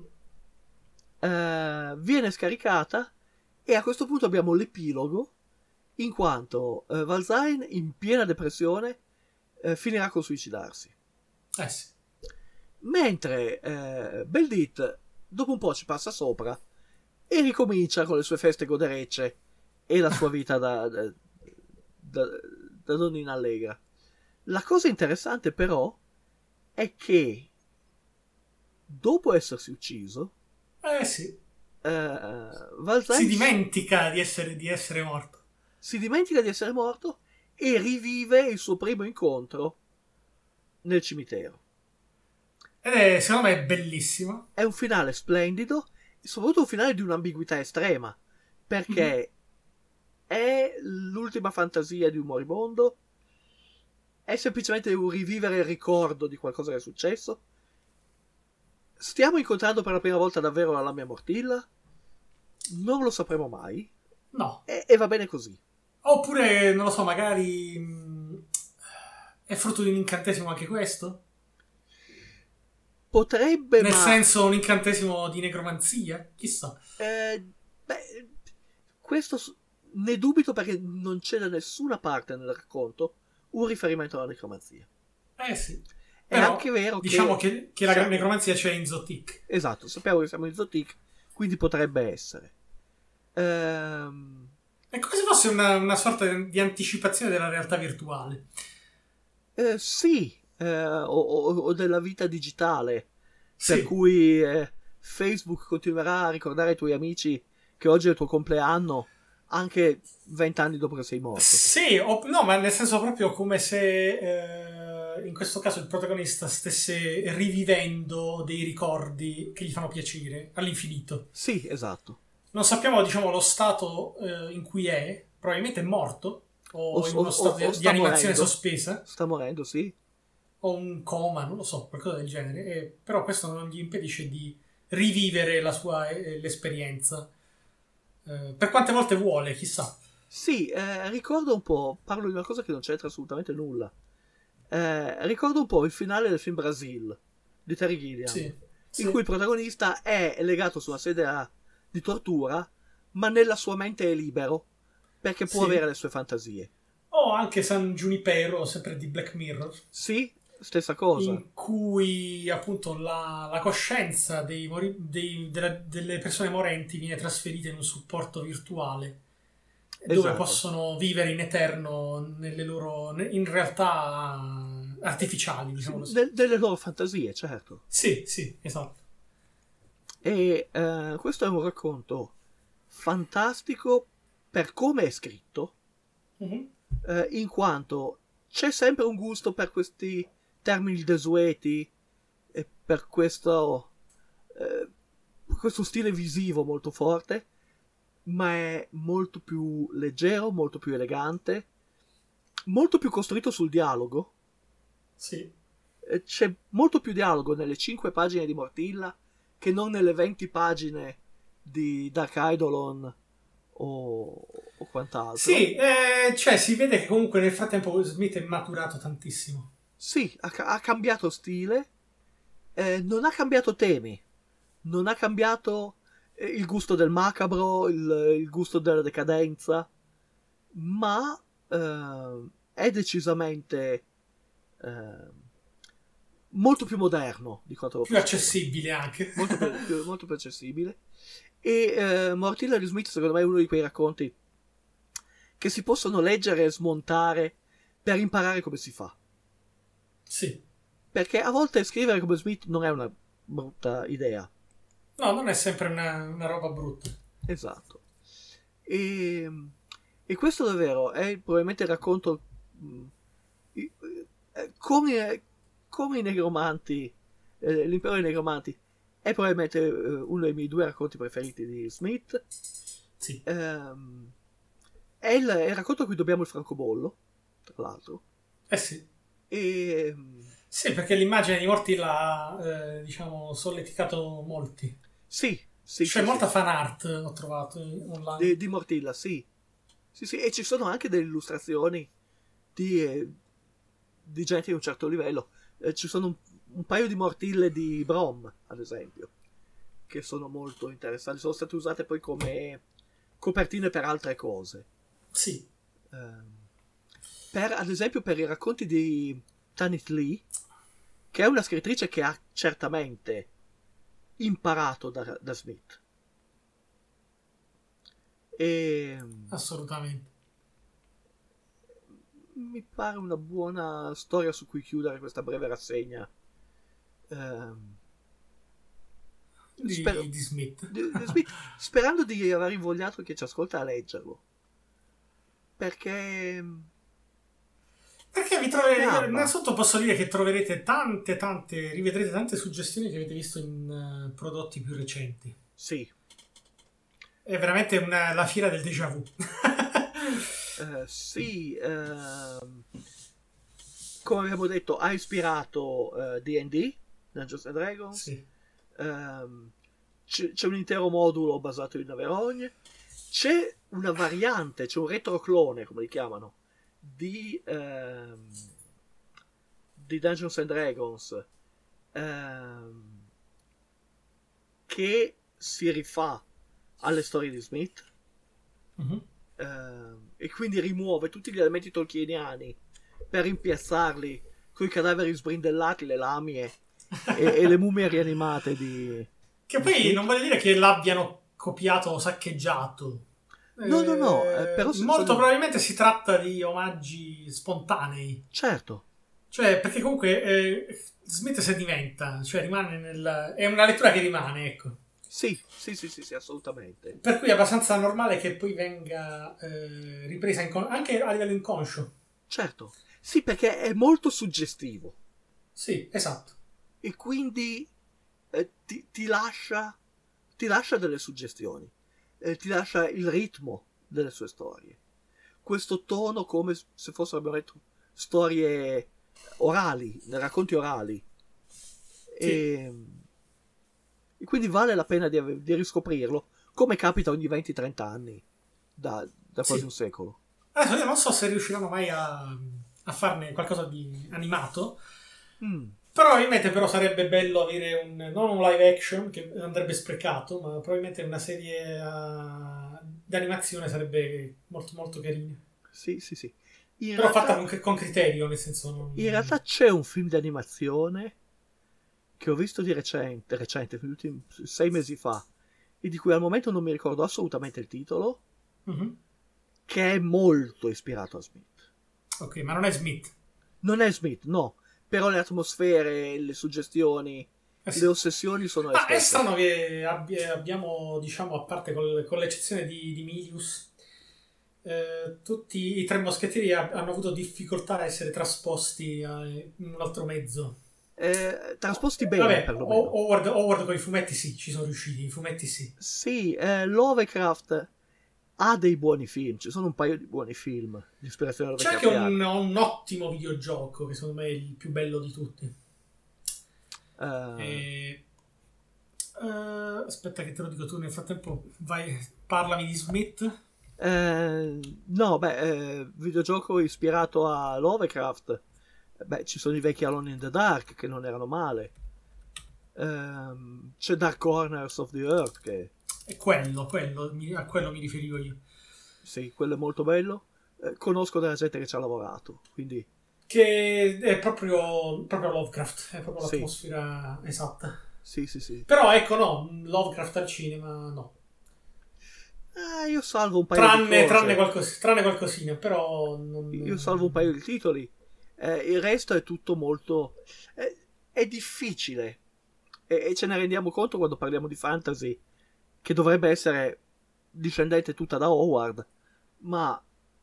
Uh, viene scaricata e a questo punto abbiamo l'epilogo, in quanto uh, Valzain, in piena depressione, uh, finirà con suicidarsi. Eh sì. Mentre uh, Baldit dopo un po' ci passa sopra e ricomincia con le sue feste goderecce e la sua vita da, da, da, da donnina allegra. La cosa interessante però è che dopo essersi ucciso, Eh sì, uh, Valzai si dimentica di essere, di essere morto. si dimentica di essere morto e rivive il suo primo incontro nel cimitero. Ed è, secondo me, bellissimo. È un finale splendido, soprattutto un finale di un'ambiguità estrema, perché è l'ultima fantasia di un moribondo, è semplicemente un rivivere il ricordo di qualcosa che è successo. Stiamo incontrando per la prima volta davvero la Lamia Mortilla? Non lo sapremo mai. No. E, e va bene così. Oppure, non lo so, magari mh, è frutto di un incantesimo anche questo? Potrebbe, Nel ma... senso, un incantesimo di necromanzia? Chissà. Eh, beh, questo s- ne dubito perché non c'è da nessuna parte nel racconto un riferimento alla necromanzia. Eh sì. È Però, anche vero diciamo che... che, che la Sì. necromanzia c'è in Zotic. Esatto, sappiamo che siamo in Zotic, quindi potrebbe essere. Ehm... È come se fosse una, una sorta di anticipazione della realtà virtuale. Eh, sì, eh, o, o- o della vita digitale, per Sì. cui eh, Facebook continuerà a ricordare ai tuoi amici che oggi è il tuo compleanno anche vent'anni dopo che sei morto. Sì, o- no, ma nel senso proprio come se eh, in questo caso il protagonista stesse rivivendo dei ricordi che gli fanno piacere all'infinito. Sì, esatto. Non sappiamo, diciamo, lo stato eh, in cui è, probabilmente è morto, o, O- in uno o- stato o- di- o di sta animazione morendo. sospesa, Sta morendo, sì. o un coma, non lo so, qualcosa del genere, e- però questo non gli impedisce di rivivere la sua eh, l'esperienza. Eh, per quante volte vuole, chissà. Sì, eh, ricordo un po', parlo di una cosa che non c'entra assolutamente nulla. Eh, ricordo un po' il finale del film Brasil di Terry Gilliam, Sì, in sì. cui il protagonista è legato su una sedia di tortura, ma nella sua mente è libero, perché può Sì. avere le sue fantasie. O anche San Junipero, sempre di Black Mirror, Sì, stessa cosa. in cui appunto la, la coscienza dei mori- dei- della- delle persone morenti viene trasferita in un supporto virtuale dove Esatto. possono vivere in eterno nelle loro ne- in realtà artificiali, diciamo così. De- delle loro fantasie, certo. Sì, sì, esatto. E eh, questo è un racconto fantastico per come è scritto, Mhm. eh, in quanto c'è sempre un gusto per questi termini desueti e per questo, eh, questo stile visivo molto forte, ma è molto più leggero, molto più elegante, molto più costruito sul dialogo. Sì. Eh, C'è molto più dialogo nelle cinque pagine di Mortilla che non nelle venti pagine di Dark Eidolon o, o quant'altro. Sì, eh, cioè si vede che comunque nel frattempo Will Smith è maturato tantissimo. Sì, ha, ca- ha cambiato stile, eh, non ha cambiato temi, non ha cambiato eh, il gusto del macabro, il, il gusto della decadenza, ma eh, è decisamente eh, molto più moderno di quanto lo Più pensavo. accessibile anche. Molto più, più- molto più accessibile. E eh, Mortilla di Smith secondo me è uno di quei racconti che si possono leggere e smontare per imparare come si fa. Sì. Perché a volte scrivere come Smith non è una brutta idea. No, non è sempre una, una roba brutta. Esatto. E, e questo davvero è probabilmente il racconto mh, i- eh, come, come i negromanti, eh, l'impero dei negromanti è probabilmente eh, uno dei miei due racconti preferiti di Smith. Sì. Ehm, è, il, è il racconto a cui dobbiamo il francobollo, tra l'altro. Eh sì. E Sì, perché l'immagine di Morty l'ha, eh, diciamo, solleticato molti. sì, sì, C'è sì, molta sì. fan art, ho trovato online. Di, di Mortilla, sì. Sì, sì, e ci sono anche delle illustrazioni di, eh, di gente di un certo livello. Eh, ci sono un, un paio di mortille di Brom, ad esempio, che sono molto interessanti. Sono state usate poi come copertine per altre cose. Sì. Ehm, per, ad esempio per i racconti di Tanit Lee, che è una scrittrice che ha certamente imparato da, da Smith. E Assolutamente. mi pare una buona storia su cui chiudere questa breve rassegna. Ehm, Di, spero- di Smith. di- di Smith, sperando di aver invogliato chi ci ascolta a leggerlo, perché Perché vi troverete, Gamba. innanzitutto posso dire che troverete tante, tante, rivedrete tante suggestioni che avete visto in eh, prodotti più recenti. sì, È veramente una, la fiera del déjà vu. eh, sì, ehm, come abbiamo detto, ha ispirato eh, D and D, Dungeons and Dragons. Sì. Ehm, c'è, c'è un intero modulo basato in Naverogne, c'è una variante, c'è un retroclone, come li chiamano, di, ehm, di Dungeons and Dragons, ehm, che si rifà alle storie di Smith, Mhm. ehm, e quindi rimuove tutti gli elementi tolkieniani per rimpiazzarli con i cadaveri sbrindellati, le lamie e, e le mummie rianimate di... Che poi non voglio dire che l'abbiano copiato o saccheggiato. No, no, no, Eh, eh, però se- molto sono- probabilmente si tratta di omaggi spontanei. Certo, Cioè, perché comunque eh, Smith sedimenta, cioè rimane nel... è una lettura che rimane, ecco. sì, sì, sì, sì, sì, assolutamente. Per cui è abbastanza normale che poi venga eh, ripresa in con- anche a livello inconscio. Certo, sì, perché è molto suggestivo Sì, esatto. e quindi eh, ti, ti lascia ti lascia delle suggestioni, eh, ti lascia il ritmo delle sue storie, questo tono come se fossero, abbiamo detto, storie orali, racconti orali, e, e quindi vale la pena di, ave- di riscoprirlo, come capita ogni venti trenta anni da, da quasi Sì. un secolo. Adesso io non so se riusciranno mai a, a farne qualcosa di animato. Mm, Probabilmente però sarebbe bello avere un, non un live action che andrebbe sprecato, ma probabilmente una serie uh, di animazione sarebbe molto molto carina. sì, sì, sì. In Però realtà- fatta con, con criterio, nel senso non... In realtà c'è un film di animazione che ho visto di recente, recente, negli ultimi sei mesi fa, e di cui al momento non mi ricordo assolutamente il titolo, Mhm. che è molto ispirato a Smith. Ok, ma non è Smith. Non è Smith, no, però le atmosfere, le suggestioni, Eh sì. le ossessioni sono le Ah, è stesse. strano che abbia- abbiamo, diciamo, a parte col- con l'eccezione di, di Milius, eh, tutti i tre moschettieri ha- hanno avuto difficoltà a essere trasposti a- in un altro mezzo. Eh, trasposti bene, Vabbè, perlomeno. O- Howard, Howard con i fumetti sì, ci sono riusciti, i fumetti sì. Sì, eh, Lovecraft ha dei buoni film, ci sono un paio di buoni film di ispirazione C'è anche Lovecraftiana. un, un ottimo videogioco che secondo me è il più bello di tutti. Eh, E- eh, aspetta che te lo dico tu nel frattempo, vai, parlami di Smith. Eh, no, beh, eh, videogioco ispirato a Lovecraft. Beh, ci sono i vecchi Alone in the Dark che non erano male. Ehm, c'è Dark Corners of the Earth che, È quello, quello, mi- a quello mi riferivo io. sì, quello è molto bello. Eh, conosco della gente che ci ha lavorato, quindi Che è proprio, proprio Lovecraft, è proprio Sì. l'atmosfera esatta. sì, sì, sì. Però ecco, no, Lovecraft al cinema no. Eh, io salvo un paio di Tranne, cose. tranne, qualcos- tranne qualcosina, però non... Io salvo un paio di titoli. Eh, il resto è tutto molto... È, è difficile. E, e ce ne rendiamo conto quando parliamo di fantasy, che dovrebbe essere discendente tutta da Howard. Ma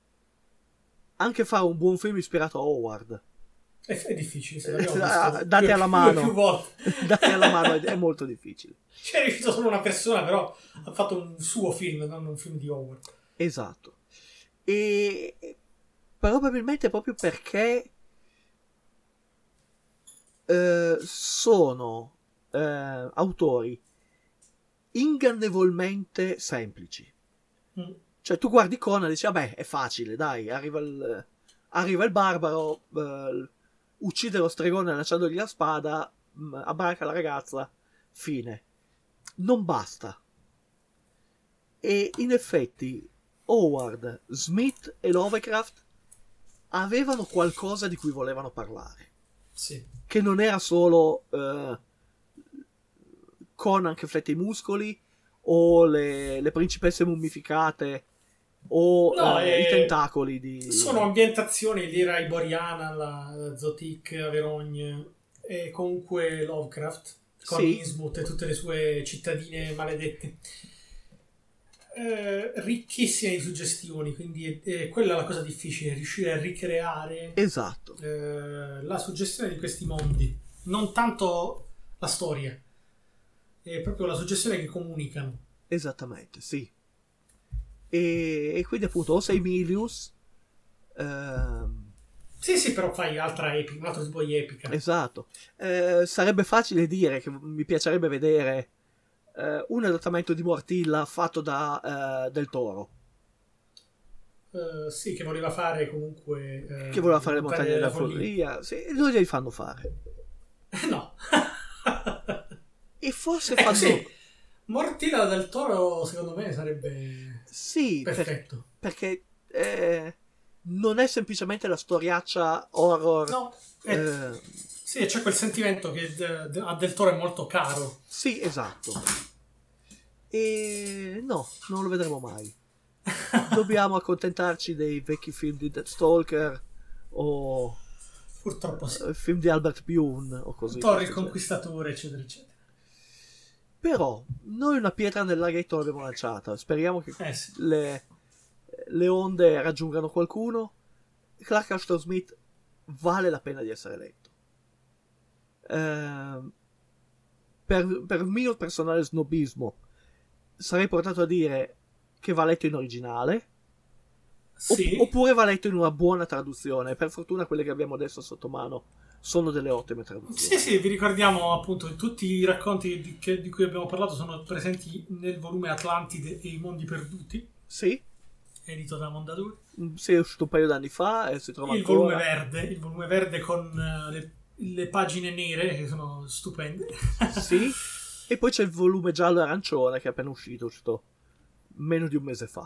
anche fare un buon film ispirato a Howard, È, è difficile, se l'abbiamo Ah, visto date più- alla più- mano. più volte. date alla mano, è molto difficile. C'è riuscito solo una persona, però ha fatto un suo film, non un film di Howard. Esatto. E probabilmente proprio perché eh, sono eh, autori ingannevolmente semplici. Mm. Cioè tu guardi Conan e dici vabbè è facile, dai, arriva il, arriva il barbaro, eh, uccide lo stregone lanciandogli la spada, mh, abbracca la ragazza, fine. Non basta. E in effetti Howard, Smith e Lovecraft avevano qualcosa di cui volevano parlare, Sì. che non era solo eh, Conan che flette i muscoli o le, le principesse mummificate o No, eh, eh, i tentacoli di... Sono ambientazioni l'era iboriana, la Zotic, Averogne e comunque Lovecraft con Sì. Innsmouth e tutte le sue cittadine maledette. Eh, ricchissime di suggestioni, quindi è, è quella la cosa difficile, riuscire a ricreare Esatto. eh, la suggestione di questi mondi, non tanto la storia, è proprio la suggestione che comunicano. Esattamente, sì. E, e quindi appunto o sei Milius, ehm, Sì, sì, però fai altra epica, un altro tipo di epica. esatto. Eh, sarebbe facile dire che mi piacerebbe vedere eh, un adattamento di Mortilla fatto da eh, Del Toro, Eh, sì, che voleva fare comunque eh, che voleva fare le Montagne montagne della follia. Sì, e loro glieli fanno fare. No. E forse Ecco, fanno... sì. Mortilla del Toro secondo me sarebbe Sì, per- perfetto. perché eh, non è semplicemente la storiaccia horror. No, eh, eh, sì, c'è quel sentimento che de- de- a Del Toro è molto caro. sì, esatto. E no, non lo vedremo mai. Dobbiamo accontentarci dei vecchi film di Deathstalker o Purtroppo sì. eh, film di Albert Pyun o così. Thor il Questo c'è. Conquistatore, eccetera, eccetera. Però noi una pietra nel laghetto l'abbiamo lanciata. Speriamo che Eh sì. le, le onde raggiungano qualcuno. Clark Ashton Smith vale la pena di essere letto. Ehm, per, per mio personale snobismo sarei portato a dire che va letto in originale, Sì. opp- oppure va letto in una buona traduzione. Per fortuna quelle che abbiamo adesso sotto mano sono delle ottime traduzioni. Sì, sì, vi ricordiamo appunto che tutti i racconti di, che- di cui abbiamo parlato sono presenti nel volume Atlantide e i mondi perduti, Sì, edito da Mondadori. sì, è uscito un paio d'anni fa e si trova Il ancora. volume verde, il volume verde con eh, le, le pagine nere che sono stupende. Sì, e poi c'è il volume giallo e arancione che è appena uscito, è uscito meno di un mese fa.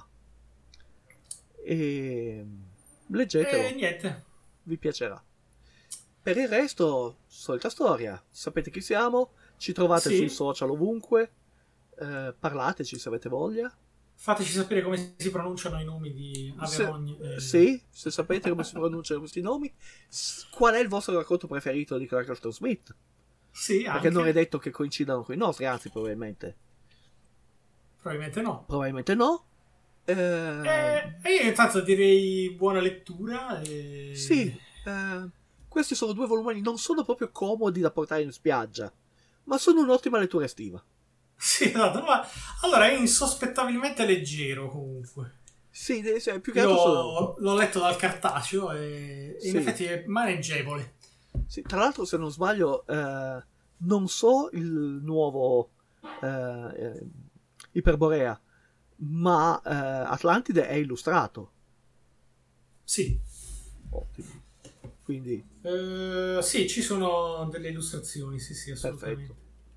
E leggetelo, E niente. vi piacerà. Per il resto, solita storia, sapete chi siamo, ci trovate Sì. sui social ovunque, eh, parlateci se avete voglia. Fateci sapere come si pronunciano i nomi di Averogne. Se, e- sì, se sapete come si pronunciano questi nomi, s- qual è il vostro racconto preferito di Clark Ashton Smith? Sì, Perché anche. non è detto che coincidano con i nostri, anzi probabilmente Probabilmente no. probabilmente no. Eh, E, e io intanto direi buona lettura. E... Sì, eh, questi sono due volumi, non sono proprio comodi da portare in spiaggia, ma sono un'ottima lettura estiva. Sì, esatto. Ma allora è insospettabilmente leggero comunque. Sì, de- cioè, più che altro sono... Io l'ho letto dal cartaceo e, e Sì. in effetti è maneggevole. Sì, tra l'altro, se non sbaglio, eh, non so il nuovo eh, eh, Iperborea, ma eh, Atlantide è illustrato. Sì. Ottimo. Quindi, Eh, sì, ci sono delle illustrazioni, sì, sì, perfetto. assolutamente.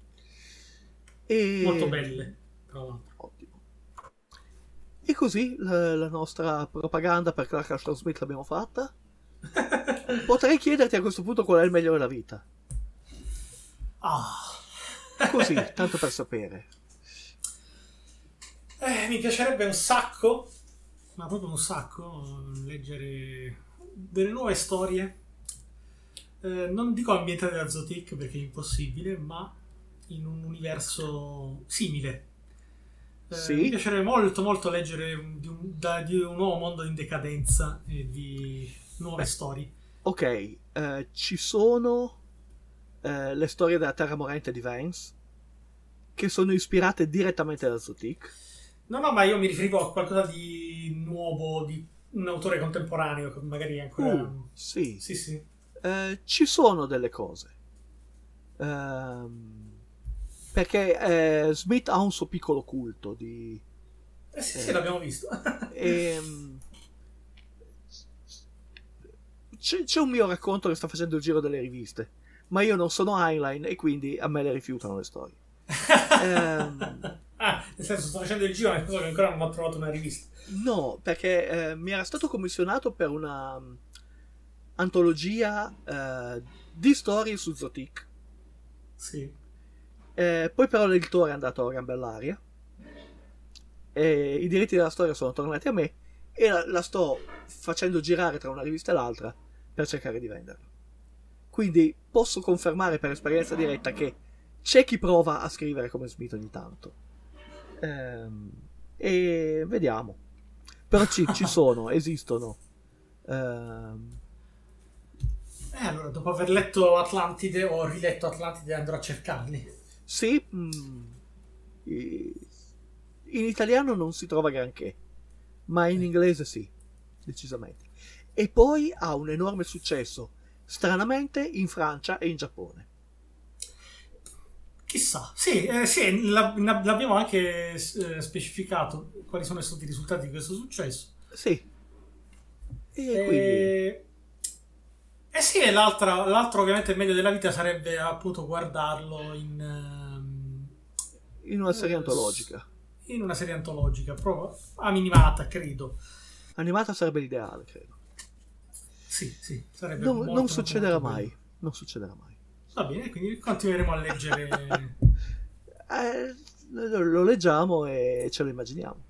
E... Molto belle, tra l'altro. Ottimo. E così la, la nostra propaganda per Clark Ashton Smith l'abbiamo fatta. Potrei chiederti a questo punto qual è il meglio della vita. Ah. Così, tanto per sapere. Eh, mi piacerebbe un sacco, ma proprio un sacco, leggere delle nuove storie. Eh, non dico ambientate da Zotic perché è impossibile, ma in un universo simile. Eh, Sì. Mi piacerebbe molto molto leggere di un, da- di un nuovo mondo in decadenza e di nuove Beh. storie. Ok, eh, ci sono eh, le storie della Terra Morente di Vance, che sono ispirate direttamente da Zotic. No, no, ma io mi riferivo a qualcosa di nuovo, di un autore contemporaneo, che magari è ancora... Uh, sì. Sì, sì. Eh, ci sono delle cose. Ehm, perché eh, Smith ha un suo piccolo culto di... Eh sì, sì, l'abbiamo visto. ehm, c'è, c'è un mio racconto che sta facendo il giro delle riviste, ma io non sono Heinlein e quindi a me le rifiutano le storie. Ehm, Ah, nel senso, sto facendo il giro, nel senso che ancora non ho trovato una rivista. no, perché eh, mi era stato commissionato per una um, antologia eh, di storie su Zotic. Sì. Eh, poi però l'editore è andato a Gambellaria e i diritti della storia sono tornati a me e la, la sto facendo girare tra una rivista e l'altra per cercare di venderla. Quindi posso confermare per esperienza diretta che c'è chi prova a scrivere come Smith ogni tanto. Ehm, e vediamo. Però ci, ci sono, esistono. Ehm, Eh, allora, dopo aver letto Atlantide o riletto Atlantide andrò a cercarli. sì, mh, i- in italiano non si trova granché, ma in inglese sì, decisamente. E poi ha un enorme successo, stranamente, in Francia e in Giappone. Chissà, sì, eh, sì la- la- l'abbiamo anche eh, specificato quali sono stati i risultati di questo successo. Sì. E quindi... E... Eh sì, e l'altra, l'altro ovviamente meglio della vita sarebbe appunto guardarlo in, ehm, in una serie eh, antologica. in una serie antologica, proprio animata, credo. Animata sarebbe l'ideale, credo. Sì, sì, sarebbe Non, molto, non molto, succederà molto mai. bello. Non succederà mai. Va bene, quindi continueremo a leggere. Eh, lo lo leggiamo e ce lo immaginiamo.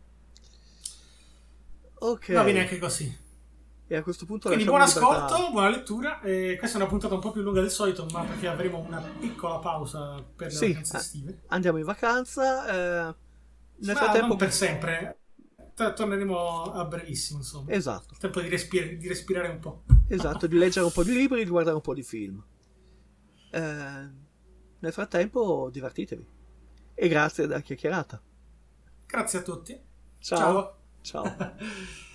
Ok. Va bene anche così. E a questo punto Quindi lasciamo buon libertà- ascolto, buona lettura. E questa è una puntata un po' più lunga del solito, ma perché avremo una piccola pausa per le Sì, vacanze eh, estive. andiamo in vacanza. eh, nel Ma frattempo, non per sempre. T- Torneremo a brevissimo, insomma. esatto, Il tempo di, respir- di respirare un po'. esatto, di leggere un po' di libri, di guardare un po' di film. Eh, nel frattempo, divertitevi. E grazie della chiacchierata. Grazie a tutti. Ciao. Ciao. Ciao.